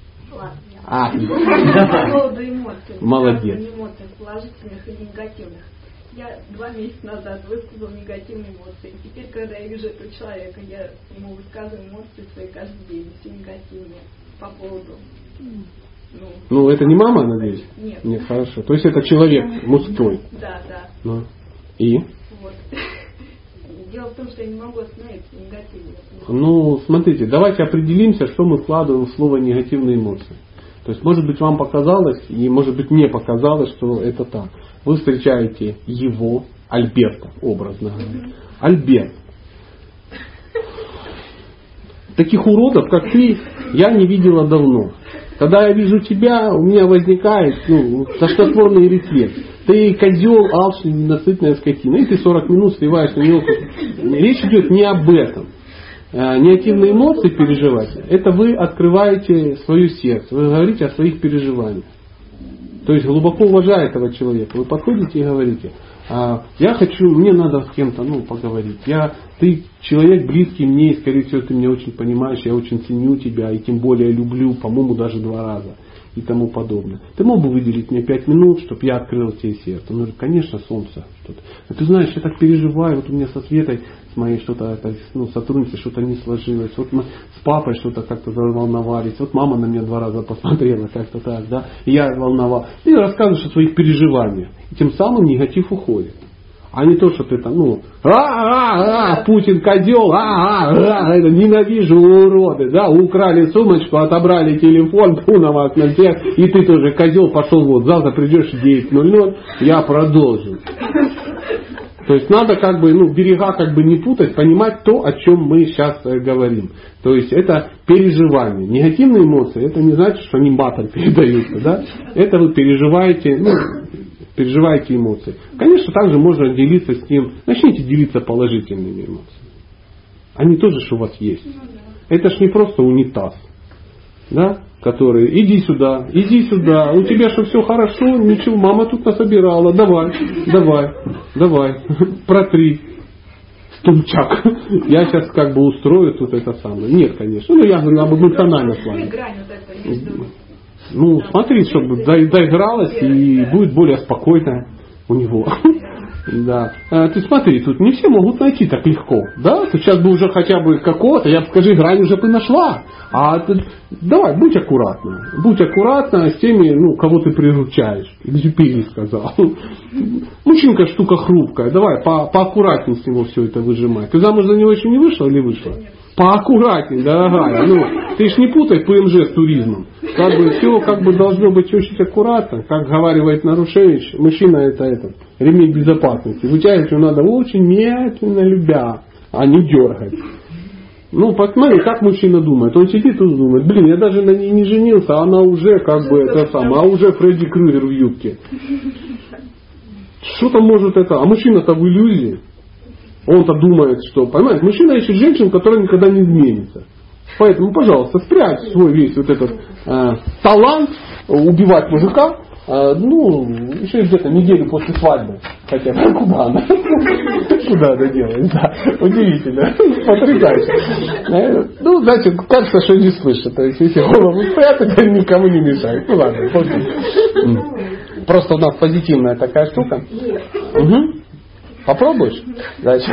Ладно. По поводу эмоций. Молодец. Эмоций, положительных и негативных. Я 2 месяца назад высказал негативные эмоции. И теперь, когда я вижу этого человека, я ему высказываю эмоции свои каждый день, все негативные по поводу. Ну, это не мама, надеюсь? Нет. Нет, хорошо. То есть это человек мужской. Да, да. Ну. И? Вот. Дело в том, что я не могу остановиться негативно. Ну, смотрите, давайте определимся, что мы вкладываем в слово негативные эмоции. То есть, может быть, вам показалось, и может быть, мне показалось, что это так. Вы встречаете его, Альберта, образно говоря. Альберт. Таких уродов, как ты, я не видела давно. Когда я вижу тебя, у меня возникает тошнотворный рефлекс. Ты козел, алчный, ненасытная скотина. И ты 40 минут сливаешь на него. Речь идет не об этом. Негативные эмоции переживать, это вы открываете свое сердце. Вы говорите о своих переживаниях. То есть глубоко уважая этого человека. Вы подходите и говорите: я хочу, мне надо с кем-то поговорить. Ты человек близкий мне, и скорее всего ты меня очень понимаешь, я очень ценю тебя, и тем более люблю, по-моему, даже 2 раза. И тому подобное. Ты мог бы выделить мне 5 минут, чтобы я открыл тебе сердце? Он говорит: конечно, солнце. Что-то. Но ты знаешь, я так переживаю, вот у меня со Светой, с моей что-то, сотрудницей что-то не сложилось. Вот мы с папой что-то как-то заволновались. Вот мама на меня 2 раза посмотрела, как-то так, да. И я волновал. И рассказываешь о своих переживаниях. И тем самым негатив уходит. А не то, что ты там, Путин козел, это ненавижу, уроды, да, украли сумочку, отобрали телефон, на вас на всех, и ты тоже козел, пошел вот, завтра придешь в 9:00, я продолжу. То есть надо берега не путать, понимать то, о чем мы сейчас говорим. То есть это переживание. Негативные эмоции, это не значит, что они матом передаются, да, это вы переживаете эмоции. Конечно, также можно делиться с ним. Начните делиться положительными эмоциями. Они тоже у вас есть. Это ж не просто унитаз, да, который иди сюда, у тебя что все хорошо, ничего, мама тут насобирала, давай, протри. Стульчак. Я сейчас устрою тут это самое. Нет, конечно. Я говорю об эмоциональном плане. Смотри, чтобы доигралась и будет более спокойно у него. Да. Ты смотри, тут не все могут найти так легко. Да? Ты сейчас бы уже хотя бы какого-то, я бы, скажи, грань уже бы нашла. А ты, давай, будь аккуратна с теми, кого ты приручаешь. Экзюпери сказал. Мужчинка штука хрупкая. Давай, поаккуратнее с него все это выжимай. Ты замуж за него еще не вышла или вышла? Поаккуратней, дорогая. Ну, ты ж не путай ПМЖ с туризмом. Как бы все как бы должно быть очень аккуратно. Как говаривает Нарушевич, мужчина это ремень безопасности. Вытягивать его надо очень медленно, любя, а не дергать. Ну, посмотри, как мужчина думает. Он сидит и думает, блин, я даже на ней не женился, а она уже как бы это самое, а уже Фредди Крюгер в юбке. Что там может это? А мужчина-то в иллюзии. Он-то думает, что, понимаете, мужчина ищет женщину, которая никогда не изменится. Поэтому, пожалуйста, спрячь свой весь вот этот талант убивать мужика, еще где-то неделю после свадьбы. Хотя бы куда она? Куда она делает? Да, удивительно. Потрясающе. Ну, значит, кажется, что не слышит. То есть, если голову спрятать, то никому не мешает. Ну ладно, просто у нас позитивная такая штука. Угу. Попробуешь? Значит,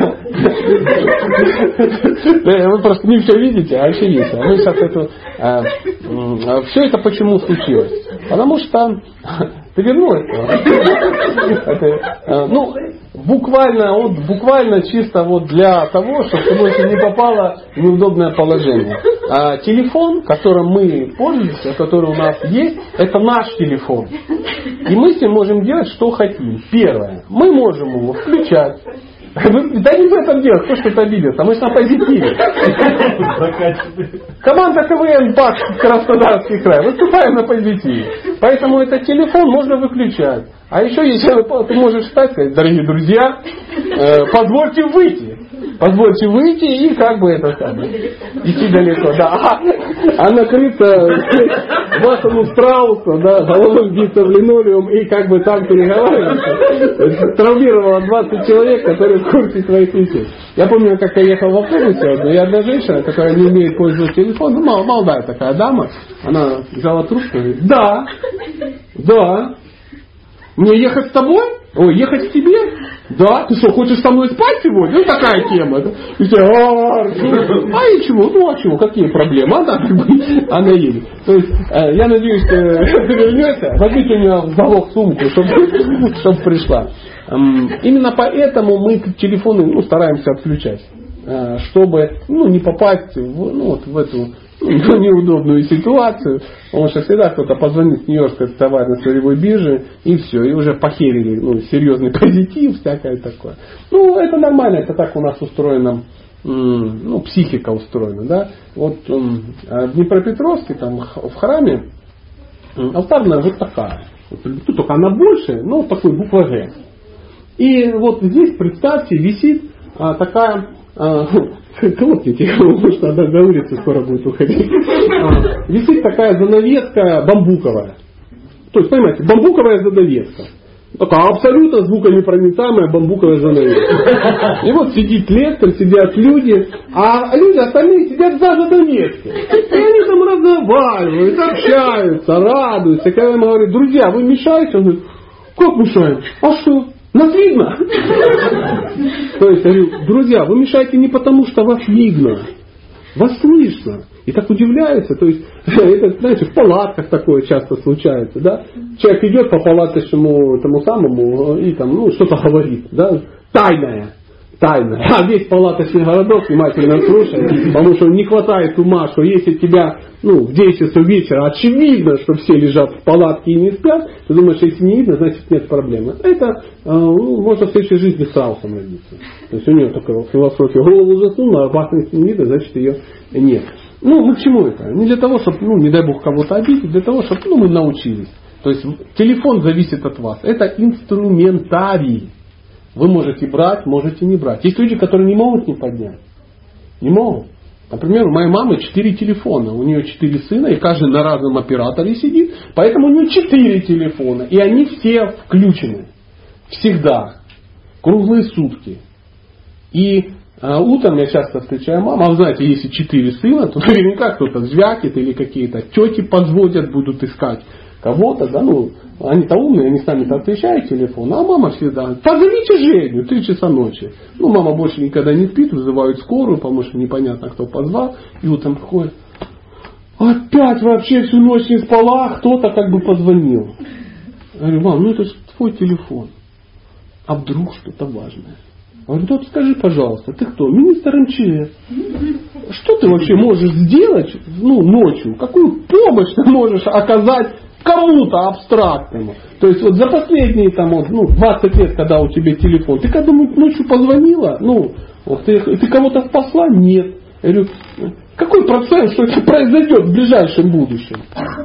вы просто не все видите, а все видите. Мы сейчас все это почему случилось? Потому что ты вернулась. Буквально чисто вот для того, чтобы ты больше не попала в неудобное положение. А телефон, которым мы пользуемся, который у нас есть, это наш телефон. И мы с ним можем делать, что хотим. Первое. Мы можем его включать. Да не в этом дело, кто что-то обиделся, мы же на позитиве. Команда КВН БАК Краснодарский край. Выступаем на позитиве. Поэтому этот телефон можно выключать. А еще если ты можешь встать и сказать, дорогие друзья, позвольте выйти. Позвольте выйти и как бы это самое. Идти далеко. Да. А накрыться Вассану Страусу, да, головой биться в линолеум и как бы там переговариваться. Травмировало 20 человек, которые в курсе своих вещей. Я помню, как я ехал в автобусе, и одна женщина, которая не умеет пользоваться телефоном, молодая такая дама, она взяла трубку и говорит, да. Мне ехать с тобой? Ой, ехать к тебе? Да, ты что, хочешь со мной спать сегодня? Ну, такая тема. И все, ничего, а чего, какие проблемы? Она едет. То есть, я надеюсь, что ты вернешься, возьмите у нее в залог сумку, чтобы пришла. Именно поэтому мы телефоны стараемся отключать, чтобы не попасть в эту неудобную ситуацию, потому что всегда кто-то позвонит с Нью-Йоркской товарно-сырьевой биржи и все, и уже похерили серьезный позитив, всякое такое. Это нормально, это так у нас устроено, психика устроена, да. Вот в Днепропетровске, там в храме, алтарная вот такая. Тут только она больше, но такой буква Ж. И вот здесь, представьте, висит такая... Колотните, потому что она на улице скоро будет уходить. Висит такая занавеска бамбуковая. То есть, понимаете, бамбуковая занавеска. Такая абсолютно звуконепроницаемая бамбуковая занавеска. И вот сидит лектор, сидят люди, а люди остальные сидят за занавеской. И они там разговаривают, общаются, радуются. Когда ему говорят, друзья, вы мешаете? Он говорит, как мешаем? А что? Нас видно. То есть, я говорю, друзья, вы мешаете не потому, что вас видно. Вас слышно. И так удивляются. То есть, это, знаете, в палатках такое часто случается. Да? Человек идет по палаточному тому самому и там, что-то говорит. Да? Тайное. А весь палаточный городок внимательно слушает, потому что не хватает ума, что если тебя в 10 часов вечера очевидно, что все лежат в палатке и не спят, ты думаешь, если не видно, значит нет проблемы. Это можно в следующей жизни страусом родиться. То есть у него такая философия, голову засунула, а опасности не видно, значит ее нет. Мы к чему это? Не для того, чтобы, не дай бог, кого-то обидеть, для того, чтобы мы научились. То есть телефон зависит от вас. Это инструментарий. Вы можете брать, можете не брать. Есть люди, которые не могут не поднять. Не могут. Например, у моей мамы 4 телефона. У нее 4 сына, и каждый на разном операторе сидит. Поэтому у нее 4 телефона. И они все включены. Всегда. Круглые сутки. И утром я часто встречаю маму. А вы знаете, если 4 сына, то наверняка кто-то звякнет или какие-то тети позвонят, будут искать кого-то, да, они-то умные, они сами-то отвечают телефон, а мама всегда, позовите Женю, 3 часа ночи. Мама больше никогда не спит, вызывают скорую, потому что непонятно, кто позвал, и утром приходит, опять вообще всю ночь не спала, кто-то как бы позвонил. Я говорю, мам, это же твой телефон, а вдруг что-то важное. говорю, вот скажи, пожалуйста, ты кто? Министр МЧС. Что ты вообще можешь сделать ночью? Какую помощь ты можешь оказать кому-то абстрактному? То есть вот за последние 20 лет, когда у тебя телефон, ты когда-нибудь ночью позвонила? Ты кого-то спасла? Нет. Я говорю, какой процент, что это произойдет в ближайшем будущем?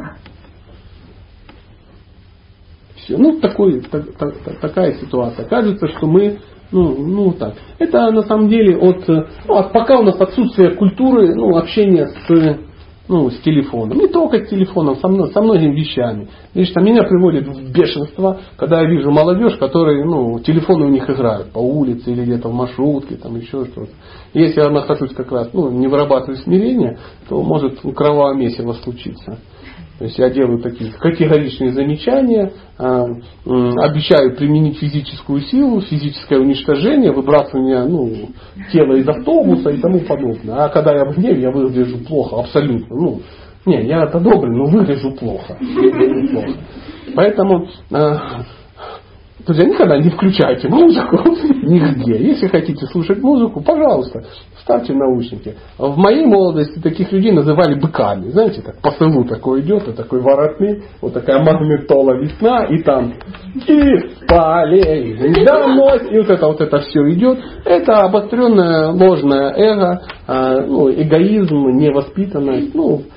Все. Такая ситуация. Кажется, что мы так. Это на самом деле пока у нас отсутствие культуры общения с телефоном. Не только с телефоном, со многими вещами. Видишь, меня приводит в бешенство, когда я вижу молодежь, которые телефоны у них играют по улице или где-то в маршрутке, еще что-то. Если я нахожусь как раз, не вырабатываю смирение, то может кровавое месиво случиться. То есть я делаю такие категоричные замечания, обещаю применить физическую силу, физическое уничтожение, выбрасывание тела из автобуса и тому подобное. А когда я в гневе, я выгляжу плохо, абсолютно. Я это добрый, но выгляжу плохо. Поэтому, друзья, никогда не включайте музыку нигде. Если хотите слушать музыку, пожалуйста, ставьте наушники. В моей молодости таких людей называли быками. Знаете, так по селу такой идет, и такой воротник, вот такая магнитола весна, и там из полей донос, и вот это все идет. Это обостренное ложное эго, эгоизм, невоспитанность,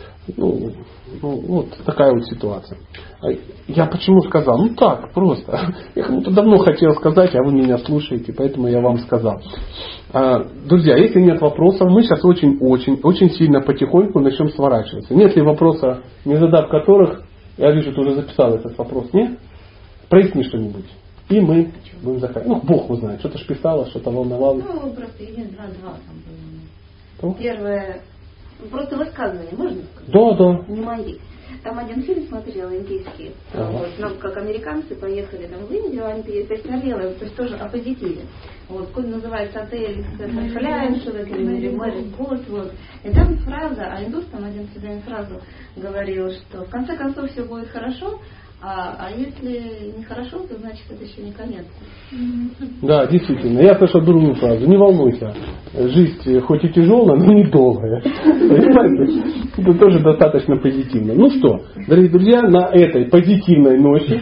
вот такая вот ситуация. Я почему сказал? Так, просто. Я кому-то давно хотел сказать, а вы меня слушаете, поэтому я вам сказал. Друзья, если нет вопросов, мы сейчас очень сильно потихоньку начнем сворачиваться. Нет ли вопроса, не задав которых, я вижу, ты уже записал этот вопрос, нет? Проясни что-нибудь. И мы будем заканчивать. Бог узнает, что-то ж писала, что-то волновало. Просто два там было. Первое, просто высказывание, можно сказать? Да. Не мои. Там один фильм смотрела, индийский. Как американцы поехали в Индию, они представляли, то есть тоже о позитиве. Код называется «Отель Фляйншевек» или «Мэри Кот». И там фраза, а индус там один всегда фразу говорил, что в конце концов все будет хорошо, а если нехорошо, то значит это еще не конец. Да, действительно. Я слышал другую фразу. Не волнуйся. Жизнь хоть и тяжелая, но недолгая. Понимаете? Это тоже достаточно позитивно. Ну что, дорогие друзья, на этой позитивной ноте,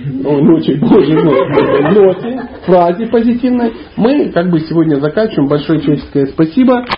фразе позитивной, мы сегодня заканчиваем. Большое человеческое спасибо.